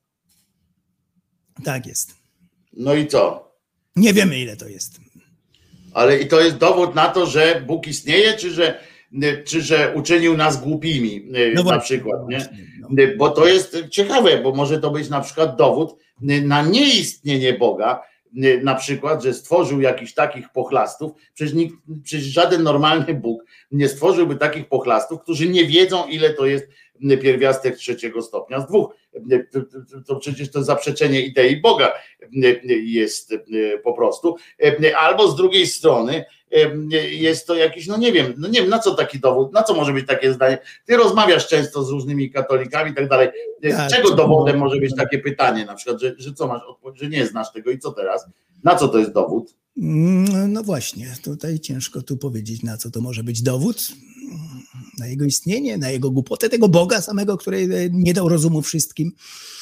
Tak jest. No i co? Nie wiemy, ile to jest. Ale i to jest dowód na to, że Bóg istnieje, czy że, czy że uczynił nas głupimi, no na właśnie, przykład, nie? No. Bo to jest ciekawe, bo może to być na przykład dowód na nieistnienie Boga, na przykład, że stworzył jakichś takich pochlastów, przecież, nikt, przecież żaden normalny Bóg nie stworzyłby takich pochlastów, którzy nie wiedzą, ile to jest pierwiastek trzeciego stopnia z dwóch. To, to, to przecież to zaprzeczenie idei Boga jest po prostu. Albo z drugiej strony jest to jakiś, no nie wiem, no nie wiem, na co taki dowód, na co może być takie zdanie. Ty rozmawiasz często z różnymi katolikami i tak dalej. Czego dowodem może być takie pytanie, na przykład, że, że co masz odpowiedź, że nie znasz tego i co teraz? Na co to jest dowód? No właśnie, tutaj ciężko tu powiedzieć, na co to może być dowód. Na jego istnienie, na jego głupotę, tego Boga samego, który nie dał rozumu wszystkim.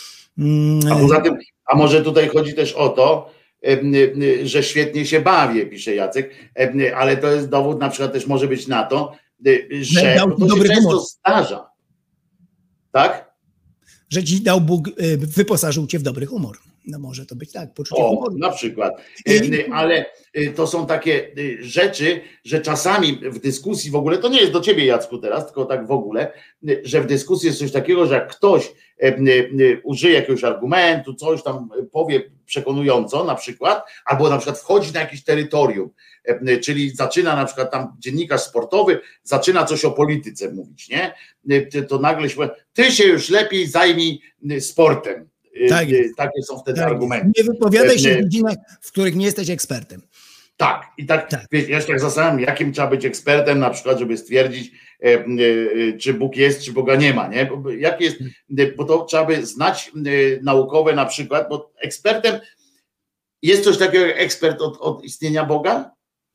A poza tym, a może tutaj chodzi też o to, że świetnie się bawię, pisze Jacek, ale to jest dowód na przykład też może być na to, że to się często zdarza. Tak? Że ci dał Bóg, wyposażył cię w dobry humor. No może to być tak, poczucie o, humoru. Na przykład. I... Ale to są takie rzeczy, że czasami w dyskusji w ogóle, to nie jest do ciebie, Jacku, teraz, tylko tak w ogóle, że w dyskusji jest coś takiego, że jak ktoś użyje jakiegoś argumentu, coś tam powie przekonująco na przykład, albo na przykład wchodzi na jakieś terytorium, czyli zaczyna na przykład tam dziennikarz sportowy, zaczyna coś o polityce mówić, nie? To nagle się mówi, ty się już lepiej zajmij sportem. Tak, takie są wtedy tak, argumenty. Nie wypowiadaj się w dziedzinach, w których nie jesteś ekspertem. Tak, i tak, tak. Wiesz, ja się tak zastanawiam, jakim trzeba być ekspertem na przykład, żeby stwierdzić, e, e, czy Bóg jest, czy Boga nie ma, nie? Bo, jak jest, bo to trzeba by znać e, naukowe na przykład, bo ekspertem, jest coś takiego jak ekspert od, od istnienia Boga?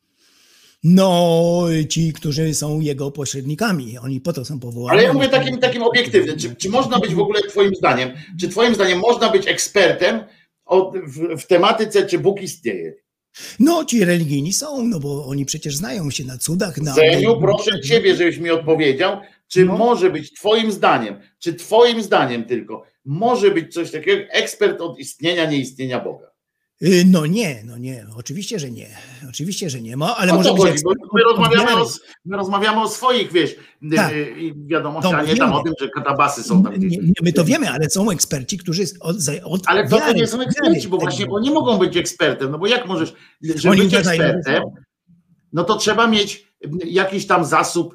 No, ci, którzy są jego pośrednikami, oni po to są powołani. Ale ja mówię takim, takim obiektywnym, czy, czy można być w ogóle twoim zdaniem, czy twoim zdaniem można być ekspertem od, w, w tematyce, czy Bóg istnieje? No, ci religijni są, no bo oni przecież znają się na cudach. Na... Zeniu, proszę ciebie, żebyś mi odpowiedział, czy no. może być twoim zdaniem, czy twoim zdaniem tylko, może być coś takiego jak ekspert od istnienia, nieistnienia Boga? No nie, no nie, oczywiście, że nie, oczywiście, że nie ma, ale o może to być... Chodzi, bo my, rozmawiamy o, my rozmawiamy o swoich, wiesz, tak. i wiadomościach, a nie tam o tym, że katabasy są tam gdzieś. Nie, nie, my to wiemy, ale są eksperci, którzy od, od Ale to, wiary, to nie są eksperci, wiary, bo właśnie oni mogą być ekspertem, no bo jak możesz, żeby być ekspertem, no to trzeba mieć jakiś tam zasób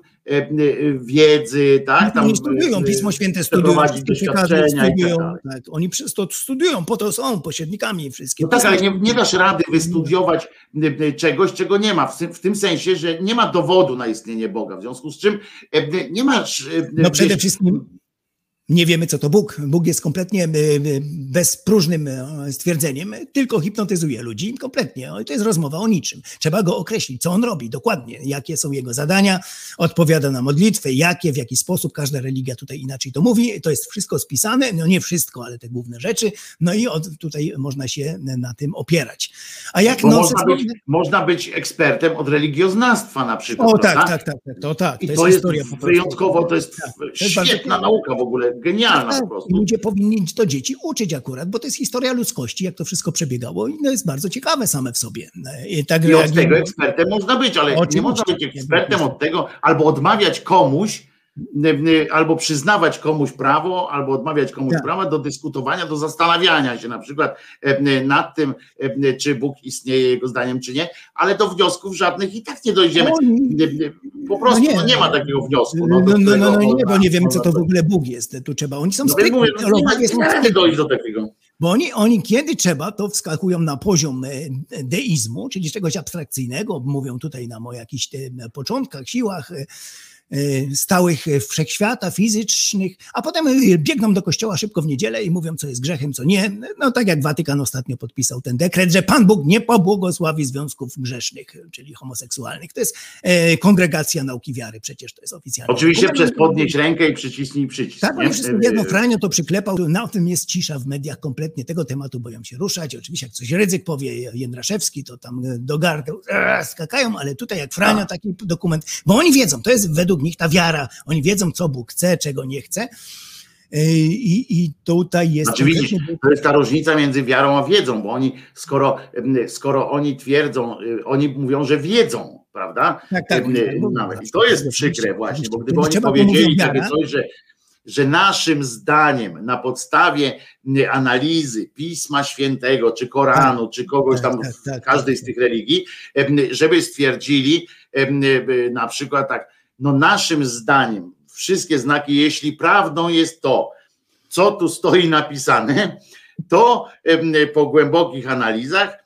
wiedzy, tak? Tam oni studiują Pismo Święte, studiują, studiują tak. Oni to studiują, po to są pośrednikami wszystkie. No tak, ale nie, nie dasz rady wystudiować czegoś, czego nie ma, w tym, w tym sensie, że nie ma dowodu na istnienie Boga, w związku z czym nie masz... No przede wiesz, wszystkim nie wiemy, co to Bóg. Bóg jest kompletnie bezpróżnym stwierdzeniem, tylko hipnotyzuje ludzi kompletnie. To jest rozmowa o niczym. Trzeba go określić, co on robi dokładnie, jakie są jego zadania, odpowiada na modlitwę, jakie, w jaki sposób, każda religia tutaj inaczej to mówi. To jest wszystko spisane, no nie wszystko, ale te główne rzeczy. No i od, tutaj można się na tym opierać. A jak no, no, można, być, można być ekspertem od religioznawstwa na przykład. O tak, tak, tak, tak, to tak. I to, to jest, jest wyjątkowo, to jest, tak, to jest świetna bardzo... nauka w ogóle. Genialna tak, po prostu. Ludzie powinni to dzieci uczyć akurat, bo to jest historia ludzkości, jak to wszystko przebiegało i to jest bardzo ciekawe same w sobie. I, tak, I od tego ekspertem można być, ale oczywiście, nie można być ekspertem od tego, albo odmawiać komuś, albo przyznawać komuś prawo, albo odmawiać komuś tak. prawa do dyskutowania, do zastanawiania się na przykład nad tym, czy Bóg istnieje jego zdaniem, czy nie, ale do wniosków żadnych i tak nie dojdziemy. Po prostu no nie, no nie ma takiego wniosku. No, no, no, no, no nie, bo nie wiemy, co to w ogóle Bóg jest. Tu trzeba, oni są no, stricte, mówię, no, nie ma, nie ma nie dojść do takiego. Bo oni, oni kiedy trzeba, to wskakują na poziom deizmu, czyli czegoś abstrakcyjnego, mówią tutaj nam o jakichś początkach, siłach, stałych wszechświata, fizycznych, a potem biegną do kościoła szybko w niedzielę i mówią, co jest grzechem, co nie. No tak jak Watykan ostatnio podpisał ten dekret, że Pan Bóg nie pobłogosławi związków grzesznych, czyli homoseksualnych. To jest kongregacja nauki wiary, przecież to jest oficjalnie. Oczywiście przez podnieść rękę i przycisnij przycisk. Tak, oni wszystko wiedzą, Franio to przyklepał, na tym jest cisza w mediach kompletnie, tego tematu boją się ruszać. Oczywiście jak coś Rydzyk powie, Jędraszewski, to tam do gardeł skakają, ale tutaj jak Franio taki dokument, bo oni wiedzą, to jest według nich ta wiara, oni wiedzą, co Bóg chce, czego nie chce. I, i tutaj jest... Znaczy widzisz, to jest ta różnica między wiarą a wiedzą, bo oni, skoro, skoro oni twierdzą, oni mówią, że wiedzą, prawda? Tak, tak. Nawet. I to jest przykre właśnie, bo gdyby oni powiedzieli takie coś, że, że naszym zdaniem na podstawie analizy Pisma Świętego, czy Koranu, czy kogoś tam w każdej z tych religii, żeby stwierdzili na przykład tak, no naszym zdaniem wszystkie znaki, jeśli prawdą jest to, co tu stoi napisane, to po głębokich analizach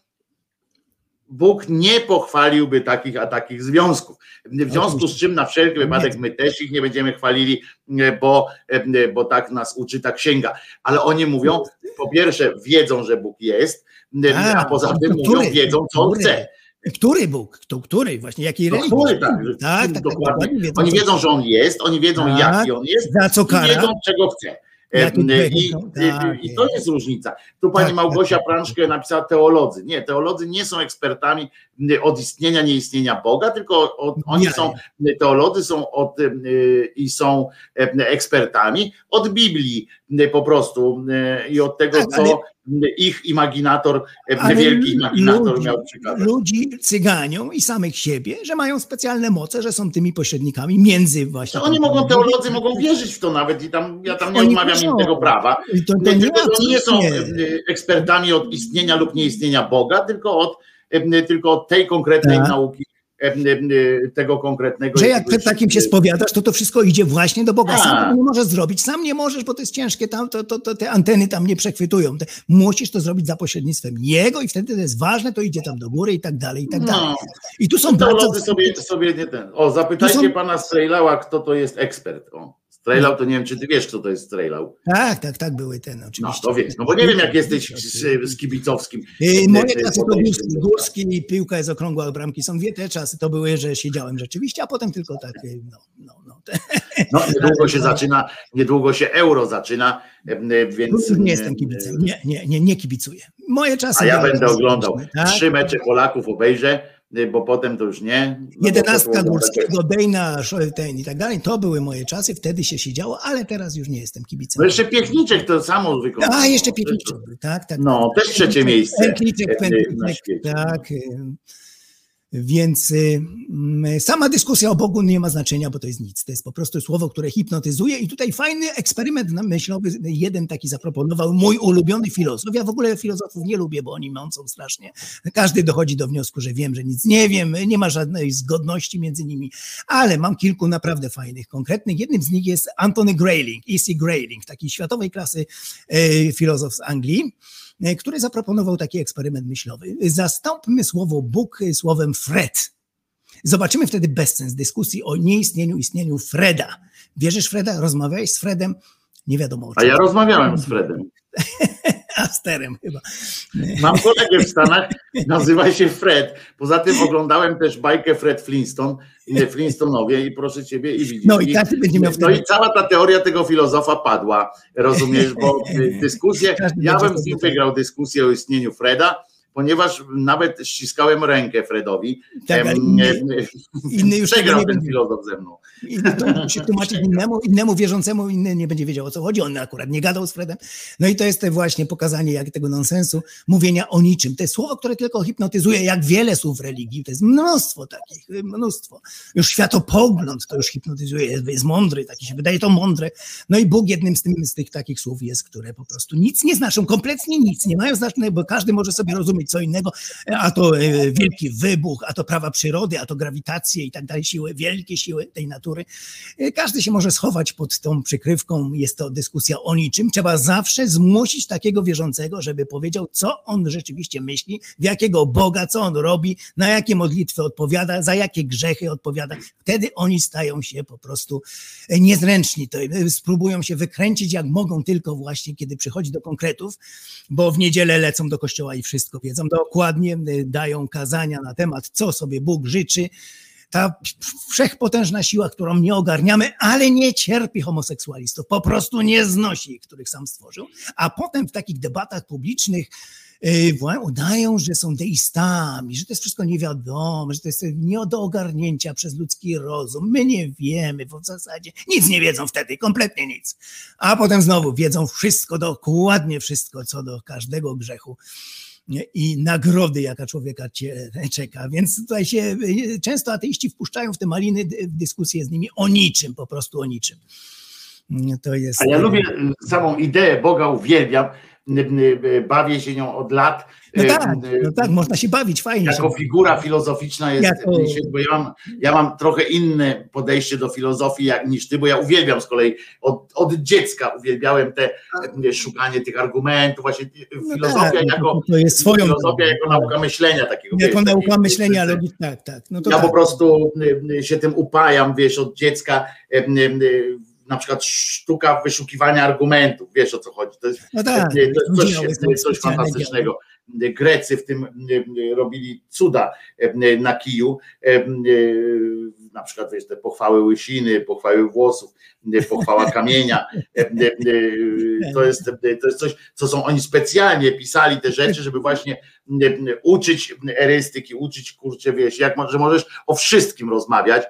Bóg nie pochwaliłby takich a takich związków. W związku z czym na wszelki wypadek my też ich nie będziemy chwalili, bo, bo tak nas uczy ta księga. Ale oni mówią, po pierwsze wiedzą, że Bóg jest, a, a poza tym mówią, który, wiedzą, co On chce. Który Bóg? Kto, który? Właśnie jakiej no, religii? Który, tak, tak, tak, dokładnie. Tak, wiedzą, oni wiedzą, że On jest, oni wiedzą, tak, jaki On jest, za co kara? I wiedzą, czego chce. I, i, tak, I to jest różnica. Tu pani tak, Małgosia tak, Prączkę napisała teolodzy. Nie, teolodzy nie są ekspertami od istnienia, nieistnienia Boga, tylko od, oni nie. są, teolodzy są od, i są ekspertami od Biblii po prostu i od tego, tak, co ale... ich imaginator, ale wielki imaginator ludzi, miał przykazać. Ludzi cyganią i samych siebie, że mają specjalne moce, że są tymi pośrednikami między właśnie. To oni mogą, teolodzy mogą wierzyć w to nawet i tam ja tam nie odmawiam im tego prawa. To, to nie, tylko, nie są nie. ekspertami od istnienia lub nieistnienia Boga, tylko od, tylko od tej konkretnej tak. nauki, tego konkretnego. Że jak przed takim się spowiadasz, to to wszystko idzie właśnie do Boga. Sam tego nie możesz zrobić, sam nie możesz, bo to jest ciężkie, tam, to, to, to te anteny tam nie przechwytują. Te, musisz to zrobić za pośrednictwem Jego i wtedy to jest ważne, to idzie tam do góry i tak dalej, i tak dalej. No. I tu są bardzo... sobie, sobie nie ten. O, zapytajcie są... pana Strejlała, kto to jest ekspert. O. Strejlał, to nie wiem, czy ty wiesz, kto to jest Strejlał. Tak, tak, tak, były ten oczywiście. No, to wiesz, no bo nie wiem, jak jesteś z, z kibicowskim. Moje czasy to Górski, Górski i piłka jest okrągła, a bramki są dwie. Te czasy to były, że siedziałem rzeczywiście, a potem tylko tak, no, no, no. No, niedługo się zaczyna, niedługo się Euro zaczyna, więc... Nie jestem kibicem, nie, nie, nie, nie kibicuję. Moje czasy... A ja będę oglądał. Tak? Trzy mecze Polaków obejrzę, bo potem to już nie. No Jedenastka Górskiego, Dejna, ten i tak dalej, to były moje czasy, wtedy się siedziało, ale teraz już nie jestem kibicem. No jeszcze Piechniczek to samo wykonał. A, jeszcze Piechniczek, tak, tak. No, tak. Też trzecie miejsce. Piechniczek, tak. Więc y, sama dyskusja o Bogu nie ma znaczenia, bo to jest nic. To jest po prostu słowo, które hipnotyzuje i tutaj fajny eksperyment myślowy jeden taki zaproponował mój ulubiony filozof. Ja w ogóle filozofów nie lubię, bo oni mącą strasznie. Każdy dochodzi do wniosku, że wiem, że nic nie wiem, nie ma żadnej zgodności między nimi, ale mam kilku naprawdę fajnych, konkretnych. Jednym z nich jest Antony Grayling, E C Grayling, taki światowej klasy y, filozof z Anglii, który zaproponował taki eksperyment myślowy. Zastąpmy słowo Bóg słowem Fred. Zobaczymy wtedy bezsens dyskusji o nieistnieniu, istnieniu Freda. Wierzysz Freda? Rozmawiałeś z Fredem? Nie wiadomo o czym. A ja rozmawiałem z Fredem. Asterem chyba. Mam kolegę w Stanach, nazywa się Fred. Poza tym oglądałem też bajkę Fred Flintstone, Flintstonowie i proszę ciebie i widzisz. No i, tak będzie miał no i cała ta teoria tego filozofa padła, rozumiesz, bo dyskusję, ja bym z nim wygrał dyskusję o istnieniu Freda, ponieważ nawet ściskałem rękę Fredowi. Tak, um, inny, inny już przegrał ten filozof ze mną. Inny, to musi tłumaczyć innemu, innemu wierzącemu, inny nie będzie wiedział, o co chodzi. On akurat nie gadał z Fredem. No i to jest właśnie pokazanie jak tego nonsensu, mówienia o niczym. To jest słowo, które tylko hipnotyzuje, jak wiele słów religii. To jest mnóstwo takich, mnóstwo. Już światopogląd to już hipnotyzuje, jest mądry, taki się wydaje to mądre. No i Bóg jednym z, tym, z tych takich słów jest, które po prostu nic nie znaczą, kompletnie nic, nie mają znaczenia, bo każdy może sobie rozumieć co innego, a to wielki wybuch, a to prawa przyrody, a to grawitacje i tak dalej, siły, wielkie siły tej natury. kultury. Każdy się może schować pod tą przykrywką, jest to dyskusja o niczym. Trzeba zawsze zmusić takiego wierzącego, żeby powiedział, co on rzeczywiście myśli, w jakiego Boga, co on robi, na jakie modlitwy odpowiada, za jakie grzechy odpowiada. Wtedy oni stają się po prostu niezręczni. To spróbują się wykręcić jak mogą tylko właśnie, kiedy przychodzi do konkretów, bo w niedzielę lecą do kościoła i wszystko wiedzą dokładnie, dają kazania na temat, co sobie Bóg życzy. Ta wszechpotężna siła, którą nie ogarniamy, ale nie cierpi homoseksualistów, po prostu nie znosi ich, których sam stworzył, a potem w takich debatach publicznych yy, udają, że są deistami, że to jest wszystko nie wiadomo, że to jest nie do ogarnięcia przez ludzki rozum, my nie wiemy, bo w zasadzie nic nie wiedzą wtedy, kompletnie nic, a potem znowu wiedzą wszystko, dokładnie wszystko, co do każdego grzechu i nagrody, jaka człowieka cię czeka. Więc tutaj się często ateiści wpuszczają w te maliny, w dyskusję z nimi o niczym, po prostu o niczym. To jest... A ja lubię samą ideę Boga, uwielbiam, bawię się nią od lat. No tak, no tak, można się bawić, fajnie. Jako się figura filozoficzna jest, jako... bo ja mam, ja mam trochę inne podejście do filozofii jak, niż ty, bo ja uwielbiam z kolei, od, od dziecka uwielbiałem te szukanie tych argumentów, właśnie filozofia no tak, jako to jest swoją filozofia jako nauka myślenia takiego. Jako wiesz, nauka takiej, myślenia, logiki, tak, tak. No to ja tak. po prostu się tym upajam, wiesz, od dziecka. Na przykład sztuka wyszukiwania argumentów, wiesz o co chodzi, to jest, no tak, to jest coś, działy, coś fantastycznego. Grecy w tym robili cuda na kiju, na przykład wiesz, te pochwały łysiny, pochwały włosów, pochwała kamienia, to jest, to jest coś, co są oni specjalnie pisali te rzeczy, żeby właśnie uczyć erystyki, uczyć, kurczę, wiesz, jak że możesz o wszystkim rozmawiać,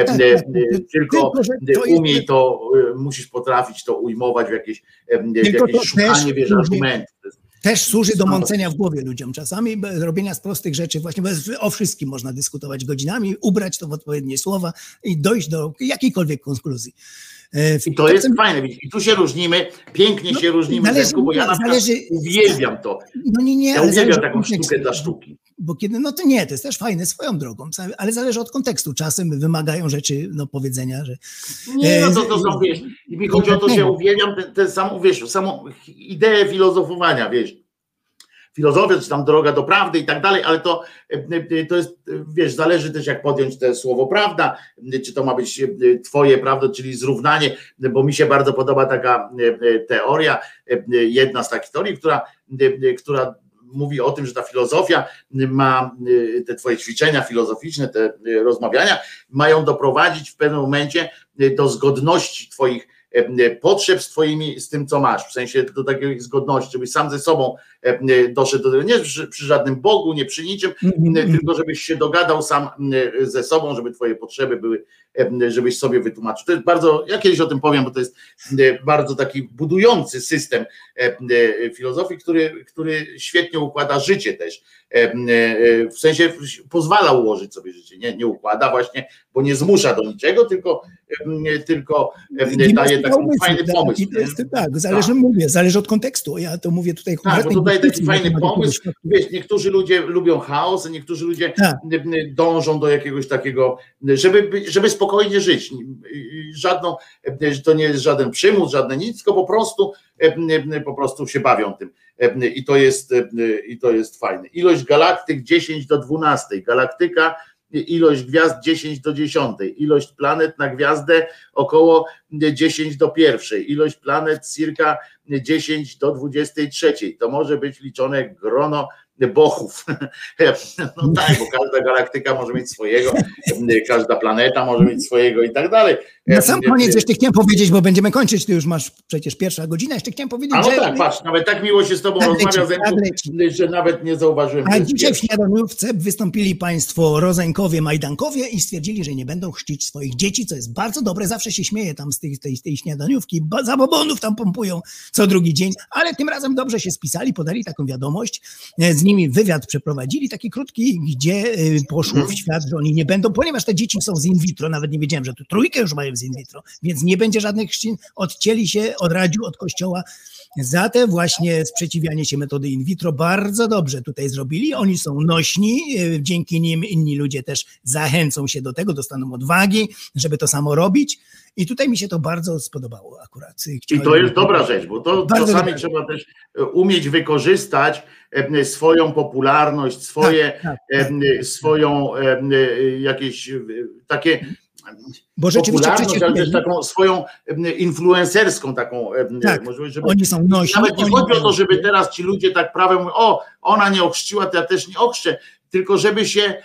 tylko umiej to, musisz potrafić to ujmować w jakieś, w jakieś szukanie, wiesz, argumentów. Też służy do mącenia w głowie ludziom czasami, robienia z prostych rzeczy, właśnie o wszystkim można dyskutować godzinami, ubrać to w odpowiednie słowa i dojść do jakiejkolwiek konkluzji. I to jest fajne, i tu się różnimy, pięknie no, się różnimy, zależy, Zenku, bo ja na przykład zależy, uwielbiam to. No nie, nie, ja ale uwielbiam taką sztukę dla sztuki. Bo kiedy, no to nie, to jest też fajne swoją drogą, ale zależy od kontekstu. Czasem wymagają rzeczy, no powiedzenia, że... Nie, no to, to są, wiesz, i mi chodzi o to, że ja uwielbiam tę ten samą, wiesz, samą ideę filozofowania, wiesz, filozofia, czy tam droga do prawdy i tak dalej, ale to, to jest, wiesz, zależy też jak podjąć to słowo prawda, czy to ma być twoje prawda, czyli zrównanie, bo mi się bardzo podoba taka teoria, jedna z takich teorii, która, która mówi o tym, że ta filozofia ma, te twoje ćwiczenia filozoficzne, te rozmawiania mają doprowadzić w pewnym momencie do zgodności twoich potrzeb z twoimi, z tym co masz, w sensie do takiej zgodności, żebyś sam ze sobą doszedł do tego, nie przy, przy żadnym Bogu, nie przy niczym, mm-hmm. tylko żebyś się dogadał sam ze sobą, żeby twoje potrzeby były, żebyś sobie wytłumaczył. To jest bardzo, ja kiedyś o tym powiem, bo to jest bardzo taki budujący system filozofii, który, który świetnie układa życie też, w sensie pozwala ułożyć sobie życie, nie, nie układa właśnie, bo nie zmusza do niczego, tylko, tylko daje taki fajny pomysł. Jest, tak, zależy, tak. Mówię, zależy od kontekstu, ja to mówię tutaj tak, bo tutaj taki fajny pomysł, wiesz, niektórzy ludzie lubią chaos, a niektórzy ludzie tak. dążą do jakiegoś takiego, żeby, żeby spokojnie żyć, żadną, to nie jest żaden przymus, żadne nic, tylko po prostu po prostu się bawią tym i to jest, i to jest fajne. Ilość galaktyk dziesięć do dwunastej, galaktyka, ilość gwiazd dziesięć do dziesiątej, ilość planet na gwiazdę około dziesięć do pierwszej, ilość planet circa dziesięć do dwudziestej trzeciej. To może być liczone grono bochów. No tak, bo każda galaktyka może mieć swojego, każda planeta może mieć swojego i tak dalej. Na sam koniec jeszcze chciałem powiedzieć, bo będziemy kończyć, ty już masz przecież pierwsza godzina, jeszcze chciałem powiedzieć, a no że... tak, patrz, nawet tak miło się z tobą tak rozmawia, Zenku, tak że nawet nie zauważyłem. A dzisiaj w śniadaniówce wystąpili państwo Rozenkowie, Majdankowie i stwierdzili, że nie będą chrzcić swoich dzieci, co jest bardzo dobre, zawsze się śmieję tam z tej, tej, tej śniadaniówki, zabobonów tam pompują co drugi dzień, ale tym razem dobrze się spisali, podali taką wiadomość z nimi wywiad przeprowadzili, taki krótki, gdzie poszło w świat, że oni nie będą, ponieważ te dzieci są z in vitro, nawet nie wiedziałem, że tu trójkę już mają z in vitro, więc nie będzie żadnych chrzcin, odcięli się od radziu, od kościoła. Za te właśnie sprzeciwianie się metody in vitro bardzo dobrze tutaj zrobili. Oni są nośni, dzięki nim inni ludzie też zachęcą się do tego, dostaną odwagi, żeby to samo robić. I tutaj mi się to bardzo spodobało akurat. Chciałem... I to jest dobra rzecz, bo to bardzo czasami dobra. Trzeba też umieć wykorzystać swoją popularność, swoje, tak, tak, tak. swoją jakieś takie... Bo rzeczywiście popularność, ale też taką swoją influencerską taką tak, możliwość, żeby oni są nośni, nawet nie chodzi o to, żeby teraz ci ludzie tak prawem mówią, o, ona nie ochrzciła, to ja też nie ochrzczę, tylko żeby się,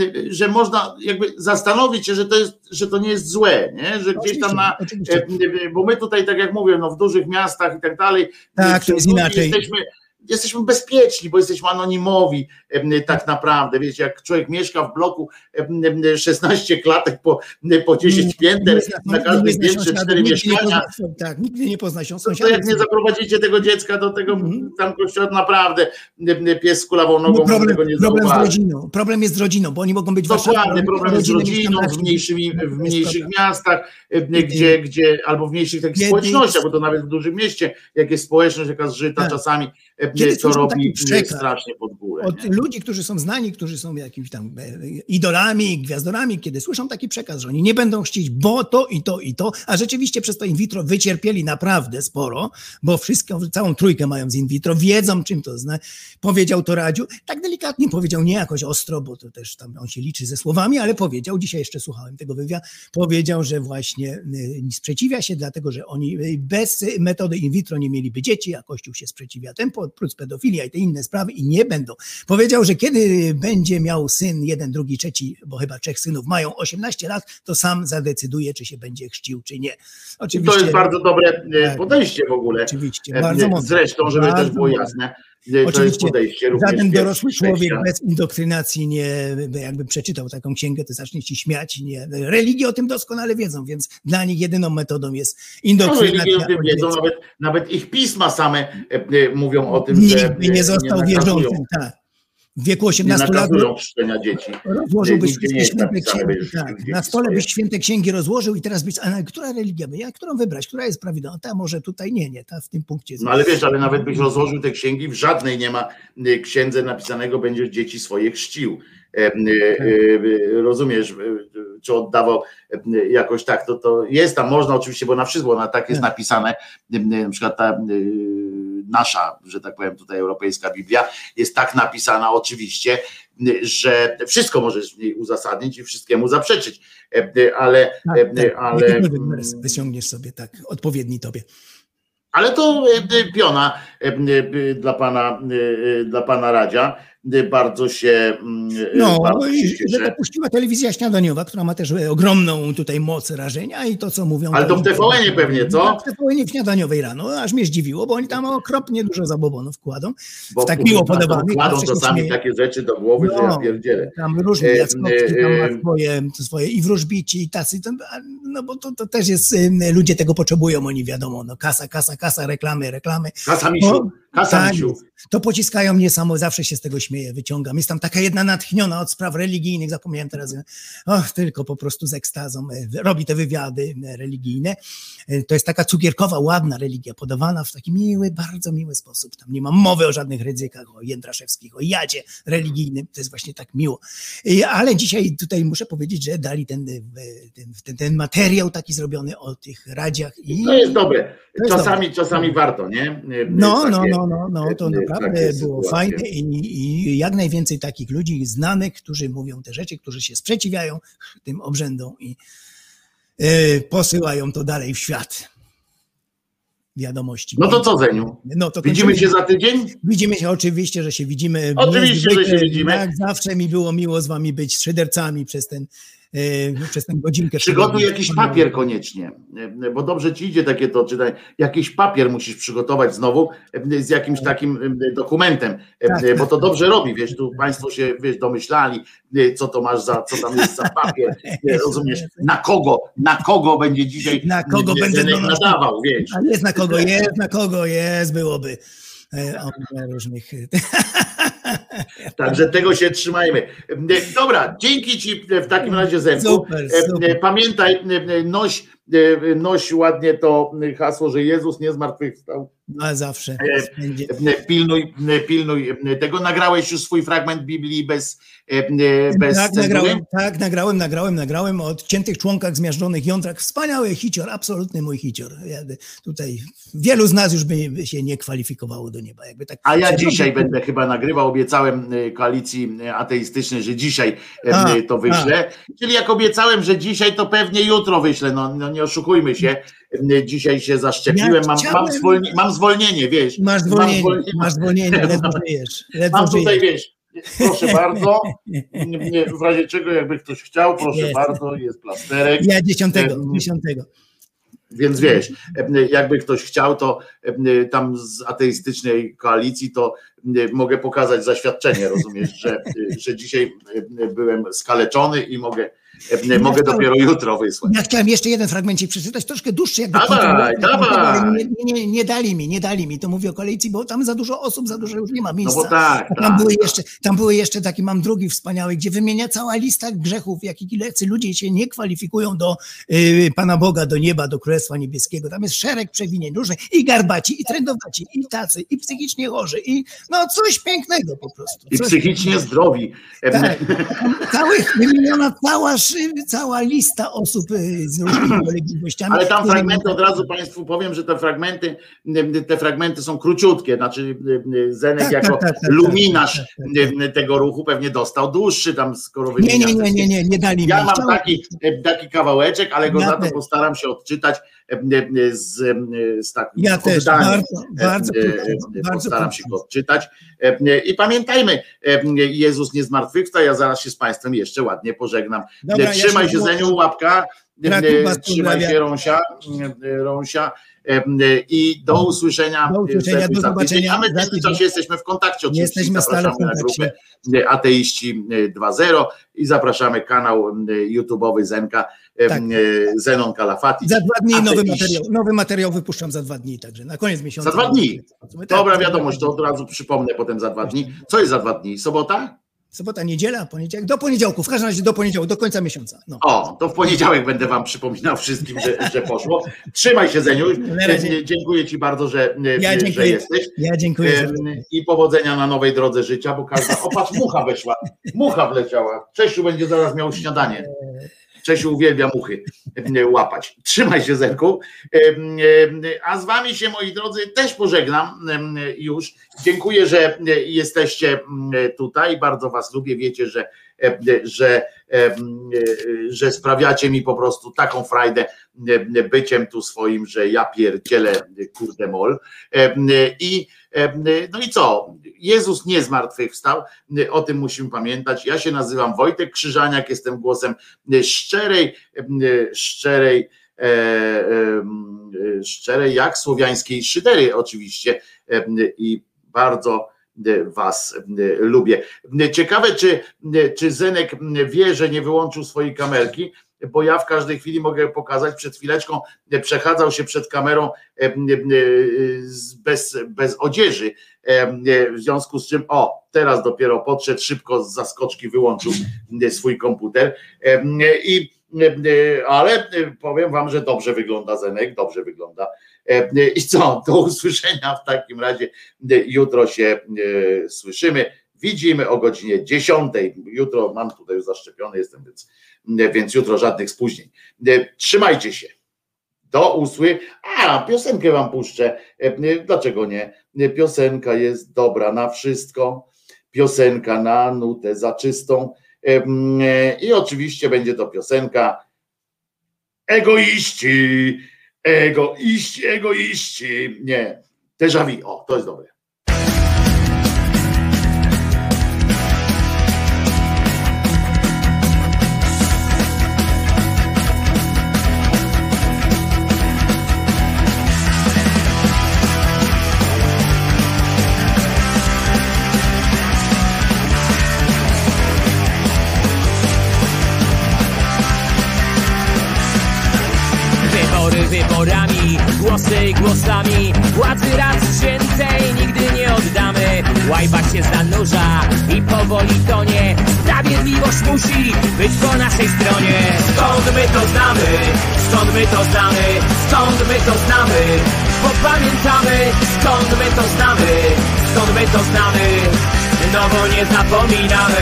że można jakby zastanowić się, że to jest, że to nie jest złe, nie? Że gdzieś tam na, oczywiście. Bo my tutaj, tak jak mówię, no w dużych miastach i tak dalej, tak, to jest inaczej. Jesteśmy, jesteśmy bezpieczni, bo jesteśmy anonimowi tak naprawdę, wiecie, jak człowiek mieszka w bloku szesnaście klatek po, po dziesięć pięter, na każdym piętrze cztery mieszkania, tak, nigdy nie pozna się sąsiadów. To jak nie zaprowadzicie tego dziecka do tego mm-hmm. tam kościoła, naprawdę pies z kulawą nogą no problem, tego nie problem zauważy. z rodziną, problem jest z rodziną, bo oni mogą być dokładnie, problem jest z rodziną w, mniejszymi, w mniejszych miastach, gdzie, gdzie, albo w mniejszych takich społecznościach, bo to nawet w dużym mieście, jak jest społeczność jaka zżyta tak. czasami, Kiedy to robi strasznie pod górę. Od nie? ludzi, którzy są znani, którzy są jakimiś tam idolami, gwiazdorami, kiedy słyszą taki przekaz, że oni nie będą chcieć, bo to i to i to, a rzeczywiście przez to in vitro wycierpieli naprawdę sporo, bo wszystko, całą trójkę mają z in vitro, wiedzą czym to zna. Powiedział to Radziu, tak delikatnie powiedział, nie jakoś ostro, bo to też tam on się liczy ze słowami, ale powiedział, dzisiaj jeszcze słuchałem tego wywiadu, powiedział, że właśnie sprzeciwia się, dlatego że oni bez metody in vitro nie mieliby dzieci, a Kościół się sprzeciwia temu, plus pedofilia i te inne sprawy i nie będą. Powiedział, że kiedy będzie miał syn, jeden, drugi, trzeci, bo chyba trzech synów mają osiemnaście lat, to sam zadecyduje, czy się będzie chrzcił, czy nie. Oczywiście, to jest bardzo dobre podejście w ogóle. Oczywiście, bardzo mocno. Zresztą, żeby bardzo też było jasne. To oczywiście żaden dorosły człowiek chrześcijan. bez indoktrynacji nie, jakby przeczytał taką księgę, to zacznie się śmiać. Nie. Religie o tym doskonale wiedzą, więc dla nich jedyną metodą jest indoktrynacja. No, religie wiedzą, nawet, nawet ich pisma same e, mówią o tym, Nigdy że nie, nie został nie wierzącym. Tak. W wieku osiemnastu lat dzieci. rozłożyłbyś wszystkie święte księgi. Tak. Na stole byś święte księgi rozłożył i teraz byś, a która religia, jak którą wybrać, która jest prawidłowa? Ta może tutaj nie, nie, ta w tym punkcie jest. No ale wiesz, ale nawet byś rozłożył te księgi, w żadnej nie ma księdze napisanego, będziesz dzieci swoje chrzcił. Rozumiesz, czy oddawał jakoś tak, to, to jest tam, można oczywiście, bo na wszystko na tak jest napisane, na przykład ta nasza, że tak powiem tutaj europejska Biblia jest tak napisana oczywiście, że wszystko możesz w niej uzasadnić i wszystkiemu zaprzeczyć, ale... Tak, tak. ale wyciągniesz sobie tak, odpowiedni tobie. Ale to piona dla pana, dla pana Radzia. Bardzo się No, bardzo i się że dopuściła telewizja śniadaniowa, która ma też ogromną tutaj moc rażenia i to, co mówią... Ale to w T V N-ie pewnie, co? W T V N-ie w śniadaniowej rano, aż mnie zdziwiło, bo oni tam okropnie dużo zabobonów wkładą, w tak miło podawanych. Wkładą czasami takie rzeczy do głowy, no, że ja pierdzielę. Tam różni Jackowski, tam ma swoje, swoje i wróżbici, i tacy, no bo to, to też jest, ludzie tego potrzebują, oni wiadomo, no kasa, kasa, kasa, reklamy, reklamy. Kasa misiu, kasa tak, misiu. To pociskają mnie samo, zawsze się z tego śmieję, wyciągam. Jest tam taka jedna natchniona od spraw religijnych, zapomniałem teraz, och, tylko po prostu z ekstazą robi te wywiady religijne. To jest taka cukierkowa, ładna religia, podawana w taki miły, bardzo miły sposób. Tam nie ma mowy o żadnych ryzykach, o Jędraszewskich, o jadzie religijnym, to jest właśnie tak miło. Ale dzisiaj tutaj muszę powiedzieć, że dali ten, ten, ten, ten materiał taki zrobiony o tych radziach. I to jest dobre. To jest czasami, dobre. czasami warto, nie? No, takie, no, no, no, no, to naprawdę było sytuacje. Fajne i, i jak najwięcej takich ludzi znanych, którzy mówią te rzeczy, którzy się sprzeciwiają tym obrzędom i y, posyłają to dalej w świat. Wiadomości. No to co, Zeniu? No to widzimy kończymy. się za tydzień? Widzimy się, oczywiście, że się widzimy. Oczywiście, że się widzimy. Jak zawsze mi było miło z wami być szydercami przez ten przez tę godzinkę. Przygotuj jakiś papier koniecznie, bo dobrze ci idzie takie to, czytaj, jakiś papier musisz przygotować znowu z jakimś takim dokumentem, tak, bo to dobrze robi, wiesz, tu państwo się, wiesz, domyślali, co to masz za, co tam jest za papier, rozumiesz, na kogo, na kogo będzie dzisiaj na kogo będzie nadawał, wiesz. A jest na kogo, jest na kogo, jest, byłoby. O różnych Także tego się trzymajmy. Dobra, dzięki ci w takim razie, Zenku. Super, super. Pamiętaj, noś, noś ładnie to hasło, że Jezus nie zmartwychwstał. A zawsze. Pilnuj, pilnuj tego. Nagrałeś już swój fragment Biblii bez, bez tak, nagrałem, tak, nagrałem, nagrałem, nagrałem o odciętych członkach, zmiażdżonych jądrach. Wspaniały hicior, absolutny mój hicior. Ja tutaj wielu z nas już by się nie kwalifikowało do nieba. Jakby tak. A ja dzisiaj będę chyba nagrywał, obiecałem Koalicji Ateistycznej, że dzisiaj a, to wyślę. A. Czyli jak obiecałem, że dzisiaj, to pewnie jutro wyślę. No, no nie oszukujmy się. Dzisiaj się zaszczepiłem, ja mam, chciałem... mam, zwolni- mam zwolnienie, wiesz. Masz zwolnienie, mam zwolnienie, masz zwolnienie, ledwo żyjesz. Ledwo mam tutaj, żyjesz. wiesz, proszę bardzo, w razie czego jakby ktoś chciał, proszę jest. bardzo, jest plasterek. Ja dziesiątego, dziesiątego. Więc wiesz, jakby ktoś chciał, to tam z ateistycznej koalicji, to mogę pokazać zaświadczenie, rozumiesz, że, że dzisiaj byłem skaleczony i mogę Ja mogę chciałem, dopiero jutro wysłać. Ja chciałem jeszcze jeden fragmencik przeczytać, troszkę dłuższy. Jakby dawaj, dawaj. Nie, nie, nie dali mi, nie dali mi, to mówię o koalicji, bo tam za dużo osób, za dużo już nie ma miejsca. No bo tak, tam, tak, były tak. Jeszcze, tam były jeszcze taki, mam drugi wspaniały, gdzie wymienia cała lista grzechów, jakich jacy ludzie się nie kwalifikują do y, Pana Boga, do nieba, do Królestwa Niebieskiego. Tam jest szereg przewinień różnych, i garbaci, i trędowaci, i tacy, i psychicznie chorzy, i no coś pięknego po prostu. I psychicznie pięknego. zdrowi. Tak, całych, wymieniona cała, cała lista osób z różnymi dolegliwościami. Ale tam fragmenty, od razu Państwu powiem, że te fragmenty, te fragmenty są króciutkie, znaczy Zenek tak, jako tak, tak, luminarz tak, tak, tak. tego ruchu pewnie dostał dłuższy tam, skoro wymienia. Nie, nie, nie, nie, nie, nie dali mi. Ja mam taki, taki kawałeczek, ale go ja za to też. postaram się odczytać z, z takim ja też, bardzo, bardzo, bardzo postaram się go odczytać. I pamiętajmy, Jezus nie zmartwychwstał, ja zaraz się z Państwem jeszcze ładnie pożegnam. Dobra, trzymaj ja się, się Zeniu, łapka, trzymaj się Rąsia, Rąsia i do usłyszenia. Do usłyszenia, do zobaczenia. A my w tym czasie jesteśmy w kontakcie, oczywiście jesteśmy zapraszamy stale w na grupę Ateiści dwa zero i zapraszamy kanał YouTube'owy Zenka, tak. Zenon Kalafati. Za dwa dni nowy materiał, nowy materiał wypuszczam za dwa dni, także na koniec miesiąca. Za dwa dni? Dobra wiadomość, to od razu przypomnę potem za dwa dni. Co jest za dwa dni? Sobota? Sobota, niedziela, poniedziałek, do poniedziałku, w każdym razie do poniedziałku, do końca miesiąca. No. O, to w poniedziałek będę wam przypominał wszystkim, że, że poszło. Trzymaj się, Zeniu. Dziękuję ci bardzo, że, ja że dziękuję. jesteś. Ja dziękuję. I powodzenia na nowej drodze życia, bo każda... O, patrz, mucha weszła. Mucha wleciała. Czesiu będzie zaraz miał śniadanie. Czesiu uwielbia muchy łapać. Trzymaj się, Zenku. A z wami się, moi drodzy, też pożegnam już. Dziękuję, że jesteście tutaj. Bardzo was lubię. Wiecie, że, że, że sprawiacie mi po prostu taką frajdę byciem tu swoim, że ja pierdzielę kurde mol. I no i co? Jezus nie zmartwychwstał, o tym musimy pamiętać. Ja się nazywam Wojtek Krzyżaniak, jestem głosem szczerej, szczerej, szczerej jak słowiańskiej szydery oczywiście i bardzo was lubię. Ciekawe, czy, czy Zenek wie, że nie wyłączył swojej kamerki, bo ja w każdej chwili mogę pokazać, przed chwileczką przechadzał się przed kamerą bez, bez odzieży, w związku z czym, o, teraz dopiero podszedł szybko z zaskoczki, wyłączył swój komputer, i, ale powiem wam, że dobrze wygląda Zenek, dobrze wygląda. I co, do usłyszenia w takim razie, jutro się słyszymy. Widzimy o godzinie dziesiątej. Jutro mam tutaj już zaszczepiony jestem, więc, więc jutro żadnych spóźnień. Trzymajcie się. Do usły. A, piosenkę wam puszczę. Dlaczego nie? Piosenka jest dobra na wszystko. Piosenka na nutę zaczystą. I oczywiście będzie to piosenka Egoiści. Egoiści, egoiści. Nie. Déjà vu. O, to jest dobre. Wyborami, głosy głosami, władzy raz świętej nigdy nie oddamy. Łajbak się zanurza Poligonie. Sprawiedliwość musi być po naszej stronie. Skąd my to znamy? Skąd my to znamy? Skąd my to znamy? Bo pamiętamy, skąd my to znamy? Skąd my to znamy? No bo nie zapominamy.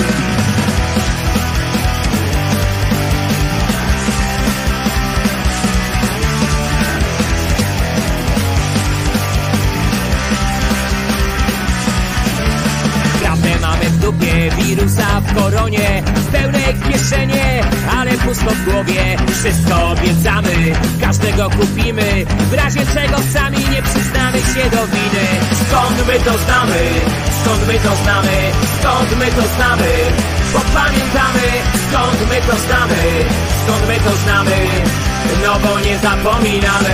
Mamy w dupie, wirusa w koronie, pełne kieszenie, ale pusto w głowie. Wszystko obiecamy, każdego kupimy, w razie czego sami nie przyznamy się do winy. Skąd my to znamy? Skąd my to znamy? Skąd my to znamy? Bo pamiętamy, skąd my to znamy? Skąd my to znamy? No bo nie zapominamy.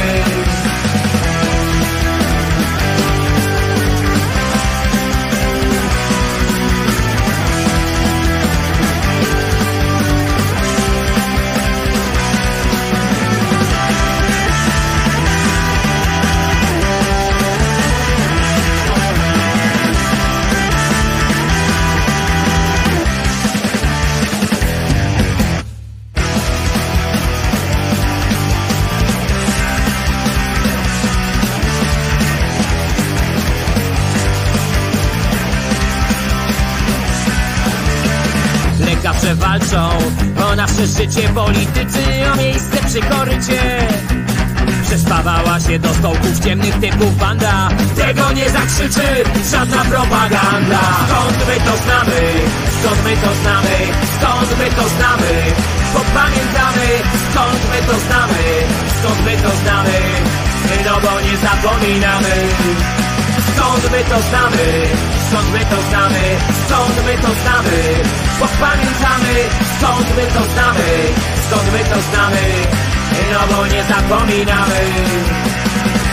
Zawsze walczą o nasze życie, politycy o miejsce przy korycie. Przespawała się do stołków ciemnych typów banda, tego nie zakrzyczy żadna propaganda. Skąd my to znamy? Skąd my to znamy? Skąd my to znamy? Bo pamiętamy, skąd my to znamy? Skąd my to znamy? No bo nie zapominamy. Skąd my to znamy? Skąd my to znamy? Skąd my to znamy? Bo pamiętamy, skąd my to znamy? Skąd my to znamy? No bo nie zapominamy.